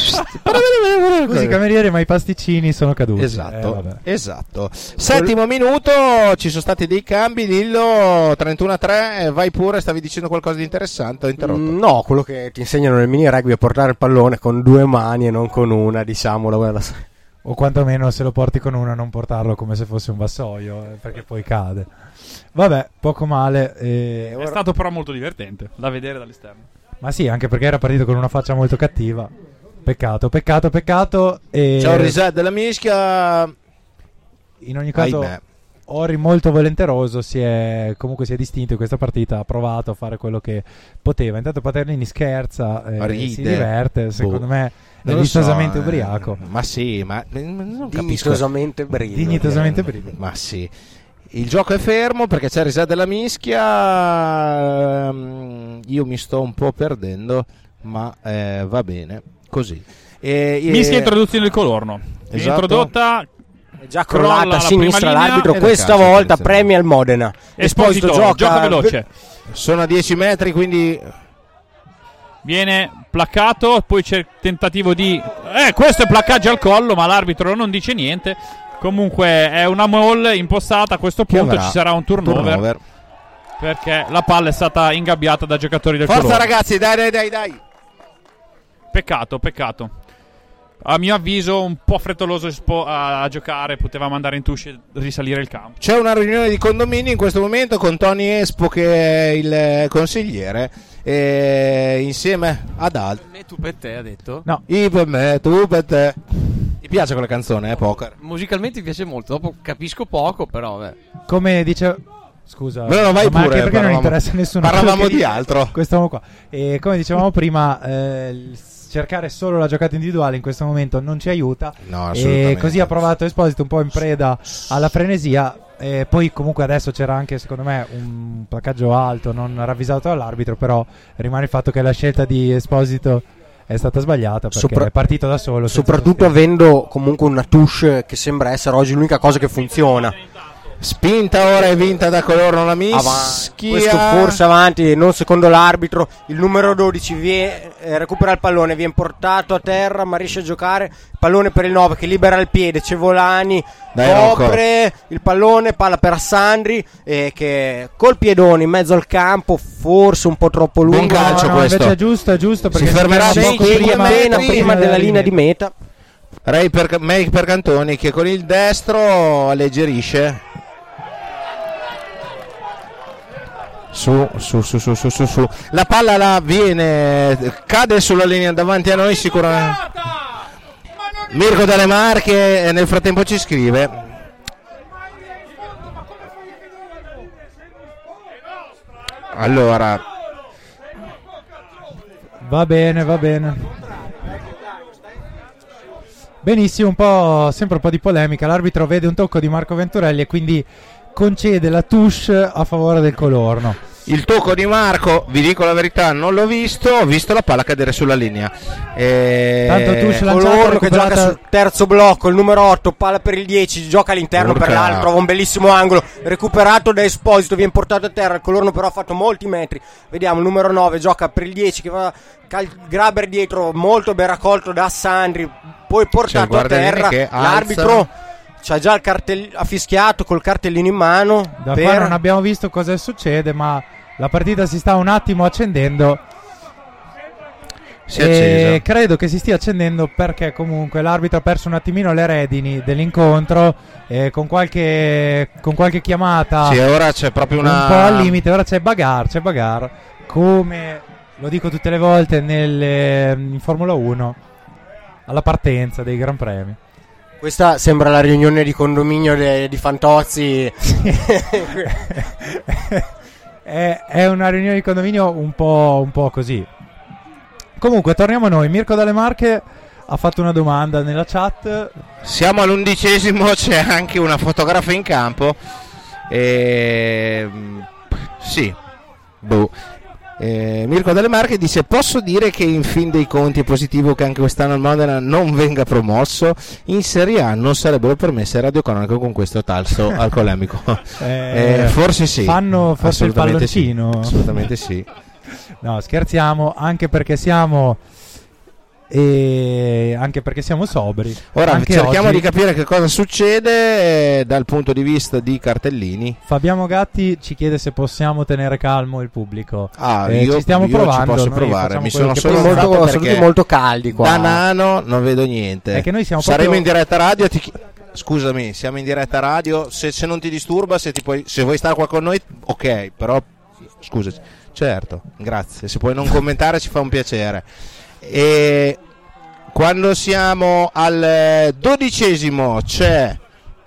Scusi cameriere, ma i pasticcini sono caduti. Esatto, eh, esatto. Settimo minuto, ci sono stati dei cambi. Lillo trentuno a tre, vai pure, stavi dicendo qualcosa di interessante, ho interrotto. Mm, no, quello che ti insegnano nel mini rugby è portare il pallone con due mani e non con una, diciamolo. O quantomeno se lo porti con una non portarlo come se fosse un vassoio, eh, perché poi cade. Vabbè, poco male. Eh, È ora... stato però molto divertente da vedere dall'esterno. Ma sì, anche perché era partito con una faccia molto cattiva. Peccato, peccato, peccato. E... C'è un reset della mischia. In ogni caso, ahimè. Ori molto volenteroso, si è, comunque si è distinto in questa partita, ha provato a fare quello che poteva. Intanto Paternini scherza, eh, si diverte, secondo boh. me è vistosamente so, ubriaco. Eh, ma sì, ma non dignitosamente brivido. Dignitosamente brivido. Ma sì. Il gioco è fermo perché c'è il reset della mischia. Io mi sto un po' perdendo, ma eh, va bene così. E, mischia e introduzione del Colorno. Esatto. Introdotta. È già crollata a sinistra l'arbitro, questa volta premia il Modena. Esposito, Esposito gioca, gioca veloce. Sono a dieci metri, quindi viene placcato, poi c'è il tentativo di eh questo è placcaggio al collo, ma l'arbitro non dice niente. Comunque è una maul impostata, a questo punto ci sarà un turnover, turnover perché la palla è stata ingabbiata da giocatori del Forza Colorno. Ragazzi, dai dai dai dai. Peccato, peccato. A mio avviso un po' frettoloso a, a giocare, poteva mandare in touche e risalire il campo. C'è una riunione di condominio in questo momento con Tony Espo che è il consigliere e insieme ad altri. Me tu per te ha detto? No, io per me, tu per te. Ti piace quella canzone, eh, Poker? Musicalmente mi piace molto, dopo capisco poco, però beh. Come dice... Scusa, no, no, vai ma pure, anche perché non interessa nessuno. Parlavamo di altro. Quest'uomo qua. E come dicevamo prima, eh, cercare solo la giocata individuale in questo momento non ci aiuta. No, e così ha provato Esposito un po' in preda alla frenesia. E poi comunque adesso c'era anche secondo me un placcaggio alto non ravvisato dall'arbitro, però rimane il fatto che la scelta di Esposito è stata sbagliata perché Sopra- è partito da solo. Soprattutto avendo comunque una touche che sembra essere oggi l'unica cosa che funziona. Spinta ora è vinta da Colorno la mischia. Avanti. Questo forse avanti, non secondo l'arbitro. Il numero dodici vie, eh, recupera il pallone, viene portato a terra ma riesce a giocare. Il pallone per il nove che libera il piede. Cevolani Dai, copre il pallone, palla per Assandri eh, che col piedone in mezzo al campo, forse un po' troppo lungo. Un calcio no, no, questo. Invece è giusto, è giusto perché si fermerà poco prima, prima, prima della linea di meta. Ray per, May per Cantoni che con il destro alleggerisce. Su, su, su, su, su, su, su. La palla la viene, cade sulla linea davanti a noi sicuramente. Mirko dalle Marche nel frattempo ci scrive. Allora. Va bene, va bene. Benissimo, un po', sempre un po' di polemica. L'arbitro vede un tocco di Marco Venturelli e quindi concede la touche a favore del Colorno. Il tocco di Marco, vi dico la verità, non l'ho visto, ho visto la palla cadere sulla linea. E... Tanto touche lanciata, Colorno che gioca sul terzo blocco, il numero otto, palla per il dieci, gioca all'interno Urca. Per l'altro, trova un bellissimo angolo, recuperato da Esposito, viene portato a terra, il Colorno però ha fatto molti metri. Vediamo il numero nove, gioca per il dieci che va cal- grabber dietro, molto ben raccolto da Sandri, poi portato a terra, l'arbitro c'ha già il cartell- ha fischiato col cartellino in mano. Da per... qua non abbiamo visto cosa succede, ma la partita si sta un attimo accendendo. Si è accesa. Credo che si stia accendendo perché comunque l'arbitro ha perso un attimino le redini dell'incontro e con qualche con qualche chiamata. Sì, ora c'è proprio una un po' al limite, ora c'è bagarre, c'è bagarre, come lo dico tutte le volte nelle, in Formula uno alla partenza dei Gran Premi. Questa sembra la riunione di condominio de, di Fantozzi. è, è una riunione di condominio un po', un po' così. Comunque torniamo a noi. Mirko dalle Marche ha fatto una domanda nella chat. Siamo all'undicesimo, c'è anche una fotografa in campo e... sì boh. Eh, Mirko Delle Marche dice: posso dire che in fin dei conti è positivo che anche quest'anno il Modena non venga promosso? In Serie A non sarebbero permesse radiocronache con questo tasso alcolemico. eh, eh, forse sì, fanno forse il palloncino, sì. Assolutamente sì. No, scherziamo, anche perché siamo e anche perché siamo sobri. Ora anche cerchiamo oggi. di capire che cosa succede eh, dal punto di vista di cartellini. Fabiano Gatti ci chiede se possiamo tenere calmo il pubblico. Ah, eh, io, ci stiamo io provando. ci posso noi provare. Mi sono che solo possiamo. molto, sono tutti molto caldi qua. Da nano non vedo niente. È che noi siamo Saremo proprio... in diretta radio. Ti... Scusami, siamo in diretta radio. Se, se non ti disturba, se, ti puoi, se vuoi stare qua con noi, ok. Però scusaci. Certo, grazie. Se puoi non commentare, ci fa un piacere. E quando siamo al dodicesimo c'è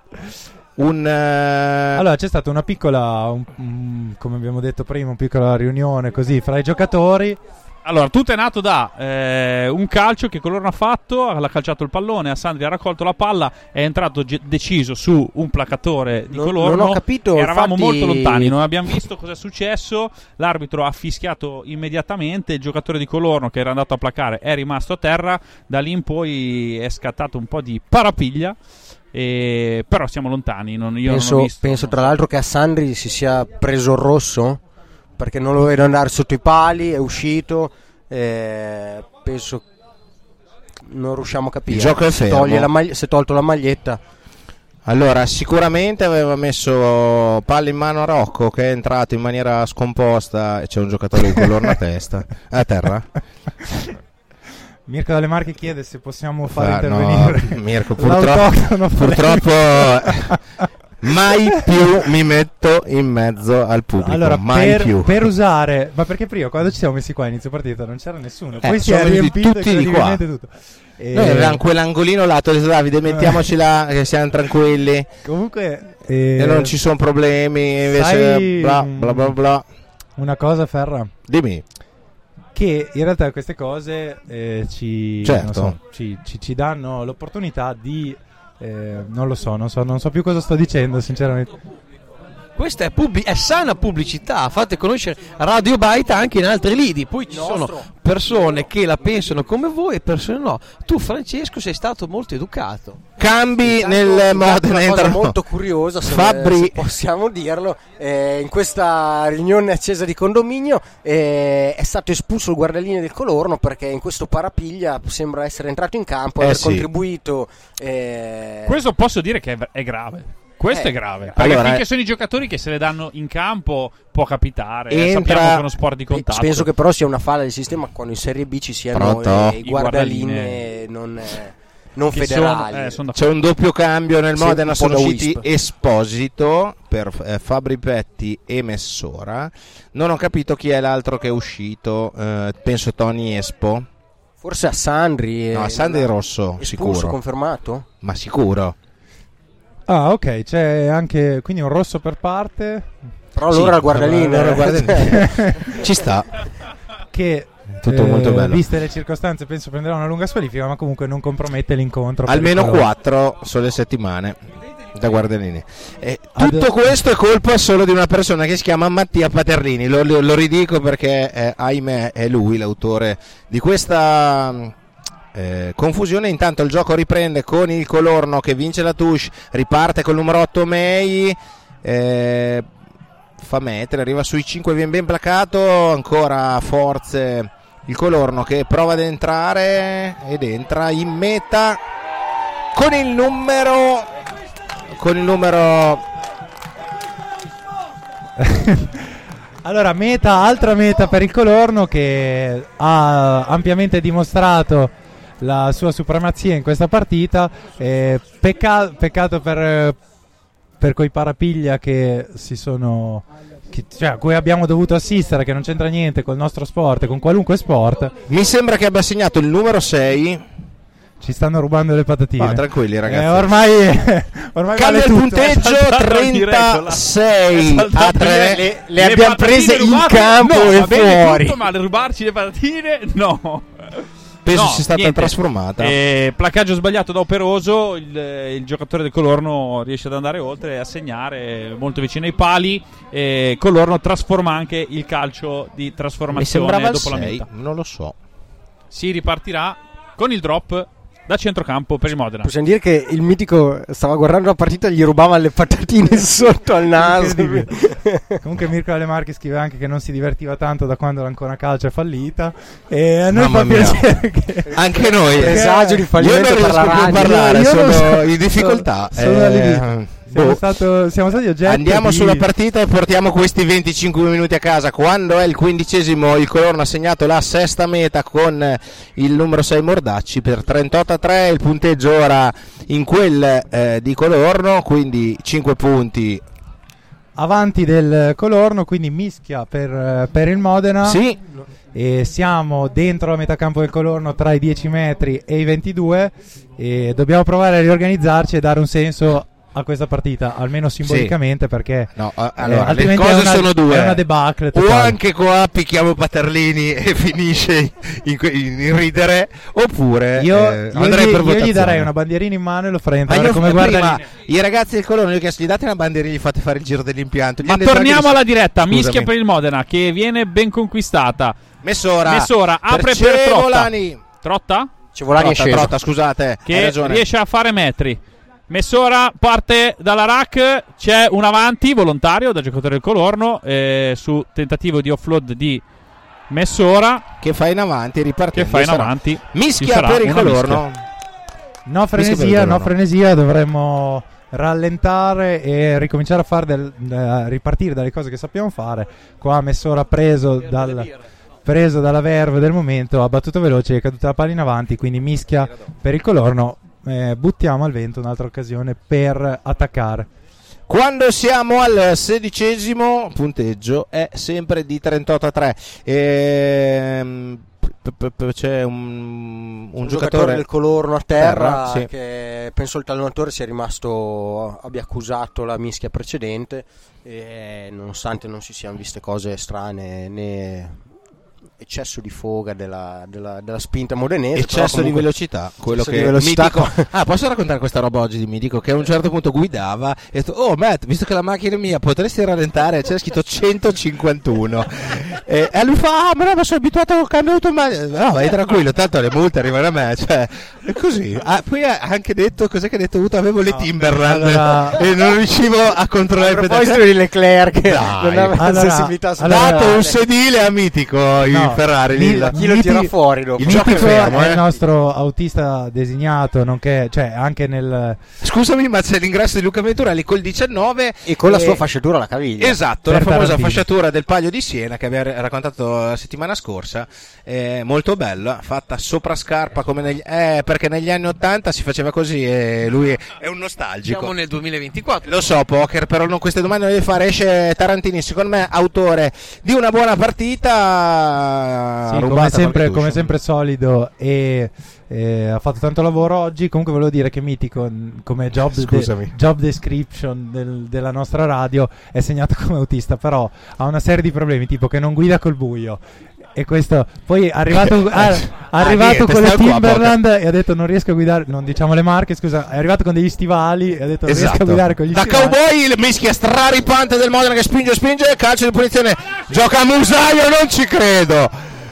un uh... allora c'è stata una piccola un, um, come abbiamo detto prima, una piccola riunione così fra i giocatori. Allora, tutto è nato da eh, un calcio che Colorno ha fatto, l'ha calciato il pallone, Assandri ha raccolto la palla, è entrato ge- deciso su un placatore di non, Colorno. Non ho capito, eravamo infatti... molto lontani, non abbiamo visto cosa è successo, l'arbitro ha fischiato immediatamente, il giocatore di Colorno che era andato a placare è rimasto a terra, da lì in poi è scattato un po' di parapiglia. E... però siamo lontani, non, io penso, non ho visto, penso non tra so. l'altro che Assandri si sia preso il rosso perché non lo vedo andare sotto i pali, è uscito, eh, penso non riusciamo a capire. Il gioco è se, fermo. toglie la maglie- se tolto la maglietta. Allora, sicuramente aveva messo palla in mano a Rocco che è entrato in maniera scomposta e c'è un giocatore di Colorno a testa, a terra. Mirko Dalle Marche chiede se possiamo far Ah, intervenire. no, Mirko, purtroppo, purtroppo mai più mi metto in mezzo al pubblico. Allora, mai per, più. per usare, ma perché prima quando ci siamo messi qua a inizio partita non c'era nessuno, Eh, poi si è sono venuti riempito tutti di qua. incredibilmente tutto. E... Noi avevamo quell'angolino là, ho detto Davide, mettiamoci là che siamo tranquilli Comunque eh, e non ci sono problemi, invece sai, bla bla bla bla. Una cosa, Ferra, Dimmi. che in realtà queste cose eh, ci, Certo. non so, ci, ci, ci danno l'opportunità di eh, non lo so, non so, non so più cosa sto dicendo sinceramente. Questa è, pubblic- è sana pubblicità, fate conoscere Radio Baita anche in altri lidi, poi ci Nostro. sono persone che la pensano come voi e persone no. Tu Francesco sei stato molto educato. Cambi Intanto- nel intanto Modena una cosa entrano molto curiosa, se, Fabbri. se possiamo dirlo, eh, in questa riunione accesa di condominio eh, è stato espulso il guardalinee del Colorno perché in questo parapiglia sembra essere entrato in campo e Eh aver sì. contribuito eh, Questo posso dire che è, è grave. Questo Eh, è grave. Perché allora, finché eh, sono i giocatori che se le danno in campo può capitare. eh, entra- Sappiamo che è uno sport di contatto. penso che però sia una falla del sistema quando in Serie B ci siano Pronto? eh, i I guardalinee non, eh, non Che federali. sono- eh, sono C'è un doppio cambio nel Sì, Modena, un po' sono da usciti Wisp. Esposito per eh, Fabri Petti e Messora. Non ho capito chi è l'altro che è uscito, eh, penso Tony Espo. Forse a Sandri No, eh, a Sandri non ha- Rosso, espulso, sicuro. confermato? Ma sicuro. Ah, ok, c'è anche quindi un rosso per parte Però Sì, allora il guardalinee allora il guardalinee. Ci sta. che Tutto eh, molto bello. viste le circostanze penso prenderà una lunga squalifica, ma comunque non compromette l'incontro per Almeno il Colorno. quattro sulle settimane da guardalinee. E Ad- tutto questo è colpa solo di una persona che si chiama Mattia Paterlini. Lo, lo- lo ridico perché eh, ahimè è lui l'autore di questa eh, confusione. Intanto il gioco riprende con il Colorno che vince la touche, riparte col numero otto Mei, eh, fa mettere, arriva sui cinque, viene ben placato, ancora forze il Colorno che prova ad entrare ed entra in meta con il numero con il numero Allora, meta, altra meta per il Colorno che ha ampiamente dimostrato la sua supremazia in questa partita. Eh, pecca- peccato per, per quei parapiglia che si sono che, cioè, a cui abbiamo dovuto assistere, che non c'entra niente col nostro sport, con qualunque sport. mi sembra che abbia segnato il numero sei. Ci stanno rubando le patatine. Ma tranquilli ragazzi. Eh, ormai ormai Cambia vale il tutto. punteggio saltato in diretta, trentasei là. È saltato a tre. Le, le abbiamo patatine prese in rubate- campo no, e va bene fuori. tutto, ma rubarci le patatine no. penso No, sia stata niente. trasformata. Eh, placaggio sbagliato da Operoso, il, il giocatore del Colorno riesce ad andare oltre e a segnare molto vicino ai pali. E Colorno trasforma anche il calcio di Mi trasformazione sembrava il dopo la sei, meta. non lo so. Si ripartirà con il drop da centrocampo per il Modena. Possiamo dire che il Mitico stava guardando la partita e gli rubava le patatine sotto al naso. Comunque Mirko Alle Marchi scrive anche che non si divertiva tanto da quando l'Ancona Calcio è fallita, e a noi Mamma fa mia. piacere che Anche noi. Presagio di Io fallimento non per la riesco più a radio. parlare, Io non sono so- in difficoltà. sono- sono Eh, lì. Siamo, boh. stato, siamo stati oggetto Andiamo di... sulla partita e portiamo questi venticinque minuti a casa. Quando è il quindicesimo, il Colorno ha segnato la sesta meta con eh, il numero sei Mordacci per trentotto a tre. Il punteggio ora in quel eh, di Colorno, quindi cinque punti. avanti del Colorno, quindi mischia per, per il Modena. Sì, E siamo dentro la metà campo del Colorno tra i dieci metri e i ventidue, e dobbiamo provare a riorganizzarci e dare un senso a questa partita, almeno simbolicamente, perché no, a- eh, allora, le altrimenti cose è una, sono due. è una debacle O totale. anche qua picchiamo Paterlini e finisce in, que- in ridere, oppure Io, eh, io andrei gli, per io votazione. gli darei una bandierina in mano e lo farei Ma entrare io come prima, guarda i ragazzi del Colorno, io ho chiesto, gli date una bandierina e gli fate fare il giro dell'impianto. Gli Ma hanno detto torniamo anche alla diretta. Scusami. Mischia per il Modena che viene ben conquistata. Messora, Messora apre per Trotta. Cevolani. Trotta? Cevolani è Trotta, sceso. Trotta, scusate, hai Che ragione. riesce a fare metri. Messora parte dalla rack, c'è un avanti volontario da giocatore del Colorno eh, su tentativo di offload di Messora Che fa in avanti, ripartendo. che fa in sarà. avanti. Ci Mischia sarà per il una Colorno. mischia. No Mischia per il frenesia, no Colorno. frenesia, dovremmo rallentare e ricominciare a fare del, eh, ripartire dalle cose che sappiamo fare. Qua Messora preso dal preso dalla verve del momento, ha battuto veloce, è caduta la palla in avanti, quindi mischia per il Colorno. Eh, buttiamo al vento un'altra occasione per attaccare. Quando siamo al sedicesimo, punteggio è sempre di trentotto a tre. Ehm, p- p- p- c'è un, un Un giocatore giocatore del Colorno a terra, terra, sì. che penso il talonatore sia rimasto, abbia accusato la mischia precedente, e nonostante non si siano viste cose strane né eccesso di foga della, della, della spinta modenese, però eccesso di comunque- velocità, quello eccesso che di velocità Mitico- co- ah, posso raccontare questa roba oggi di Mitico, che a un certo punto guidava e ha detto: oh Matt, visto che la macchina è mia, potresti rallentare? C'era scritto centocinquantuno e, e lui fa: ah, ma no, ma sono abituato al cambio automatico. No, vai tranquillo, tanto le multe arrivano a me, cioè è così. Ah, poi ha anche detto, cos'è che ha detto? Avuto, avevo le No, Timberland allora- e non riuscivo a controllare A il proposito pedale. di Leclerc, che Dai. non aveva Allora- sensibilità su allora- Dato un sedile a Mitico in No, Ferrari lì. Mil- chi lo Miti- tira fuori dopo? Il gioco è Mitico fermo, è eh. il nostro autista designato, nonché, cioè anche nel Scusami, ma c'è l'ingresso di Luca Venturelli col diciannove E con la e- sua fasciatura alla caviglia. Esatto, Per la famosa Tarantino. fasciatura del Palio di Siena che abbiamo ra- raccontato la settimana scorsa, eh, molto bella, fatta sopra scarpa come negli, eh, perché negli anni ottanta si faceva così e lui è, è un nostalgico. Siamo nel duemilaventiquattro. Lo so, poker, però non queste domande le deve fare. Esce Tarantini, secondo me, autore di una buona partita. Sì, rubata come qualche sempre, tuscio. come sempre solido, e eh, ha fatto tanto lavoro oggi. Comunque volevo dire che Mitico, n- come job, de- Scusami. job description del- della nostra radio, è segnato come autista, però ha una serie di problemi, tipo che non guida col buio. E questo poi è arrivato, Ah, ah, arrivato niente, con le stai qua, Timberland e ha detto non riesco a guidare, non diciamo le marche, scusa, è arrivato con degli stivali e ha detto non riesco a Esatto. guidare con gli Da stivali. cowboy il mischia straripante del Modena che spinge spinge, calcio di punizione, gioca Musaio, non ci credo.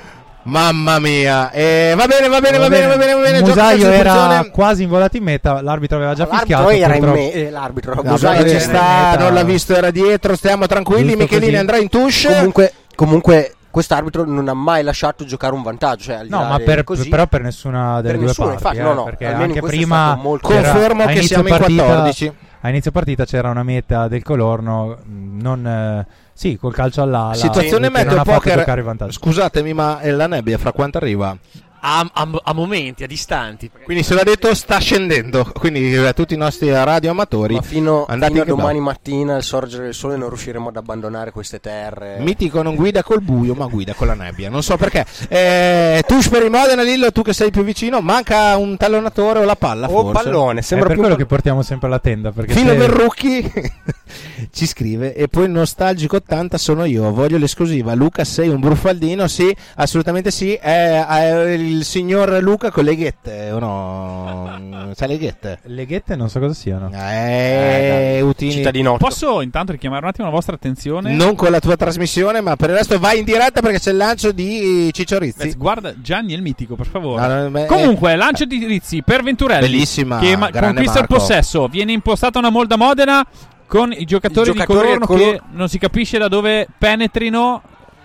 Mamma mia. E va bene, va bene, va bene, va bene, va bene. gioca calcio Musaio di era punizione. quasi involato in meta, l'arbitro aveva già fischiato. L'arbitro era in purtroppo. me- eh, l'arbitro, No, Musaio ci era sta, in meta. non l'ha visto, era dietro, stiamo tranquilli. Giusto Michelini così. andrà in touche. Comunque, comunque quest'arbitro non ha mai lasciato giocare un vantaggio, cioè, al di No, là ma del per, così, però per nessuna delle Per due nessuno, parti, infatti, eh, no, no, perché almeno in anche questo è prima stato molto- c'era- Confermo a che inizio siamo in partita- quattordici. A inizio partita c'era una meta del Colorno, mh, non eh, sì, col calcio all'ala. Situazione che non meteo ha fatto poker. giocare il vantaggio. Scusatemi, ma è la nebbia fra quanto arriva? A, a- a momenti, a distanti. Quindi se l'ha detto sta scendendo. Quindi a tutti i nostri radioamatori, ma fino, andate fino a in kebab. domani mattina al sorgere del sole non riusciremo ad abbandonare queste terre. Mitico non guida col buio, ma guida con la nebbia. Non so perché. Eh, touche per il Modena, Lillo, tu che sei più vicino. Manca un tallonatore o la palla, o forse. pallone, È sembra per più quello un che portiamo sempre alla tenda, perché Filo se- Verrucchi ci scrive. E poi nostalgico ottanta sono io. Voglio l'esclusiva. Luca, sei un bruffaldino? Sì, assolutamente sì. È, è il il signor Luca con le ghette o no? Sai le ghette? Le ghette non so cosa siano. Eh, eh Utini. Cittadinotto. Posso intanto richiamare un attimo la vostra attenzione? Non con la tua trasmissione, ma per il resto vai in diretta perché c'è il lancio di Ciccio Rizzi. Beh, guarda Gianni è il mitico, per favore. No, no, beh, Comunque, lancio di Rizzi per Venturelli. Bellissima, che ma- conquista Marco. il possesso. Viene impostata una molda Modena con i giocatori, I giocatori di Colorno color- che non si capisce da dove penetrino,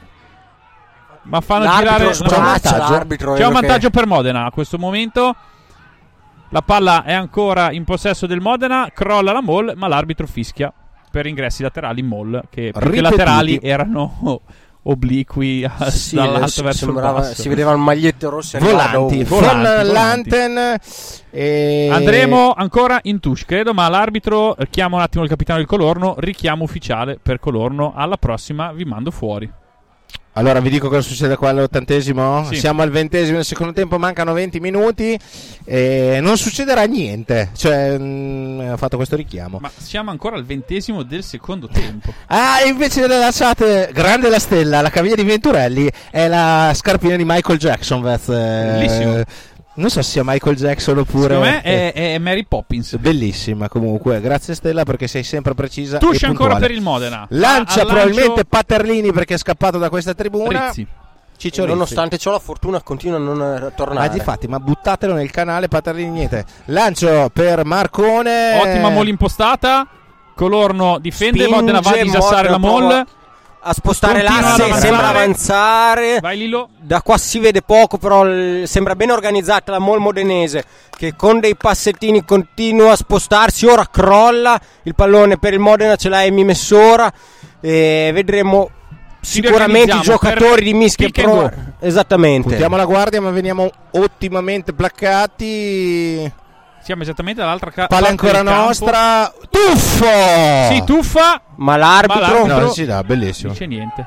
ma fanno L'arbitro girare. sbraccia, no, l'arbitro, C'è un vedo che- vantaggio per Modena a questo momento. La palla è ancora in possesso del Modena, crolla la Mall, ma l'arbitro fischia per ingressi laterali in Mall, che più che Ripetuti. laterali erano obliqui a- Sì, dall'alto adesso verso sembrava- il basso. si vedevano magliette rosse Volanti, Volanti, Von volanti. Lanten. E... Andremo ancora in touche, credo, ma l'arbitro eh, chiama un attimo il capitano del Colorno, richiamo ufficiale per Colorno, alla prossima vi mando fuori. Allora vi dico cosa succede qua all'ottantesimo. Sì. Siamo al ventesimo del secondo tempo, mancano venti minuti e non succederà niente. Cioè, mh, ho fatto questo richiamo. Ma siamo ancora al ventesimo del secondo tempo. Ah, invece delle lasciate, grande la stella, la caviglia di Venturelli è la scarpina di Michael Jackson. Vez, eh, Bellissimo. Non so se sia Michael Jackson oppure. Secondo me è, è Mary Poppins. Bellissima comunque, grazie Stella perché sei sempre precisa. Touche e ancora puntuale. per il Modena. Lancia A- al probabilmente lancio Paterlini perché è scappato da questa tribuna. Rizzi. Ciccio E Rizzi. nonostante ciò la fortuna continua a non eh, Ma tornare. difatti, ma buttatelo nel canale Paterlini niente. Lancio per Marcone. Ottima mall impostata. Colorno difende, Spinge, Modena va a disassare la Modena mall. prova a spostare Continua ad l'asse, avanzare. sembra avanzare. Vai Lillo. Da qua si vede poco, però l- sembra ben organizzata la mall modenese, che con dei passettini continua a spostarsi. Ora crolla il pallone per il Modena, ce l'ha Emi Messora e vedremo sicuramente i riorganizziamo giocatori per di Mischia pick and Pro. go. Esattamente. Puntiamo la guardia, ma veniamo ottimamente placcati. Siamo esattamente dall'altra ca- Palla parte ancora del campo. nostra. Tuffo! Si tuffa. Ma l'arbitro, Ma l'arbitro- No, si dà, bellissimo. Non c'è niente.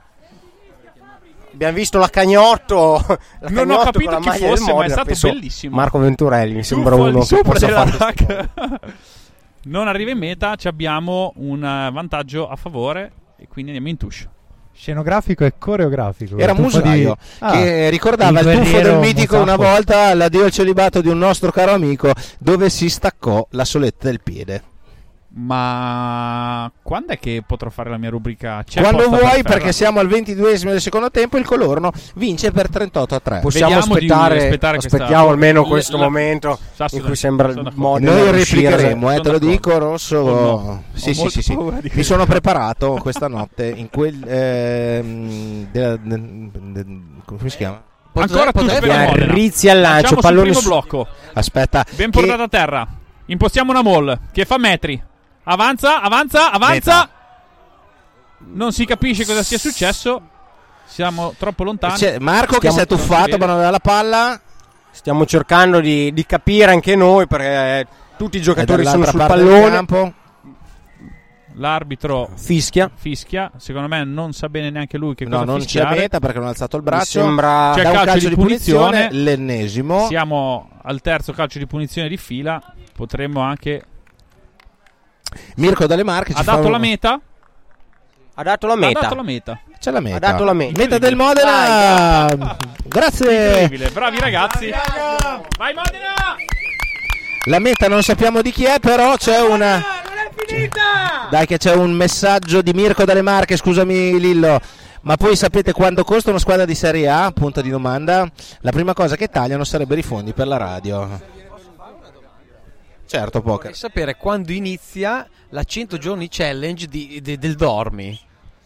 abbiamo visto la Cagnotto, la Non ho Cagnotto capito con la chi maglia del fosse, ma è Modena, stato penso bellissimo. Marco Venturelli, mi sembra Tuffo al uno di che sopra possa fare dell'attacco. Non arriva in meta, ci abbiamo un eh, vantaggio a favore e quindi andiamo in touche. Scenografico e coreografico. Era Il tuffo Musaio di- Ah, che ricordava il, il tuffo del guerriero mitico Musacco. una volta l'addio al celibato di un nostro caro amico dove si staccò la soletta del piede. Ma quando è che potrò fare la mia rubrica? C'è Quando posta vuoi, per Ferra? perché siamo al ventiduesimo del secondo tempo, il Colorno vince per trentotto a tre. Possiamo Vediamo di aspettare, aspettare questa- aspettiamo almeno la- questo la- momento in Assolutamente, cui sembra sono il d'accordo. Modena Noi riuscire a- replicheremo, eh, sono te lo d'accordo. dico, Rosso. Oh no. Sì, Ho sì, molta sì, sì. paura di Mi questo. sono preparato questa notte in quel. ehm, della- de- de- come si chiama? Ancora tu per il Biarrizzi Modena. al lancio, Lanciamo sul pallone primo su- blocco. Aspetta, Ben che- portata a terra. Impostiamo una mall che fa metri. Avanza, avanza, avanza. Non si capisce cosa sia successo. Siamo troppo lontani. c'è Marco che Stiamo- si è tuffato non si ma non aveva la palla. Stiamo cercando di, di capire anche noi, perché tutti i È giocatori sono dall'altra sul parte del pallone. campo. L'arbitro Fischia. fischia. Secondo me non sa bene neanche lui che No, cosa non c'è fischiare. meta perché non ha alzato il Mi braccio. sembra C'è Da un calcio di punizione. l'ennesimo. Siamo al terzo calcio di punizione di fila. Potremmo anche. Mirko dalle Marche ci Ha fa dato un- la meta. ha dato la Ha meta. dato la meta. C'è la meta. Ha dato la meta. Meta del Modena. Grazie. Incredibile. Bravi ragazzi. Vai Modena! La meta non sappiamo di chi è, però c'è una. Dai, che c'è un messaggio di Mirko dalle Marche. Scusami, Lillo. Ma poi sapete quanto costa una squadra di Serie A? Punto di domanda. La prima cosa che tagliano sarebbero i fondi per la radio. Certo, poker. Vorrei sapere quando inizia la cento giorni challenge di- di- del Dormi.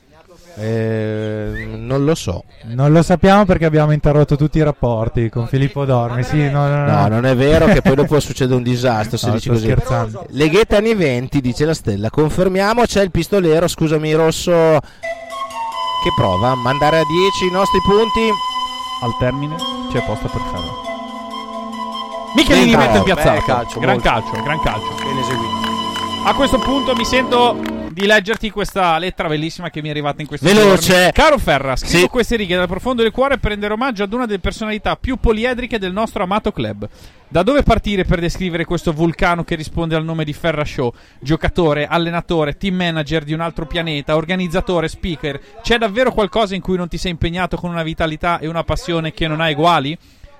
Eh, non lo so. Non lo sappiamo perché abbiamo interrotto tutti i rapporti con Filippo Dormi. Sì, no, no, no. No, non è vero che poi dopo succede un disastro se No, dici sto così. scherzando. Leghetta anni venti, dice la Stella. Confermiamo, c'è il pistolero, scusami Rosso, che prova a mandare a dieci i nostri punti. Al termine c'è posta per Ferro. Michelini Dentro. mette il piazzato. Beh, calcio, gran molto. calcio, gran calcio. Ben eseguito. A questo punto mi sento di leggerti questa lettera bellissima che mi è arrivata in questi Veloce. giorni. Caro Ferra, scrivo Sì. queste righe dal profondo del cuore per rendere omaggio ad una delle personalità più poliedriche del nostro amato club. Da dove partire per descrivere questo vulcano che risponde al nome di Ferra Show? Giocatore, allenatore, team manager di un altro pianeta, organizzatore, speaker. C'è davvero qualcosa in cui non ti sei impegnato con una vitalità e una passione che non ha eguali?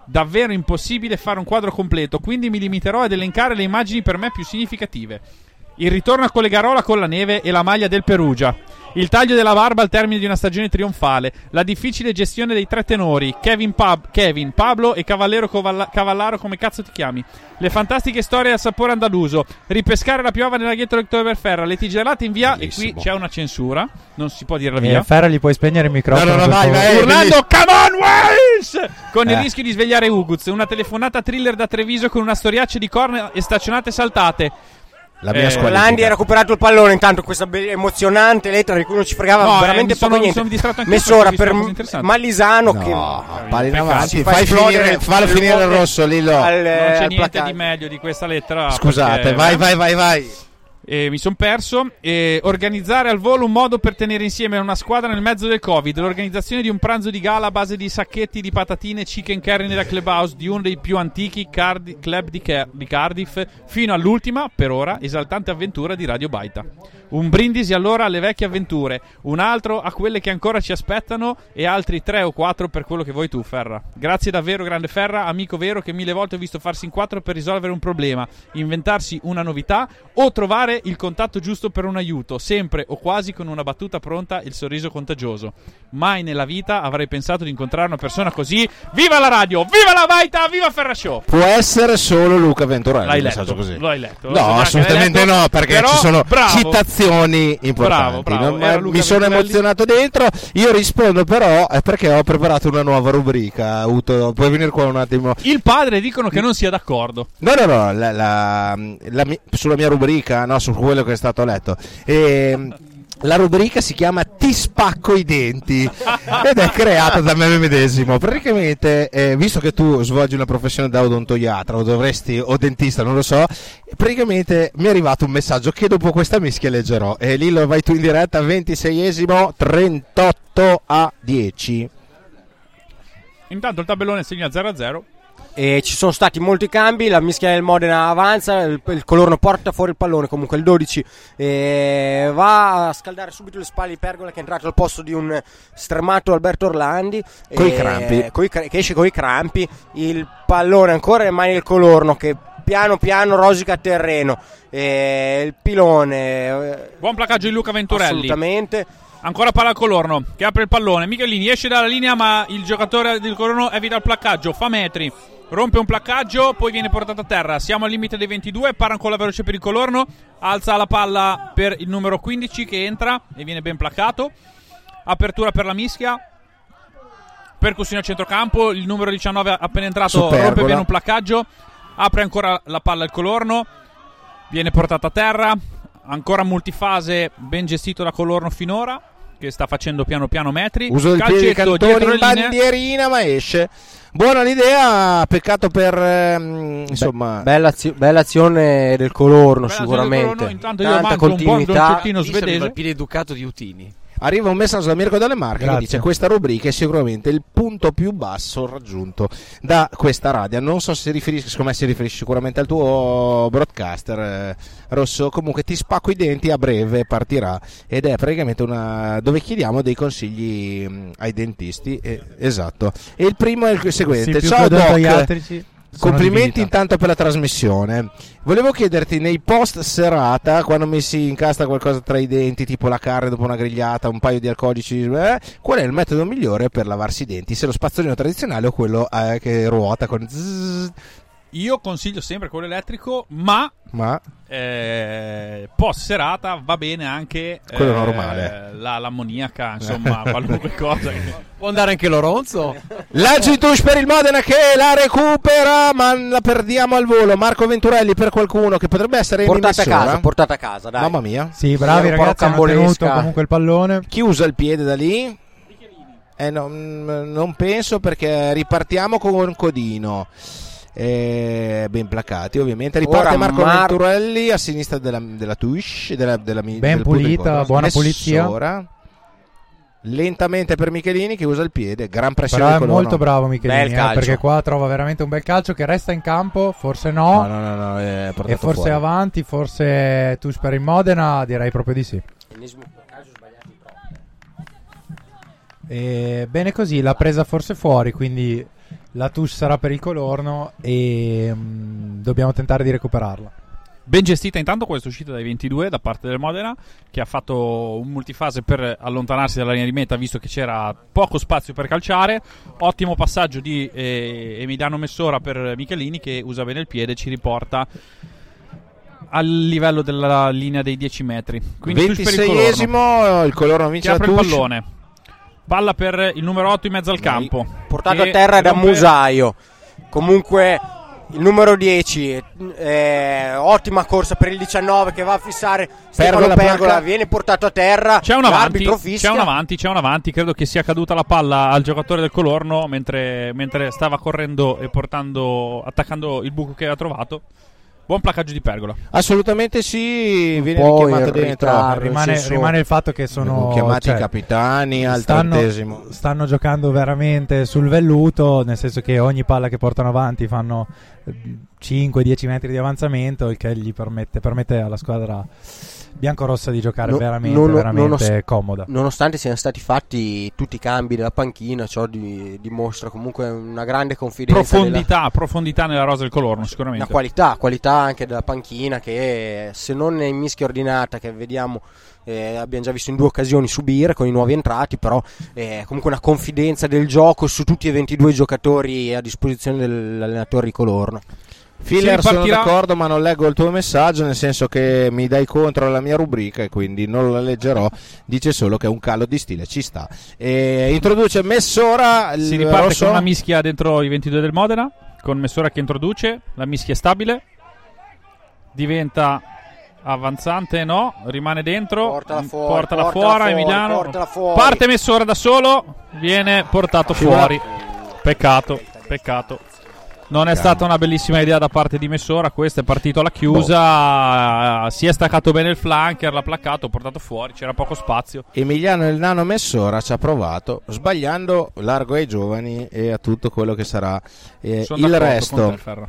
davvero impossibile fare un quadro completo, quindi mi limiterò ad elencare le immagini per me più significative. Il ritorno a Collegarola con la neve e la maglia del Perugia, il taglio della barba al termine di una stagione trionfale, la difficile gestione dei tre tenori, Kevin, Pab- Kevin Pablo e Cavallero Covalla- Cavallaro, come cazzo ti chiami, le fantastiche storie al sapore andaluso, ripescare la piova nella ghetto del Oktoberferra, le tigerate in via. Bellissimo. E qui c'è una censura, non si può dire la Eh, via. Ferra, gli puoi spegnere il microfono? No, no, no, per vai, favore? vai. Eh, Urlando "Come on Wales!" con il Eh. rischio di svegliare Uguz, una telefonata thriller da Treviso con una storiaccia di corna e staccionate saltate. La mia Eh, squalifica. Orlandi ha recuperato il pallone, intanto questa be- emozionante lettera di cui non ci fregava No, eh, veramente mi sono- poco mi niente. sono distratto anche Messo io ora perché ho per visto cose interessanti. Malisano No, che palla in peccato. avanti, si fa fai esplodere finire, fallo il finire il luogo rosso, Lillo. al, Non c'è al niente placaggio. di meglio di questa lettera. Scusate, perché- vai, vai, vai, vai. E mi sono perso. E organizzare al volo un modo per tenere insieme una squadra nel mezzo del Covid. L'organizzazione di un pranzo di gala a base di sacchetti di patatine e chicken curry nella clubhouse di uno dei più antichi cardi- club di, Car- di Cardiff, fino all'ultima, per ora, esaltante avventura di Radio Baita. Un brindisi allora alle vecchie avventure, un altro a quelle che ancora ci aspettano e altri tre o quattro per quello che vuoi tu, Ferra. Grazie davvero, grande Ferra, amico vero che mille volte ho visto farsi in quattro per risolvere un problema, inventarsi una novità o trovare il contatto giusto per un aiuto, sempre o quasi con una battuta pronta e il sorriso contagioso. Mai nella vita avrei pensato di incontrare una persona così. Viva la radio, viva la Baita, viva Ferra Show! Può essere solo Luca Venturelli. L'hai un letto, messaggio così. l'hai letto. No, Lo so neanche, assolutamente l'hai letto, no, perché però, ci sono bravo. citazioni importanti. Bravo, bravo, Non- era eh, Luca mi sono Venturelli. emozionato dentro. Io rispondo però è perché ho preparato una nuova rubrica. Uto, puoi venire qua un attimo? Il padre dicono che non sia d'accordo. No, no, no, la, la, la mi- sulla mia rubrica, no, su quello che è stato letto. E, la rubrica si chiama Ti spacco i denti ed è creata da me medesimo. Praticamente, eh, visto che tu svolgi una professione da odontoiatra o dovresti o dentista, non lo so, praticamente mi è arrivato un messaggio che dopo questa mischia leggerò. E lì lo vai tu in diretta, ventiseiesimo, trentotto a dieci. Intanto il tabellone segna zero a zero. E ci sono stati molti cambi, la mischia del Modena avanza, il, il Colorno porta fuori il pallone, comunque il dodici e va a scaldare subito le spalle di Pergola che è entrato al posto di un stremato Alberto Orlandi Coi e- crampi. coi cra- che esce coi crampi, il pallone ancora nelle mani del Colorno che piano piano rosica terreno, e il pilone eh, Buon placaggio di Luca Venturelli. assolutamente. Ancora palla al Colorno che apre il pallone. Michelini esce dalla linea, ma il giocatore del Colorno evita il placcaggio. Fa metri, rompe un placcaggio, poi viene portato a terra. Siamo al limite dei ventidue. Para ancora veloce per il Colorno. Alza la palla per il numero quindici che entra e viene ben placcato. Apertura per la mischia. Percussione a centrocampo. Il numero diciannove appena entrato Supergola. rompe bene un placcaggio. Apre ancora la palla al Colorno. Viene portato a terra. Ancora multifase, ben gestito da Colorno finora, che sta facendo piano piano metri. Uso il piede di Calcetto Cantoni dietro in le linee. bandierina, ma esce. Buona l'idea, peccato per ehm, insomma. Bella, azio- bella azione del Colorno, Bella sicuramente. azione del Colorno, intanto io Tanta mangio un buon continuità. dolcettino Lì c'aveva svedese. il piede educato di Utini. Arriva un messaggio da Mirko Dalle Marche che Grazie. dice: questa rubrica è sicuramente il punto più basso raggiunto da questa radio. Non so se si riferisce, secondo me si riferisce sicuramente al tuo broadcaster, eh, Rosso. Comunque ti spacco i denti, a breve partirà, ed è praticamente una dove chiediamo dei consigli mh, ai dentisti. Eh, esatto. E il primo è il seguente: Sì, più ciao che Doc. odontoiatrici, sono Complimenti di vita. intanto per la trasmissione. Volevo chiederti nei post serata, quando mi si incasta qualcosa tra i denti, tipo la carne dopo una grigliata, un paio di alcolici, eh, qual è il metodo migliore per lavarsi i denti? Se lo spazzolino tradizionale o quello eh, che ruota con zzz, Io consiglio sempre quello elettrico, ma ma eh, post serata va bene anche Quello eh, normale. la, l'ammoniaca, insomma, qualunque cosa. Può andare anche l'Oronzo? l'Agitush per il Modena che la recupera, ma la perdiamo al volo. Marco Venturelli per qualcuno che potrebbe essere in Portata a dimessione. casa, portata a casa, dai. Mamma mia. Sì, bravi Era un po' ragazzi, hanno rocambolesca. tenuto comunque il pallone. Chi usa il piede da lì? Eh, no, mm, non penso, perché ripartiamo con Codino. Eh, ben placati ovviamente. Riparte Ora Marco Mar- Venturelli a sinistra della, della Tush, della, della, Ben del punto di pulita, incontro. buona Messo pulizia. ora. Lentamente per Michelini che usa il piede, gran pressione Però è di Colorno. molto bravo Michelini, Bel eh, calcio. perché qua trova veramente un bel calcio che resta in campo, forse No, no, no, no, no, è portato e forse fuori. avanti, forse Tush per il Modena, direi proprio di sì. E bene così, l'ha presa forse fuori, quindi la touche sarà per il Colorno e mh, dobbiamo tentare di recuperarla. Ben gestita intanto questa uscita dai ventidue da parte del Modena, che ha fatto un multifase per allontanarsi dalla linea di meta visto che c'era poco spazio per calciare. Ottimo passaggio di eh, Emiliano Messora per Michelini, che usa bene il piede e ci riporta al livello della linea dei dieci metri. Quindi ventiseiesimo, il Colorno vince che la apre touche. il pallone. Palla per il numero otto in mezzo al campo, portato a terra da rompe... Musaio. Comunque il numero dieci, eh, ottima corsa per il diciannove che va a fissare Stefano Pergola, Pergola, viene portato a terra. C'è un avanti, l'arbitro fischia. c'è un avanti, c'è un avanti. Credo che sia caduta la palla al giocatore del Colorno mentre, mentre stava correndo e portando, attaccando il buco che aveva trovato. Buon placaggio di Pergola. Assolutamente sì, viene po' richiamato in dentro. ritardo. Rimane, senso- rimane il fatto che sono chiamati cioè, i capitani al stanno, trentesimo. stanno giocando veramente sul velluto, nel senso che ogni palla che portano avanti fanno cinque dieci metri di avanzamento, il che gli permette, permette alla squadra biancorossa di giocare No, veramente, non- veramente nonost- comoda. Nonostante siano stati fatti tutti i cambi della panchina, ciò di- dimostra comunque una grande confidenza, Profondità, della- profondità nella rosa del Colorno, sicuramente. una qualità, qualità anche della panchina, che se non è in mischia ordinata, che vediamo eh, abbiamo già visto in due occasioni subire con i nuovi entrati, però eh, comunque una confidenza del gioco su tutti e ventidue i giocatori a disposizione dell'allenatore di Colorno. Filler, sono ripartirà- d'accordo, ma non leggo il tuo messaggio, nel senso che mi dai contro alla mia rubrica e quindi non la leggerò. Dice solo che è un calo di stile, ci sta. E introduce Messora. Si il riparte rosso. con una mischia dentro i ventidue del Modena, con Messora che introduce, la mischia è stabile, diventa avanzante, no, rimane dentro, Portala fuori, portala portala fuori, fuori, Emiliano, portala fuori. parte Messora da solo, viene portato Ci va. fuori, peccato, peccato. Non è stata una bellissima idea da parte di Messora. Questo è partito alla chiusa, si è staccato bene il flanker, l'ha placcato, portato fuori, c'era poco spazio. Emiliano il nano Messora ci ha provato, sbagliando largo ai giovani e a tutto quello che sarà eh, Sono il d'accordo resto. con te, Ferra.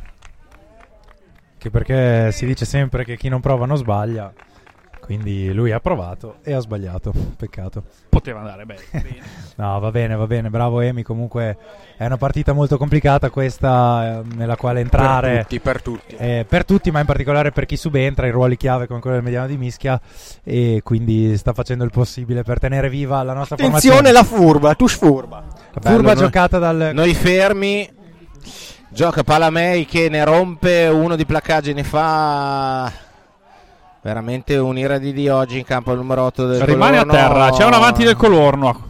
Che perché si dice sempre che chi non prova non sbaglia, quindi lui ha provato e ha sbagliato, peccato. Poteva andare bene. bene. No, va bene, va bene, bravo Emi. Comunque è una partita molto complicata questa, eh, nella quale entrare Per tutti, per tutti. eh, per tutti, ma in particolare per chi subentra, i ruoli chiave come quello del mediano di Mischia, e quindi sta facendo il possibile per tenere viva la nostra Attenzione, formazione. la furba, la touche furba. La furba Bello, giocata dal Noi fermi, gioca Palamei che ne rompe uno di placaggi, ne fa veramente un'ira di Dio oggi in campo al numero otto del Rimane Colorno. a terra, c'è un avanti del Colorno.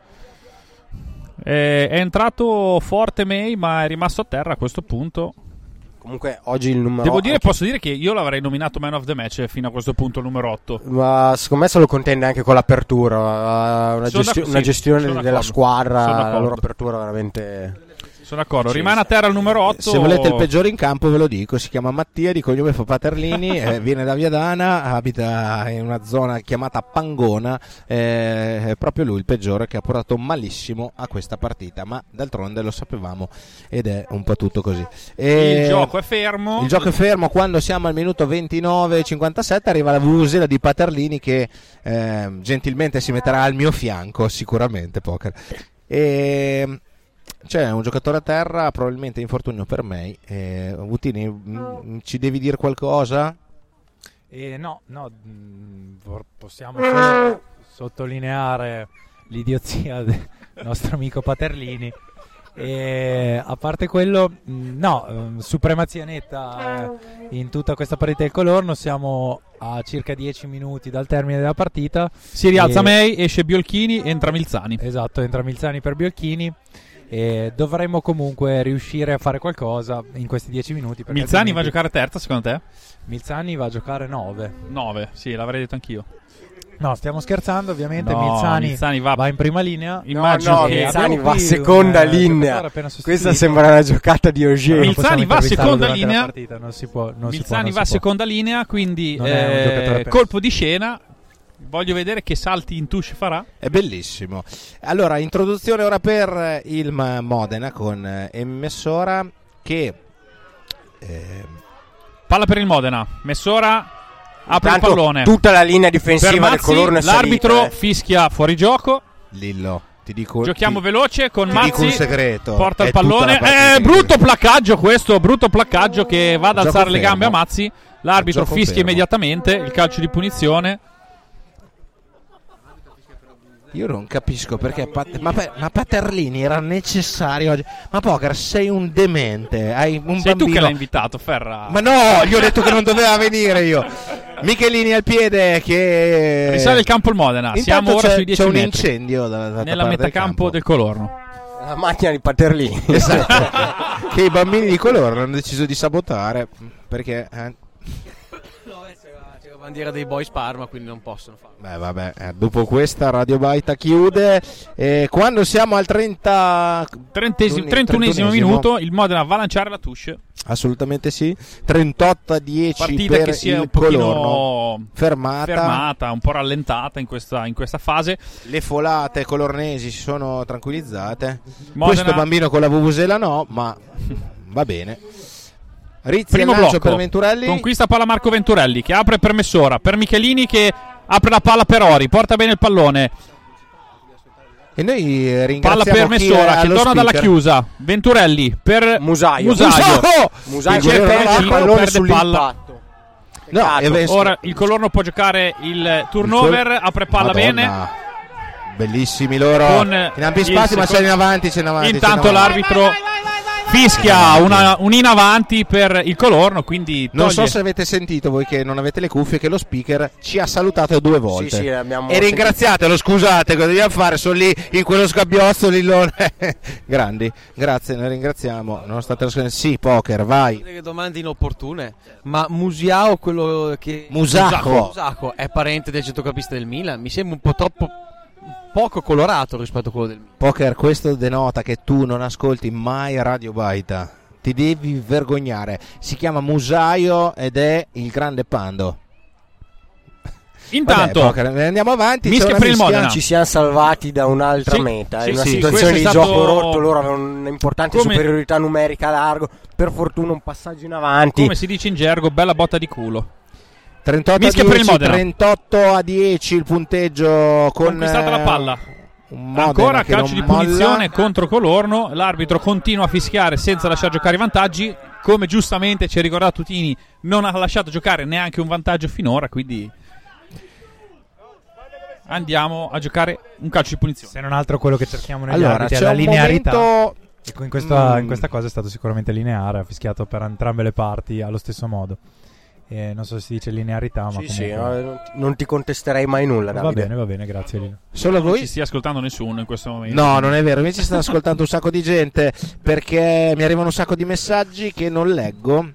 Eh, è entrato forte May, ma è rimasto a terra a questo punto. Comunque oggi il numero Devo dire, anche- posso dire che io l'avrei nominato man of the match fino a questo punto, il numero otto. ma secondo me se lo contende anche con l'apertura, uh, una, Sono gesti- d'acc- una sì, gestione sono della d'accordo. squadra, Sono la d'accordo. loro apertura veramente. Sono d'accordo, Sì, rimane sì. a terra il numero otto. Se volete il peggiore in campo ve lo dico, si chiama Mattia, di cognome fa Paterlini, eh, viene da Viadana, abita in una zona chiamata Pangona, eh, è proprio lui il peggiore che ha portato malissimo a questa partita, ma d'altronde lo sapevamo ed è un po' tutto così. E Il gioco è fermo. il gioco è fermo quando siamo al minuto ventinove cinquantasette, arriva la vuvuzela di Paterlini che eh, gentilmente si metterà al mio fianco, sicuramente poker. E c'è un giocatore a terra, probabilmente infortunio per me. Eh, Vutini, mh, ci devi dire qualcosa? Eh, no, no, mh, vor- possiamo solo sottolineare l'idiozia del nostro amico Paterlini. E a parte quello, mh, no, ehm, supremazia netta eh, in tutta questa partita del Colorno. Siamo a circa dieci minuti dal termine della partita. Si rialza E- May, esce Biolchini, entra Milzani. Esatto, entra Milzani per Biolchini. E dovremmo comunque riuscire a fare qualcosa in questi dieci minuti. perché Milzani va a altrimenti- giocare terza, secondo te? Milzani va a giocare nove. nove, sì, l'avrei detto anch'io. No, stiamo scherzando, ovviamente. No, Milzani, Milzani va- va in prima linea. Immagino no, no, che Milzani abbiamo va qui seconda un, eh, linea. giocatore appena sostituito. Questa sembra una giocata di Ogier. Però non Milzani possiamo va intervistarlo seconda durante la linea. partita, non si può, non si può, Milzani non va si può. seconda linea, quindi Non è un eh, giocatore appena- colpo di scena. Voglio vedere che salti in touche farà. È bellissimo. Allora, introduzione ora per il M- Modena con eh, Messora che eh, Palla per il Modena. Messora apre Intanto il pallone. tutta la linea difensiva Per del Mazzi, Colorno è salita, l'arbitro eh. fischia fuori gioco. Lillo ti dico, Giochiamo ti, veloce con ti Mazzi. dico un segreto. Porta È il pallone. tutta la Eh, brutto placcaggio questo, brutto placcaggio che va ad Gioco alzare le fermo. gambe a Mazzi. L'arbitro Gioco fischia fermo. immediatamente il calcio di punizione. Io non capisco perché Pat- ma, per- ma Paterlini era necessario oggi. Ma Poker, sei un demente. Hai un Sei bambino. tu che l'hai invitato, Ferra. Ma no, gli ho detto che non doveva venire io. Michelini al piede che Risale il campo il Modena. Intanto Siamo ora c'è, sui dieci c'è un metri. incendio dalla, dalla Nella parte metacampo del Colorno. La macchina di Paterlini. Esatto. Che i bambini di colore hanno deciso di sabotare perché eh, C'è la bandiera dei Boys Parma, quindi non possono farlo. beh vabbè, eh, dopo questa Radio Baita chiude e quando siamo al trenta Trentesimo, trentunesimo minuto, il Modena va a lanciare la touche. assolutamente sì, trentotto a dieci Partita per che si è il un pochino Colorno. Fermata. fermata, un po' rallentata in questa, in questa fase. Le folate colornesi si sono tranquillizzate. Modena- Questo bambino con la vuvuzela no, ma va bene. Rizzi Primo al lancio blocco, per Venturelli. conquista palla Marco Venturelli che apre per Messora, per Michelini che apre la palla per Ori, porta bene il pallone, E noi palla ringraziamo per chi Messora è che allo torna dalla speaker. chiusa, Venturelli per Musaio. Musaio. Musaio Che che cerca perde il il pallone perde palla. sull'impatto. No, Peccato. e beh, Ora il Colorno può giocare il turnover, il col- apre palla Madonna. bene. Bellissimi loro. Con in ampi il spazi, ma secondo- c'è in avanti, c'è in avanti. Intanto c'è in avanti. l'arbitro fischia una, un in avanti per il Colorno, quindi Non toglie- so se avete sentito voi che non avete le cuffie che lo speaker ci ha salutato due volte. Sì, sì, abbiamo e ringraziatelo, scusate, cosa dobbiamo fare? Sono lì in quello sgabbiozzo lì loro. Grandi, grazie, noi ringraziamo. Nonostante la... Sì, Poker, vai. Delle domande inopportune. Ma Musiao, quello che Musaco. Musaco è parente del centrocampista del Milan? Mi sembra un po' troppo poco colorato rispetto a quello del Milan. Poker, questo denota che tu non ascolti mai Radio Baita. Ti devi vergognare. Si chiama Musaio ed è il grande Pando. Intanto Vabbè, Poker, andiamo avanti. mischia c'è una per il mischia. Modena. Ci siamo salvati da un'altra Sì, meta. sì, in una sì, situazione di questo è gioco stato- rotto, loro avevano un'importante Come- superiorità numerica a largo. Per fortuna un passaggio in avanti. Come si dice in gergo, bella botta di culo. trentotto a Mischia per il dieci, Modena. trentotto a dieci il punteggio con Conquistata la eh, palla. un Modena Ancora che calcio non di punizione molla. contro Colorno. L'arbitro continua a fischiare senza lasciare giocare i vantaggi. Come giustamente ci ha ricordato Tutini, non ha lasciato giocare neanche un vantaggio finora. Quindi andiamo a giocare un calcio di punizione. Se non altro quello che cerchiamo negli Allora, arbitri è c'è la un linearità. momento- E in questa, Mm. in questa cosa è stato sicuramente lineare, ha fischiato per entrambe le parti allo stesso modo. E non so se si dice linearità, ma Sì, comunque... sì, no, non ti- non ti contesterei mai nulla, va Davide. bene, va bene, grazie Lino. Solo Non ci voi? stia ascoltando nessuno in questo momento. No, non è vero, invece sta ascoltando un sacco di gente perché mi arrivano un sacco di messaggi che non leggo.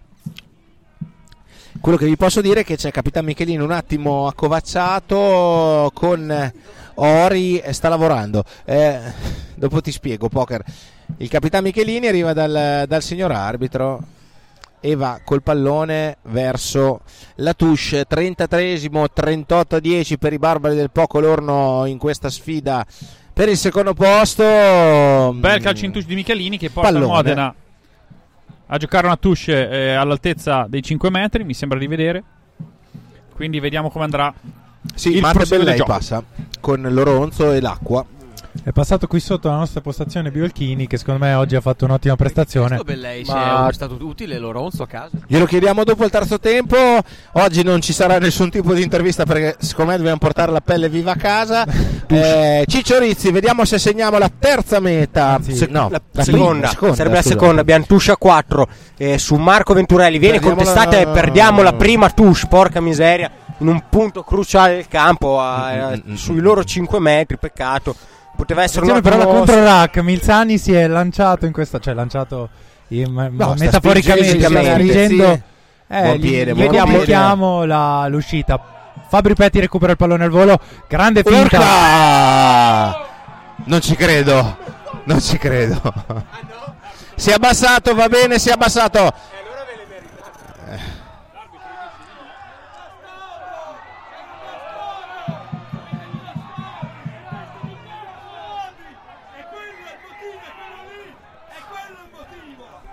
Quello che vi posso dire è che c'è Capitan Michelini un attimo accovacciato con eh, Ori e sta lavorando. Eh, dopo ti spiego, Poker. Il Capitan Michelini arriva dal, dal signor arbitro e va col pallone verso la touche. Trentatreesimo, trentotto a dieci per i barbari del Po Colorno in questa sfida per il secondo posto. Bel calcio in touche di Michelini che porta Pallone. il Modena a giocare una touche eh, all'altezza dei cinque metri, mi sembra di vedere. Quindi vediamo come andrà. Sì, il Matte proseguo del Bellei gioco. passa con l'Oronzo e l'acqua. È passato qui sotto la nostra postazione Biolchini, che secondo me oggi ha fatto un'ottima prestazione. Questo Bellei se Ma- è stato utile Lorenzo a casa. Glielo chiediamo dopo il terzo tempo. Oggi non ci sarà nessun tipo di intervista perché secondo me dobbiamo portare la pelle viva a casa. eh, Ciccio Rizzi, vediamo se segniamo la terza meta. Anzi, Se- no, La, la seconda, prima, seconda, sarebbe la scusate. seconda. Abbiamo touche a quattro eh, su Marco Venturelli. Viene Perdiamo contestata la- e perdiamo la prima touche. Porca miseria, in un punto cruciale del campo, a- a- Mm, mm, mm, sui mm. loro cinque metri. Peccato, poteva essere un Attenzione però la ottimo- contro rack, Milzani si è lanciato in questa, cioè lanciato in- sta metaforicamente, spingendo, sta Rizzi. spingendo. Eh, Buon gli- piede, gli buon vediamo piede. vediamo la- l'uscita. Fabri Petti recupera il pallone al volo, grande finta. Urca! Non ci credo, non ci credo. Si è abbassato, va bene, si è abbassato.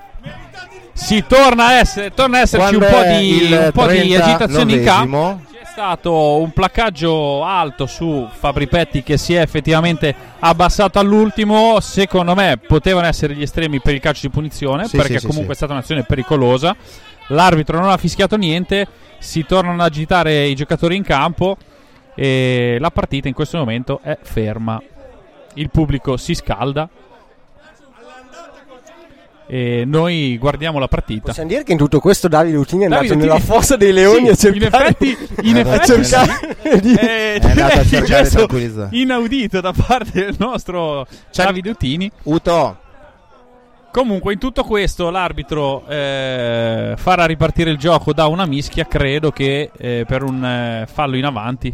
Si torna a essere, torna a esserci un Quando po' è di, il un po' di agitazione in campo. trentanovesimo? stato un placcaggio alto su Fabri Petti, che si è effettivamente abbassato all'ultimo. Secondo me potevano essere gli estremi per il calcio di punizione, sì, perché sì, comunque sì, è stata un'azione pericolosa. L'arbitro non ha fischiato niente, si tornano ad agitare i giocatori in campo e la partita in questo momento è ferma. Il pubblico si scalda e noi guardiamo la partita. Possiamo dire che in tutto questo Davide Lutini è Davide andato Lutini- nella fossa dei leoni Sì, a cercare, in effetti, in a effetti cercare di... eh, È andato a il cercare di gesto tranquillizzare. inaudito da parte del nostro C'è- Davide Lutini. Uto, Comunque in tutto questo l'arbitro eh, farà ripartire il gioco da una mischia, credo che eh, per un eh, fallo in avanti.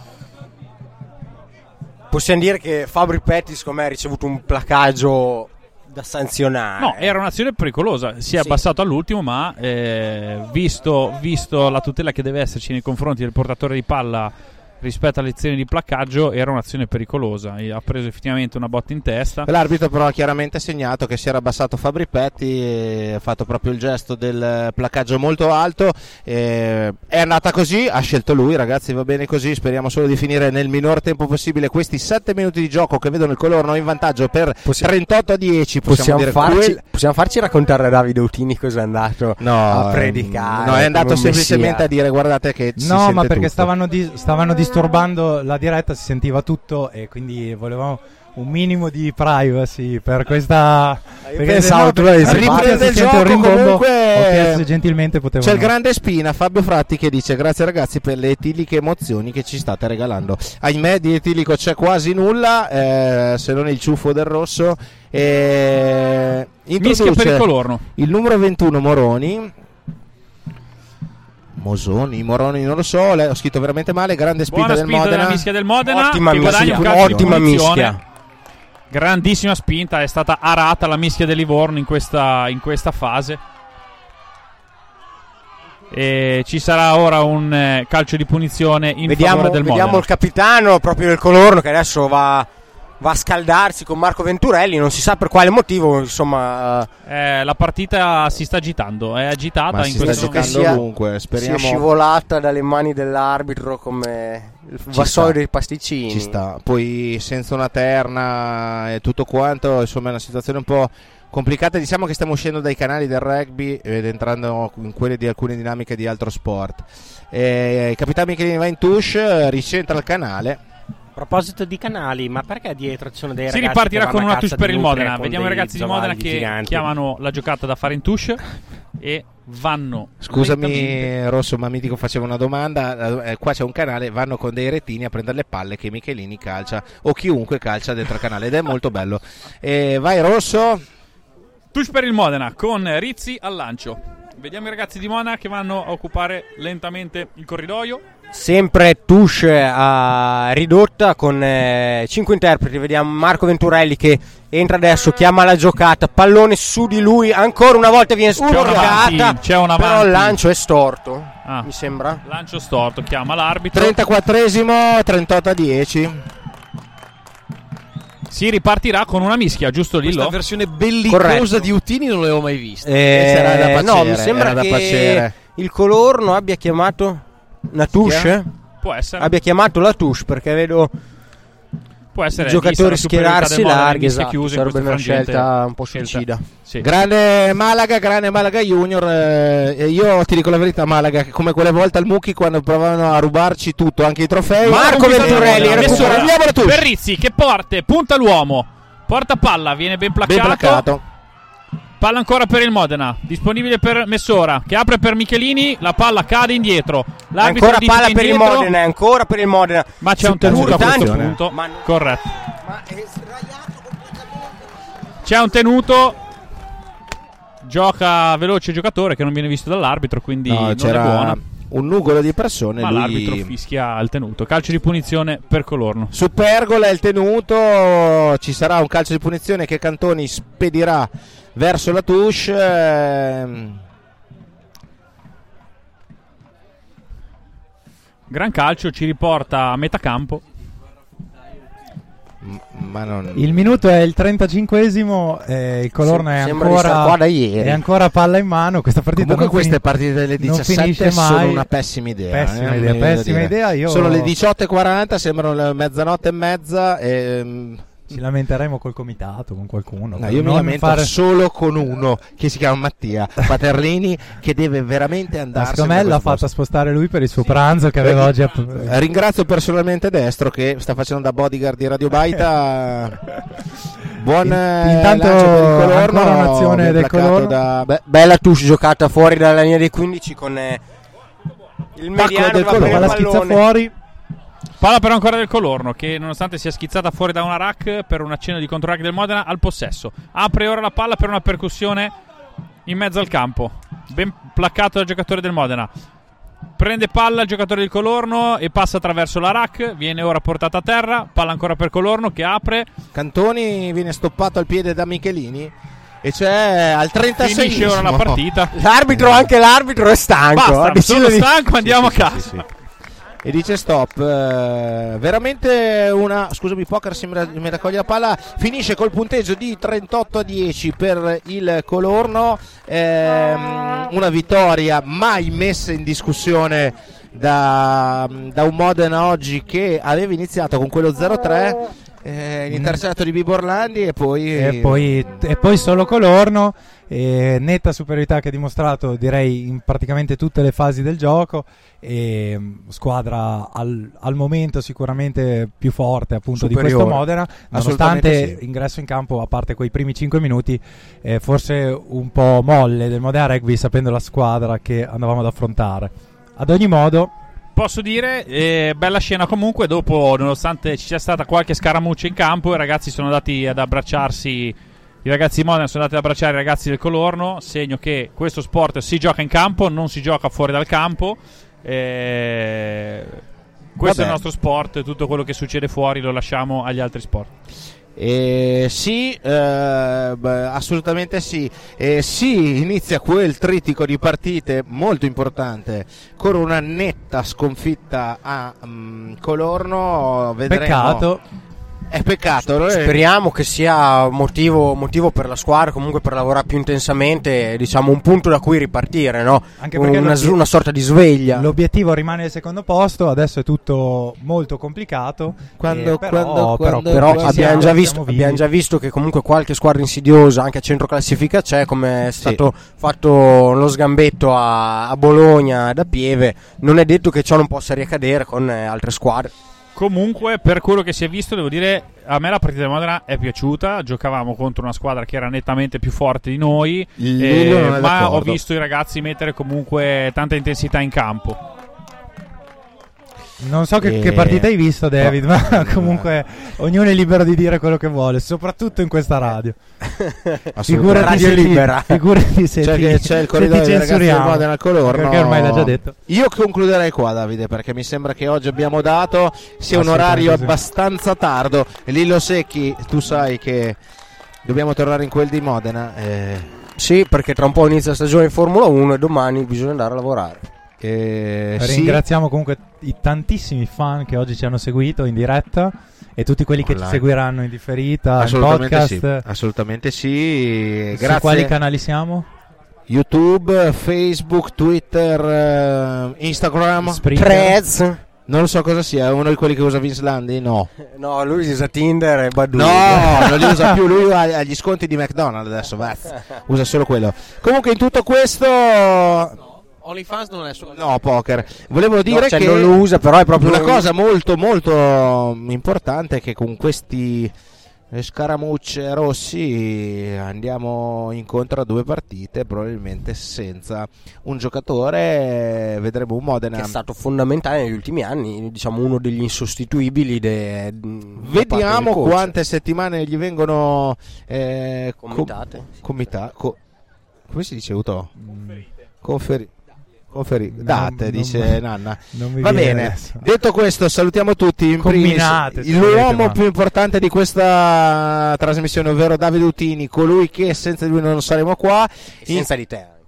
Possiamo dire che Fabri Petti secondo me ha ricevuto un placaggio da sanzionare. No, era un'azione pericolosa, si è Sì. abbassato all'ultimo, ma eh, visto, visto la tutela che deve esserci nei confronti del portatore di palla rispetto all'azione di placcaggio, era un'azione pericolosa. E ha preso effettivamente una botta in testa. l'arbitro però ha chiaramente segnato che si era abbassato Fabri Petti e ha fatto proprio il gesto del placcaggio molto alto. E è andata così, ha scelto lui, ragazzi, va bene così. Speriamo solo di finire nel minor tempo possibile questi sette minuti di gioco che vedono il Colorno in vantaggio per Possiamo- trentotto a dieci. Possiamo, Possiamo dire farci, quel- possiamo farci raccontare a Davide Lutini cosa è andato No, a predicare. no, è andato come un semplicemente messia. a dire guardate che si No, sente ma perché tutto. stavano, di- stavano disturbando la diretta, si sentiva tutto e quindi volevamo un minimo di privacy per questa. perché pensavo no, tu l'avessi perché fatto. si Riprende il sente un gioco, rimbombo. comunque- Ho chiesto se gentilmente potevano. C'è il grande Spina, Fabio Fratti, che dice grazie ragazzi per le etiliche emozioni che ci state regalando. Ahimè di etilico c'è quasi nulla, eh, se non il ciuffo del rosso. eh, Mischia per il introduce Colorno. il numero ventuno Moroni. Mosoni, Moroni non lo so, le- ho scritto veramente male. Grande spinta Buona del spinta Modena. della mischia del Modena, Ottima che guadagna mischia, un calcio di ottima punizione. mischia. Grandissima spinta, è stata arata la mischia di Livorno in questa, in questa fase. E ci sarà ora un eh, calcio di punizione in Vediamo, favore del vediamo Modena. il capitano proprio del Colorno che adesso va, va a scaldarsi con Marco Venturelli, non si sa per quale motivo, insomma. Eh, la partita si sta agitando, è agitata Ma in si sta questo giocando momento. sia- ovunque. Si è Speriamo scivolata dalle mani dell'arbitro come il Ci vassoio sta. dei pasticcini. ci sta. Poi senza una terna e tutto quanto, insomma, è una situazione un po' complicata. Diciamo che stiamo uscendo dai canali del rugby ed entrando in quelle di alcune dinamiche di altro sport. Eh, il capitano Michelini va in touche, ricentra il canale. A proposito di canali, ma perché dietro ci sono dei Si ragazzi ripartirà che con vanno a una touche caccia per di il nutria Modena. con Vediamo i dei ragazzi di Modena giavalli che giganti? chiamano la giocata da fare in touche e vanno. Scusami lentamente. Rosso, ma Mitico faceva una domanda. Eh, qua c'è un canale, vanno con dei retini a prendere le palle che Michelini calcia o chiunque calcia dentro il canale ed è molto bello. E vai Rosso. Touche per il Modena con Rizzi al lancio. Vediamo i ragazzi di Modena che vanno a occupare lentamente il corridoio. Sempre touche a ridotta con cinque interpreti. Vediamo Marco Venturelli che entra adesso, chiama la giocata, pallone su di lui, ancora una volta viene un avanti, sporcata, c'è un però avanti. il lancio è storto, Ah. mi sembra. Lancio storto, chiama l'arbitro. trentaquattresimo, trentotto a dieci. Si ripartirà con una mischia, giusto Questa Lillo? versione bellicosa Corretto. di Utini non l'avevo mai vista. Eh, era da pacere, no, mi sembra era da che pacere. il Colorno abbia chiamato una touche, Può essere. abbia chiamato la touche perché vedo Può essere. i giocatori vista la superiorità schierarsi del Modena, larghi, mischia esatto, chiuse in sarebbe questo una frangente. scelta un po' Scelta. suicida. Sì. Grande Malaga, grande Malaga Junior. eh, e io ti dico la verità, Malaga, che come quelle volte al Mucchi quando provavano a rubarci tutto, anche i trofei. Marco Conquistano Venturelli, il Modena. recupera- Adesso andiamo alla touche. Berrizzi che porte, punta l'uomo, porta palla, viene ben placcato. Ben placcato. Palla ancora per il Modena, disponibile per Messora che apre per Michelini, la palla cade indietro. L'arbitro Ancora dice palla che per il indietro, Modena, ancora per il Modena. ma c'è un Su tenuto a questo Turtanti. punto. Ma non- Corretto. Ma è sdraiato completamente. C'è un tenuto. Gioca veloce il giocatore che non viene visto dall'arbitro, quindi No, non è c'era buona. un nugolo di persone. Ma lui... l'arbitro fischia il tenuto. Calcio di punizione per Colorno. Su Pergola il tenuto, ci sarà un calcio di punizione che Cantoni spedirà verso la touche. ehm, Gran calcio, ci riporta a metà campo. Ma non... Il minuto è il trentacinquesimo, eh, il Colorno Sì, è, sembra di star ancora, qua da ieri. è ancora palla in mano. Questa partita Comunque non queste fini- partite delle non diciassette finisce sono mai. una pessima idea. Pessima eh, idea, mi viene da pessima dire. idea. Io Sono le diciotto e quaranta, sembrano le mezzanotte e mezza. E... ci lamenteremo col comitato, con qualcuno. No, per io mi non lamento fare... solo con uno che si chiama Mattia Paterlini, che deve veramente andare. Secondo me l'ha fatta spostare lui per il suo pranzo che aveva Eh, oggi. app- Eh, Ringrazio personalmente Destro che sta facendo da bodyguard di Radio Baita. Buon In- eh, intanto lancio per il Colorno, ancora un'azione ben del placato Colorno. da... Be- bella touche giocata fuori dalla linea dei quindici con eh, il mediano del che va a Colorno. prendere la il schizza pallone. fuori. Palla però ancora del Colorno, che nonostante sia schizzata fuori da una rack per un accenno di controrack del Modena, al possesso. Apre ora la palla per una percussione in mezzo al campo. Ben placcato dal giocatore del Modena. Prende palla il giocatore del Colorno e passa attraverso la rack. Viene ora portata a terra. Palla ancora per Colorno che apre. Cantoni viene stoppato al piede da Michelini e c'è al trentasei Finisce ora la partita. L'arbitro, anche l'arbitro è stanco. Basta, ha deciso sono di- stanco, andiamo a casa. Sì, sì. E dice stop. Eh, veramente una, scusami, Poker si mi mi raccoglie la palla. Finisce col punteggio di trentotto a dieci per il Colorno. Ehm, una vittoria mai messa in discussione da, da un Modena oggi che aveva iniziato con quello zero tre, eh, l'intercetto di Bibo Orlandi e poi, E poi, e poi solo Colorno, e netta superiorità che ha dimostrato direi in praticamente tutte le fasi del gioco, e mh, squadra al, al momento sicuramente più forte appunto di Superiore. questo Modena, Assolutamente nonostante sì. ingresso in campo a parte quei primi cinque minuti eh, forse un po' molle del Modena Rugby, sapendo la squadra che andavamo ad affrontare. Ad ogni modo Posso dire, eh, bella scena comunque. Dopo, nonostante ci sia stata qualche scaramuccia in campo, i ragazzi sono andati ad abbracciarsi. I ragazzi di Modena sono andati ad abbracciare i ragazzi del Colorno, segno che questo sport si gioca in campo, non si gioca fuori dal campo. Eh, questo Vabbè. è il nostro sport, tutto quello che succede fuori lo lasciamo agli altri sport. Eh, sì, eh, beh, assolutamente sì. Eh, sì, inizia quel trittico di partite molto importante con una netta sconfitta a mm, Colorno. Vedremo. peccato. È peccato. eh. Speriamo che sia motivo, motivo per la squadra comunque per lavorare più intensamente, diciamo un punto da cui ripartire, no? Anche perché una, l'obiet- una sorta di sveglia. L'obiettivo rimane il secondo posto, adesso è tutto molto complicato. Quando- eh, però, quando- però, quando- Però ci Ci abbiamo siamo, già, siamo visto, vivi. abbiamo già visto che comunque qualche squadra insidiosa anche a centro classifica c'è, come è Sì. stato fatto lo sgambetto a, a Bologna da Pieve. Non è detto che ciò non possa riaccadere con eh, altre squadre. Comunque, per quello che si è visto, devo dire, a me la partita di Modena è piaciuta. Giocavamo contro una squadra che era nettamente più forte di noi, Il eh, Lillo non è ma d'accordo. ho visto i ragazzi mettere comunque tanta intensità in campo. Non so che, Eh, che partita hai visto, David, no. ma comunque ognuno è libero di dire quello che vuole, soprattutto in questa radio. Figurati Radio se ti- libera. figurati se C'è, ti, che c'è il se corridoio ti dei ragazzi del censuriamo. Modena al Colorno. Perché ormai l'ha già detto. Io concluderei qua, Davide, perché mi sembra che oggi abbiamo dato sia un Assolutamente orario sì. abbastanza tardo. Lillo Secchi, tu sai che dobbiamo tornare in quel di Modena. eh, Sì, perché tra un po' inizia la stagione in Formula uno e domani bisogna andare a lavorare. eh, sì. Ringraziamo comunque i tantissimi fan che oggi ci hanno seguito in diretta e tutti quelli che Online. ci seguiranno in differita, in Assolutamente podcast. sì, assolutamente sì. Su quali Grazie. canali siamo? YouTube, Facebook, Twitter, eh, Instagram. Spreaker. Trez. Non lo so cosa sia, è uno di quelli che usa Vince Landi? No. No, lui usa Tinder e Badoo. No, non li usa più, lui ha ha gli sconti di McDonald's adesso, vazz. Usa solo quello. Comunque in tutto questo OnlyFans non è solo. no, Poker. Volevo No, dire cioè, che non lo usa, però è proprio una cosa molto molto importante è che con questi eh, scaramucce rossi andiamo incontro a due partite probabilmente senza un giocatore. Vedremo un Modena che è stato fondamentale negli ultimi anni, diciamo uno degli insostituibili de, da parte del vediamo coach. quante settimane gli vengono eh, Comitate. com- comita- co- come si dice Uto? Conferi- conferi- No, date, non- dice Nanna. non mi Va viene bene, adesso. detto questo salutiamo tutti, in primis Combinate, se volete, l'uomo ma- più importante di questa trasmissione, ovvero Davide Utini, colui che senza di lui non saremo qua. E senza di te anche.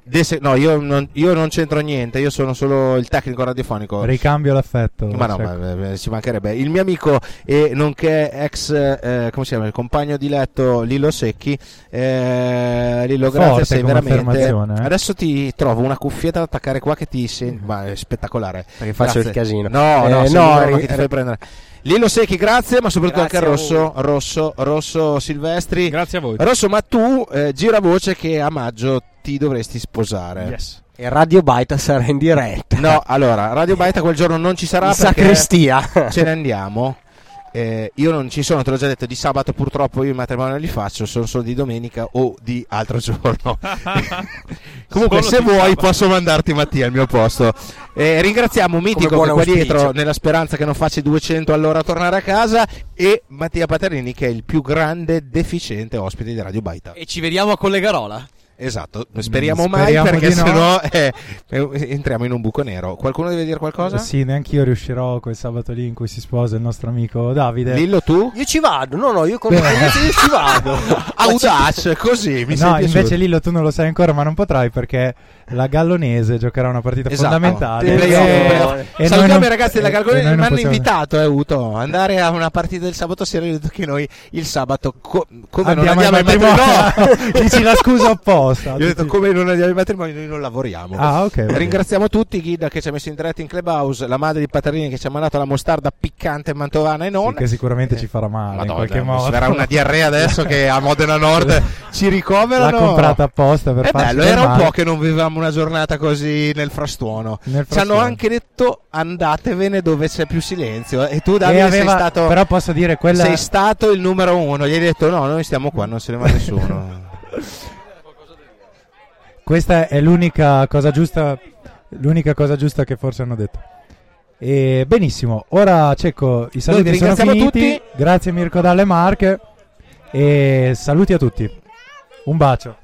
De- no, io non, io non c'entro niente, io sono solo il tecnico radiofonico. Ricambio l'affetto. Ma no, ma, ma, ci mancherebbe. Il mio amico e nonché ex, eh, come si chiama, il compagno di letto Lillo Secchi. Eh, Lillo, grazie, Forte sei come veramente. affermazione, eh. Adesso ti trovo una cuffietta da attaccare qua che ti senti. Ma è spettacolare. Perché faccio Grazie. il casino. No, Eh, no, no, no, ri- che ti fai prendere. Lillo Secchi, grazie, ma soprattutto Grazie anche a Rosso, Rosso, Rosso Silvestri. Grazie a voi. Rosso, ma tu eh, gira voce che a maggio ti dovresti sposare. Yes. E Radio Baita sarà in diretta. No, allora, Radio Baita quel giorno non ci sarà In perché sacrestia. ce ne andiamo. Eh, io non ci sono, te l'ho già detto, di sabato purtroppo io i matrimoni non li faccio, sono solo di domenica o di altro giorno. Comunque Solo se di vuoi sabato. posso mandarti Mattia al mio posto. Eh, ringraziamo Mitico che buon è qua auspicio. dietro nella speranza che non faccia duecento all'ora a tornare a casa, e Mattia Paterini che è il più grande deficiente ospite di Radio Baita. E ci vediamo a Collegarola. Esatto, speriamo, Speriamo mai perché di no. sennò eh, eh, entriamo in un buco nero. Qualcuno deve dire qualcosa? Sì, neanche io riuscirò quel sabato lì in cui si sposa il nostro amico Davide. Dillo tu. Io ci vado, no, no, io con Beh. io ci vado. Audace, così mi sei No, piaciuto. invece Lillo tu non lo sai ancora, ma non potrai perché la Gallonese giocherà una partita Esatto. fondamentale. Play-off, E- play-off. e noi Salutiamo non- i ragazzi della e- e Galgonese, noi mi non hanno possiamo- invitato, eh, Uto, andare a una partita del sabato sera. Ho detto che noi il sabato co- come non Andiamo andiamo al ai matrimonio. matrimoni. Dici la scusa apposta. Io ho detto come non andiamo ai matrimoni, noi non lavoriamo. Ah, ok. ok. Ringraziamo tutti, Ghida che ci ha messo in diretta in Clubhouse, la madre di Paterini che ci ha mandato la mostarda piccante mantovana e non. Sì, che sicuramente ci farà male Madonna, in qualche mi modo. verrà una diarrea adesso che a Modena Nord ci ricoverano. L'ha comprata apposta per È farci bello, del era un male. po' che non vivevamo una giornata così nel frastuono. Nel Ci hanno frastuono. anche detto andatevene dove c'è più silenzio. E tu, E Davide, aveva- sei stato. però posso dire quella Sei stato il numero uno. Gli hai detto no, noi stiamo qua, non se ne va nessuno. questa è l'unica cosa giusta l'unica cosa giusta che forse hanno detto. E benissimo, ora Cecco, i saluti vi sono ringraziamo finiti. tutti. Grazie Mirko dalle Marche e saluti a tutti. Un bacio.